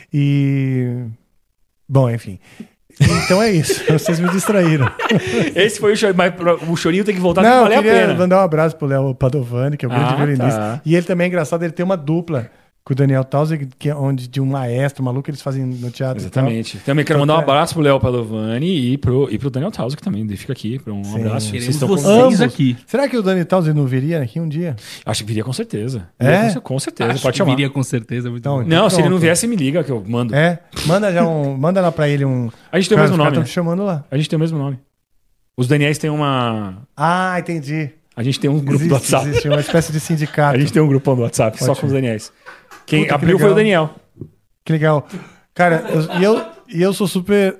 E... Bom, enfim. Então é isso. Vocês me distraíram. Esse foi o chorinho, mas pro- o chorinho tem que voltar pra Não, eu valer a queria pena. mandar um abraço pro Léo Padovani, que é o grande Ah, violinista. tá. E ele também é engraçado, ele tem uma dupla com o Daniel Tausig, que é onde de um maestro maluco eles fazem no teatro. e Exatamente. Também quero mandar um abraço pro Léo Padovani e pro, e pro Daniel Tausig também. Fica aqui para um Sim. abraço. Queremos Vocês estão vocês convidados. Ambos. aqui. tal. Será que o Daniel Tausig não viria aqui um dia? Acho que viria com certeza. É? Viria Com, com certeza, Acho pode que chamar. viria com certeza, muito Então, bom. Não, se ele não Pronto. viesse, me liga que eu mando. É? Manda já um. Manda lá pra ele um. A gente tem o Cara, mesmo os caras nome. estão Né? te chamando lá. A gente tem o mesmo nome. Os Daniels têm uma. Ah, entendi. A gente tem um grupo Existe, do WhatsApp. existe uma espécie de sindicato. A gente tem um grupão do WhatsApp só Ótimo. com os Daniels. Quem Puta, que abriu foi o legal. Daniel. Que legal. Cara, eu- e eu, e eu sou super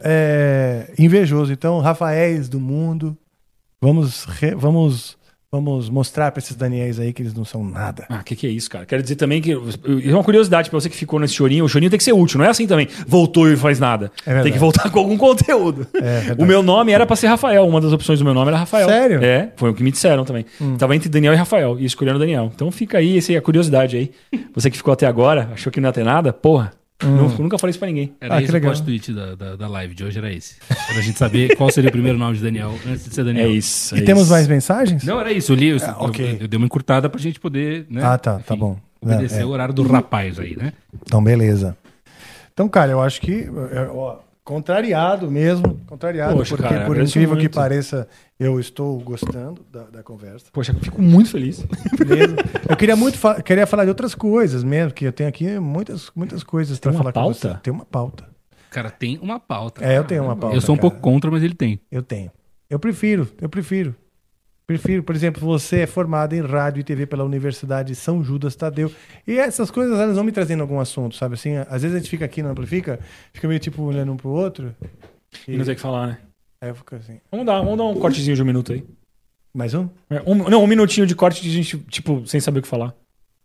é, invejoso. Então, Rafaéis do mundo, vamos, re- vamos, vamos mostrar pra esses Daniels aí que eles não são nada. Ah, o que, que é isso, cara? Quero dizer também que. É uma curiosidade pra você que ficou nesse chorinho. O chorinho tem que ser útil, não é assim também. Voltou e faz nada. É verdade. Tem que voltar com algum conteúdo. É verdade. O meu nome era pra ser Rafael. Uma das opções do meu nome era Rafael. Sério? É, foi o que me disseram também. Tava entre Daniel e Rafael. E escolhendo Daniel. Então fica aí essa, a curiosidade aí. Você que ficou até agora, achou que não ia ter nada? Porra. Não- nunca falei isso pra ninguém. Era Ah, que esse o legal. post tweet da, da, da live de hoje, era esse. Pra gente saber qual seria o primeiro nome de Daniel antes de ser É Daniel. isso. E é temos isso. mais mensagens? Não, era isso. Eu li, eu, Ah, eu- ok. eu, dei uma encurtada pra gente poder, né? Ah, tá, tá bom. Obedecer É, é. o horário do rapaz aí, né? Então, beleza. Então, cara, eu acho que. é, ó, contrariado mesmo. Contrariado, Poxa, porque cara, por agradeço incrível que muito. pareça, eu estou gostando da, da conversa. Poxa, eu fico muito feliz. Beleza? Eu queria muito fa- queria falar de outras coisas mesmo, que eu tenho aqui muitas, muitas coisas para Tem uma falar com pauta? você. Tem uma pauta. Cara, tem uma pauta. É, eu tenho uma pauta. Eu sou um cara. pouco contra, mas ele tem. Eu tenho. Eu prefiro, eu prefiro. Prefiro, por exemplo, você é formado em rádio e T V pela Universidade São Judas Tadeu. E essas coisas, elas vão me trazendo algum assunto, sabe? Assim, às vezes a gente fica aqui, não amplifica, fica meio tipo olhando um pro outro. E não tem o que falar, né? Aí eu fico assim. Vamos dar, vamos dar um cortezinho de um minuto aí. Mais um? É, um- não, um minutinho de corte de gente, tipo, sem saber o que falar.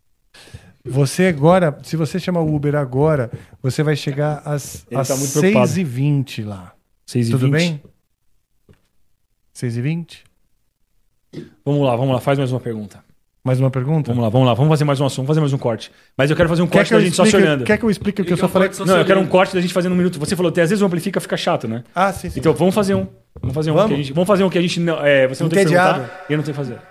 Você agora, se você chamar o Uber agora, você vai chegar às, Ele às tá muito preocupado. seis e vinte lá. seis e Tudo vinte. bem? seis e vinte? Vamos lá, vamos lá, faz mais uma pergunta. Mais uma pergunta? Vamos lá, vamos lá, vamos fazer mais um assunto, vamos fazer mais um corte. Mas eu quero fazer um Quer corte que, eu da gente só se explique, olhando. quer que eu explique o que eu só Explica o falei? corte só Não, eu se quero um olhando. corte da gente fazendo um minuto. Você falou, às vezes o amplifica fica chato, né? Ah, sim, sim. Então vamos fazer um. Vamos fazer um. Vamos? Que a gente, vamos fazer um que a gente não. É, você não tem que Entediado. perguntar e eu não tenho que fazer.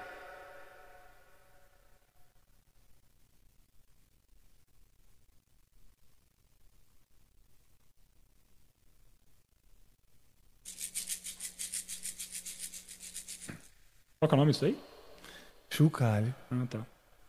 Qual que é o nome disso aí? Chucalho. Ah, tá.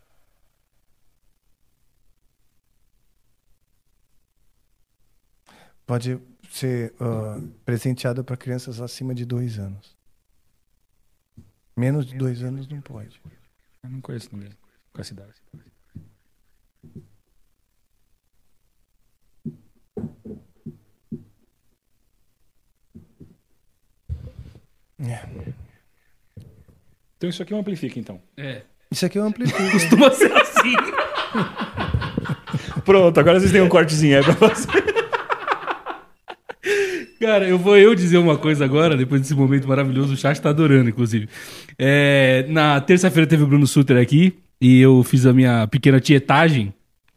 Pode ser ah, presenteado para crianças acima de dois anos. Menos de dois anos não pode. Eu não conheço ninguém com essa idade. É. Então isso aqui é um amplifica, então. É. Isso aqui é um amplifica. Costuma ser assim. Pronto, agora vocês têm um cortezinho aí pra você. Cara, eu vou eu dizer uma coisa agora, depois desse momento maravilhoso, o chat tá adorando, inclusive. É, na terça-feira teve o Bruno Sutter aqui, e eu fiz a minha pequena tietagem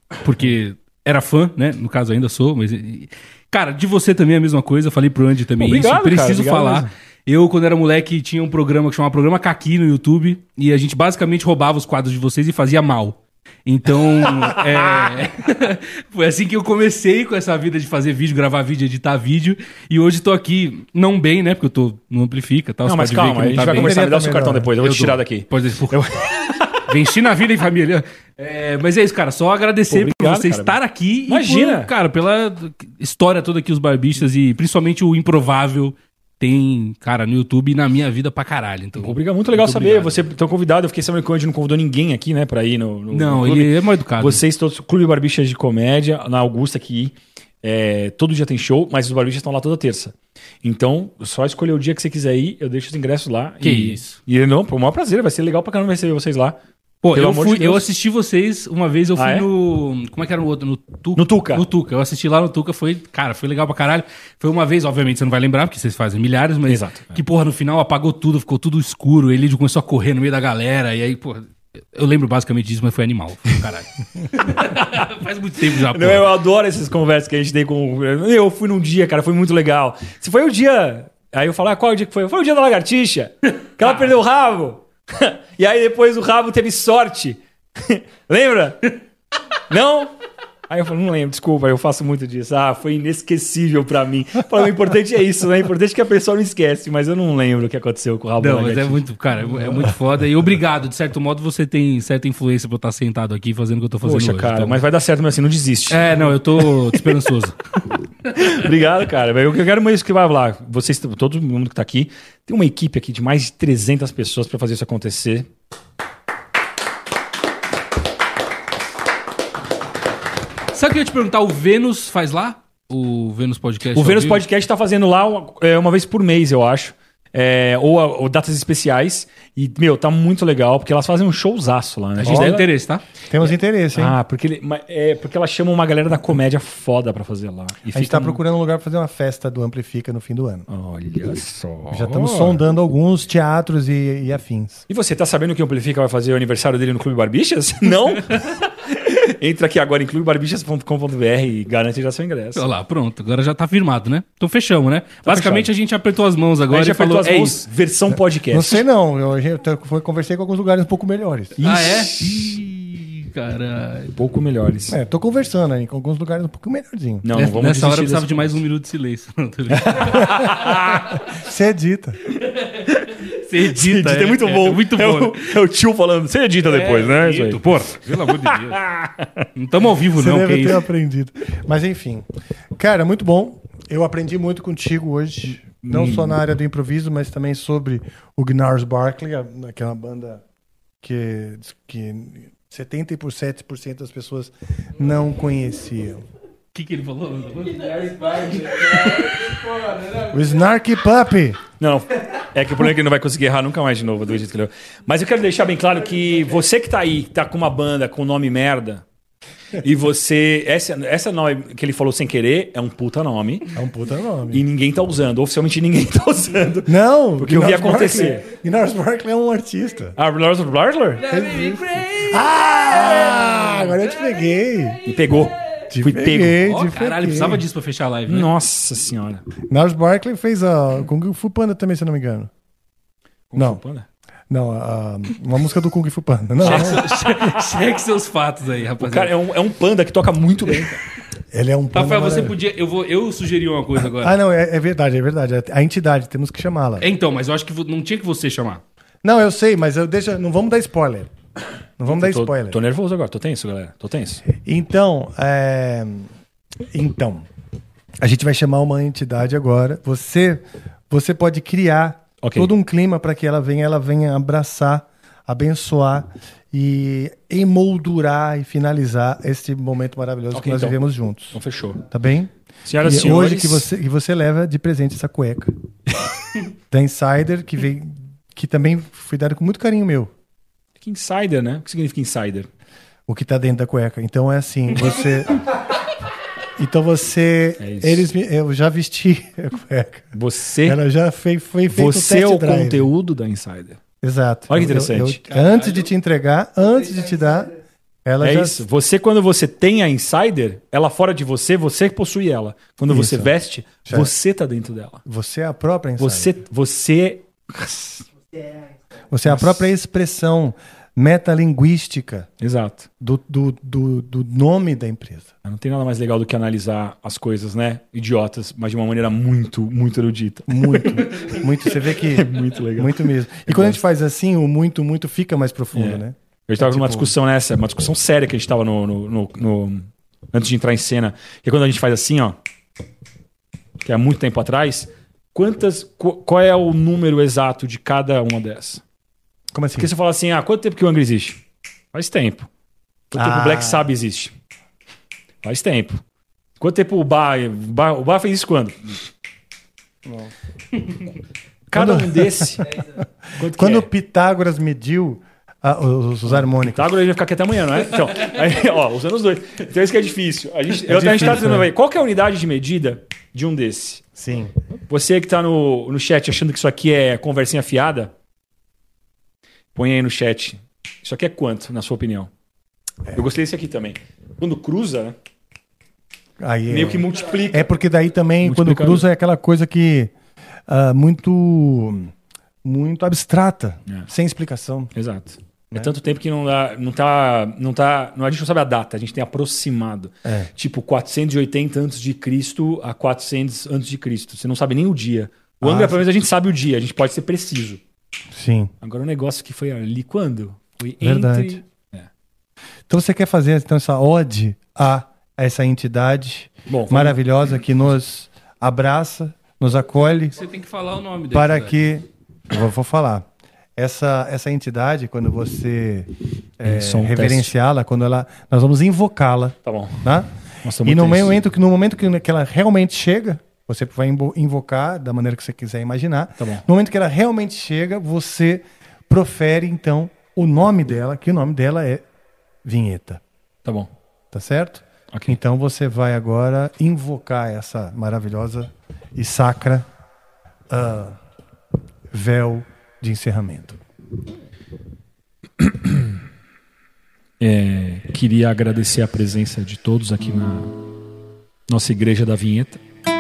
porque era fã, né? No caso, ainda sou, mas... Cara, de você também é a mesma coisa. Eu falei pro Andy também Obrigado, isso. Preciso cara, falar. mesmo. Eu, quando era moleque, tinha um programa que chamava Programa Caqui no YouTube. E a gente basicamente roubava os quadros de vocês e fazia mal. Então, é... foi assim que eu comecei com essa vida de fazer vídeo, gravar vídeo, editar vídeo. E hoje tô aqui, não bem, né? Porque eu tô no Amplifica e tal. Não, mas calma, a gente vai conversar. Me dá o seu cartão depois, eu vou te tirar daqui. Pode deixar. Eu... Venci na vida em família. É, mas é isso, cara. Só agradecer Pô, por obrigado, você cara. estar aqui. Imagina. E por, cara, pela história toda aqui, os barbistas e principalmente o Improvável tem, cara, no YouTube e na minha vida pra caralho. Então, Obrigado, muito legal muito saber. obrigado. Você tão convidado. Eu fiquei sabendo que o Andy não convidou ninguém aqui, né, pra ir no. no Não, no clube. ele é mal educado. Vocês todos, Clube Barbixas de Comédia, na Augusta aqui. É, todo dia tem show, mas os barbixas estão lá toda terça. Então, só escolher o dia que você quiser ir, eu deixo os ingressos lá. Que e, isso. E não, pô, o maior prazer, vai ser legal pra caramba receber vocês lá. Pô, Pelo eu, amor fui, de eu Deus. assisti vocês uma vez, eu fui Ah, é? no... Como é que era no outro? No Tuca. No Tuca. No Tuca. Eu assisti lá no Tuca, foi... Cara, foi legal pra caralho. Foi uma vez, obviamente, você não vai lembrar, porque vocês fazem milhares, mas... Exato. Que, porra, no final apagou tudo, ficou tudo escuro. Ele começou a correr no meio da galera, e aí, porra... Eu lembro basicamente disso, mas foi animal. Foi do caralho. Faz muito tempo já, Não, eu adoro essas conversas que a gente tem com... Eu fui num dia, cara, foi muito legal. Se foi o dia... Aí eu falo, ah, qual o dia que foi? Foi o dia da lagartixa. Que ela perdeu o rabo. E aí depois o rabo teve sorte. Lembra? Não? Aí eu falo, não lembro, desculpa, eu faço muito disso. Ah, foi inesquecível pra mim. Falo, o importante é isso, né? O importante é que a pessoa não esquece, mas eu não lembro o que aconteceu com o rabo da Não, mas é lagartixa. muito, cara, é muito foda. E obrigado, de certo modo, você tem certa influência pra eu estar sentado aqui fazendo o que eu tô fazendo Poxa, hoje. cara, então- mas vai dar certo mesmo assim, não desiste. É, não, eu tô esperançoso. Obrigado, cara. Eu quero mais que vai lá. Vocês, todo mundo que tá aqui, tem uma equipe aqui de mais de trezentas pessoas pra fazer isso acontecer. Sabe o que eu ia te perguntar? O Vênus faz lá? O Vênus Podcast? O ao Vênus vivo? Podcast tá fazendo lá uma, é, uma vez por mês, eu acho. É, ou, a- ou datas especiais. E, meu, tá muito legal, porque elas fazem um showzaço lá, né? A gente tem interesse, tá? Temos interesse, hein? Ah, porque, ele- mas é, porque elas chamam uma galera da comédia foda pra fazer lá. E a gente tá procurando um lugar pra fazer uma festa do Amplifica no fim do ano. Olha só. Já estamos sondando alguns teatros e, e afins. E você tá sabendo que o Amplifica vai fazer o aniversário dele no Clube Barbixas? Não? Entra aqui agora em clube barbixas ponto com ponto b r e garante já seu ingresso. Olha lá, pronto. Agora já tá firmado, né? Então fechamos, né? Basicamente fechado. a gente apertou as mãos agora a gente e falou, apertou as é mãos, isso. versão podcast. Não sei não, eu, eu, eu conversei com alguns lugares um pouco melhores. Ah, é? Ih, caralho. Um pouco melhores. É, tô conversando aí com alguns lugares um pouco melhorzinho. Não, não vamos Nessa hora desistir eu precisava desse de mais um começo. minuto de silêncio. Não, tô brincando. Você edita. Você edita, é, muito bom. É muito É bom. o, é o tio falando, você edita depois, né? Isso aí. Edito, porra, pelo amor de Deus. Não estamos ao vivo, Você não, deve que ter isso. aprendido. Mas enfim. Cara, muito bom. Eu aprendi muito contigo hoje. Não Hum. só na área do improviso, mas também sobre o Gnars Barkley, a- que é uma banda que, que setenta e sete por cento das pessoas não conheciam. O que, que ele falou? O Snarky Puppy. Não, é que o problema é que ele não vai conseguir errar nunca mais de novo do jeito que ele... Mas eu quero deixar bem claro que você que tá aí, tá com uma banda com nome merda, e você... Essa, essa nome que ele falou sem querer é um puta nome. É um puta nome. E ninguém tá usando. Oficialmente ninguém tá usando. Não, Porque eu vi Gnars acontecer. Barkley- Gnars Barkley é um artista. Ah, Lars Blartler? Ah, agora eu te peguei. E pegou. Te Fui peguei, pego. Ó, te caralho, peguei. precisava disso pra fechar a live, né? Nossa senhora. Gnars Barkley fez a Kung Fu Panda também, se eu não me engano. Kung Não. Fu Panda? Não, a- a- uma música do Kung Fu Panda. Não, Cheque seus fatos aí, O rapaziada. cara é um, é um panda que toca muito bem, cara. ele é um panda Rafael, você maravilhoso. podia... Eu, vou, eu sugeri uma coisa agora. Ah, não, é, é verdade, é verdade. A entidade, temos que chamá-la. É, então, mas eu acho que vo- não tinha que você chamar. Não, eu sei, mas eu deixa, não vamos dar spoiler. Não vamos dar Tô, spoiler. tô nervoso agora, tô tenso, galera. Tô tenso. Então, é... então, a gente vai chamar uma entidade agora. Você, você pode criar Ok. todo um clima para que ela venha, ela venha abraçar, abençoar e emoldurar e finalizar este momento maravilhoso Ok, que nós então. vivemos juntos. Então fechou. Tá bem? Senhoras e e senhores... hoje que você, que você leva de presente essa cueca da Insider, que veio, que também foi dado com muito carinho meu. Que insider, né? O que significa insider? O que tá dentro da cueca. Então é assim, você. Então você. É isso. Eles me- eu já vesti a cueca. Você, Ela já foi, foi feito você é um o test drive. conteúdo da Insider. Exato. Olha que Eu- interessante. eu- eu- antes de te entregar, antes de te dar, Ela é já- isso. Você, quando você tem a Insider, ela fora de você, você que possui ela. Quando você Isso. veste, Já- você tá dentro dela. Você é a própria Insider. Você, você... Você é a própria expressão metalinguística Exato. do, do, do, do nome da empresa. Não tem nada mais legal do que analisar as coisas, né? Idiotas, mas de uma maneira muito, muito erudita. Muito. Muito. Você vê que. É muito legal. Muito mesmo. E Eu quando a gosto. gente faz assim, o muito, muito fica mais profundo, É. né? Eu estava É numa tipo- discussão nessa, uma discussão séria que a gente estava no, no, no- no- antes de entrar em cena. Que é quando a gente faz assim, ó. Que há muito tempo atrás. Quantas. qu- Qual é o número exato de cada uma dessas? Como assim? Porque você fala assim, ah, quanto tempo que o Angra existe? Faz tempo. Quanto tempo Ah. o Black Sabbath existe? Faz tempo. Quanto tempo o Bar... O Bar, o bar fez isso quando? Cada Quando- um desse... Quanto que Quando é? o Pitágoras mediu ah, os, os harmônicos. Pitágoras ele vai ficar aqui até amanhã, não é? Então, aí, ó, usando os dois. Então isso que é difícil. A gente, É eu, a gente tá difícil, dizendo, né? aí, qual que é a unidade de medida de um desse? Sim. Você que tá no, no chat achando que isso aqui é conversinha fiada, põe aí no chat. Isso aqui é quanto, na sua opinião? Eu gostei desse aqui também. Quando cruza, né? Aí é- Meio que multiplica. É porque daí também, quando Multiplicador. cruza, é aquela coisa que. ah, muito. Muito abstrata. É. Sem explicação. Exato. É Né? tanto tempo que não dá, não tá, não tá, não, a gente não sabe a data, a gente tem aproximado. É. Tipo quatrocentos e oitenta antes de Cristo a quatrocentos antes de Cristo. Você não sabe nem o dia. O Ah, Angra, sim. pelo menos a gente sabe o dia, a gente pode ser preciso. Sim. Agora o negócio que foi ali quando? Foi entre Verdade. Então você quer fazer então, essa ode a essa entidade Bom, vamos- maravilhosa que nos abraça, nos acolhe, Você tem que falar o nome dele. para que. Eu vou, vou falar. Essa, essa entidade, quando você é, só um reverenciá-la, quando ela. Nós vamos invocá-la. Tá bom. Tá? Nossa, E muito no tenso. momento, que, no momento que, que ela realmente chega, você vai invo- invocar da maneira que você quiser imaginar. Tá bom. No momento que ela realmente chega, você profere, então, o nome dela, que o nome dela é Vinheta. Tá bom. Tá certo? Ok. Então você vai agora invocar essa maravilhosa e sacra ah, véu de encerramento. É, queria agradecer a presença de todos aqui na nossa Igreja da Vinheta.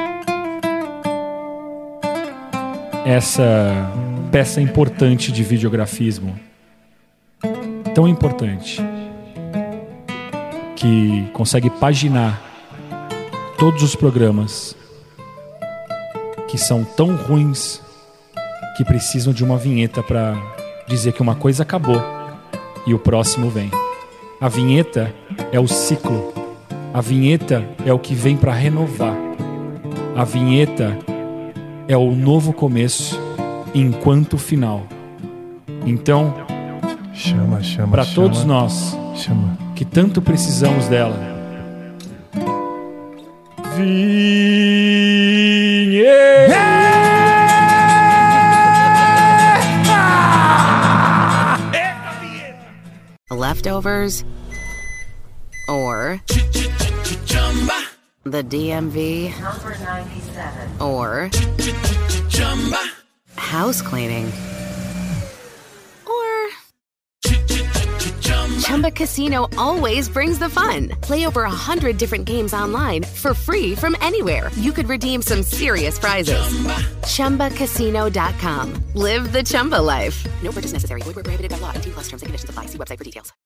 Essa peça importante de videografismo, tão importante, que consegue paginar todos os programas que são tão ruins que precisam de uma vinheta para dizer que uma coisa acabou e o próximo vem. A vinheta é o ciclo. A vinheta é o que vem para renovar. A vinheta é o novo começo enquanto final. Então, Chama, chama, para chama. todos nós Chama. que tanto precisamos dela, vinheta! Leftovers or the D M V Number ninety-seven. or house cleaning or Chumba Casino always brings the fun. Play over a hundred different games online for free from anywhere. You could redeem some serious prizes. Chumba Casino dot com. Live the Chumba life. No purchase necessary. Void where prohibited by law. eighteen plus terms and conditions apply. See website for details.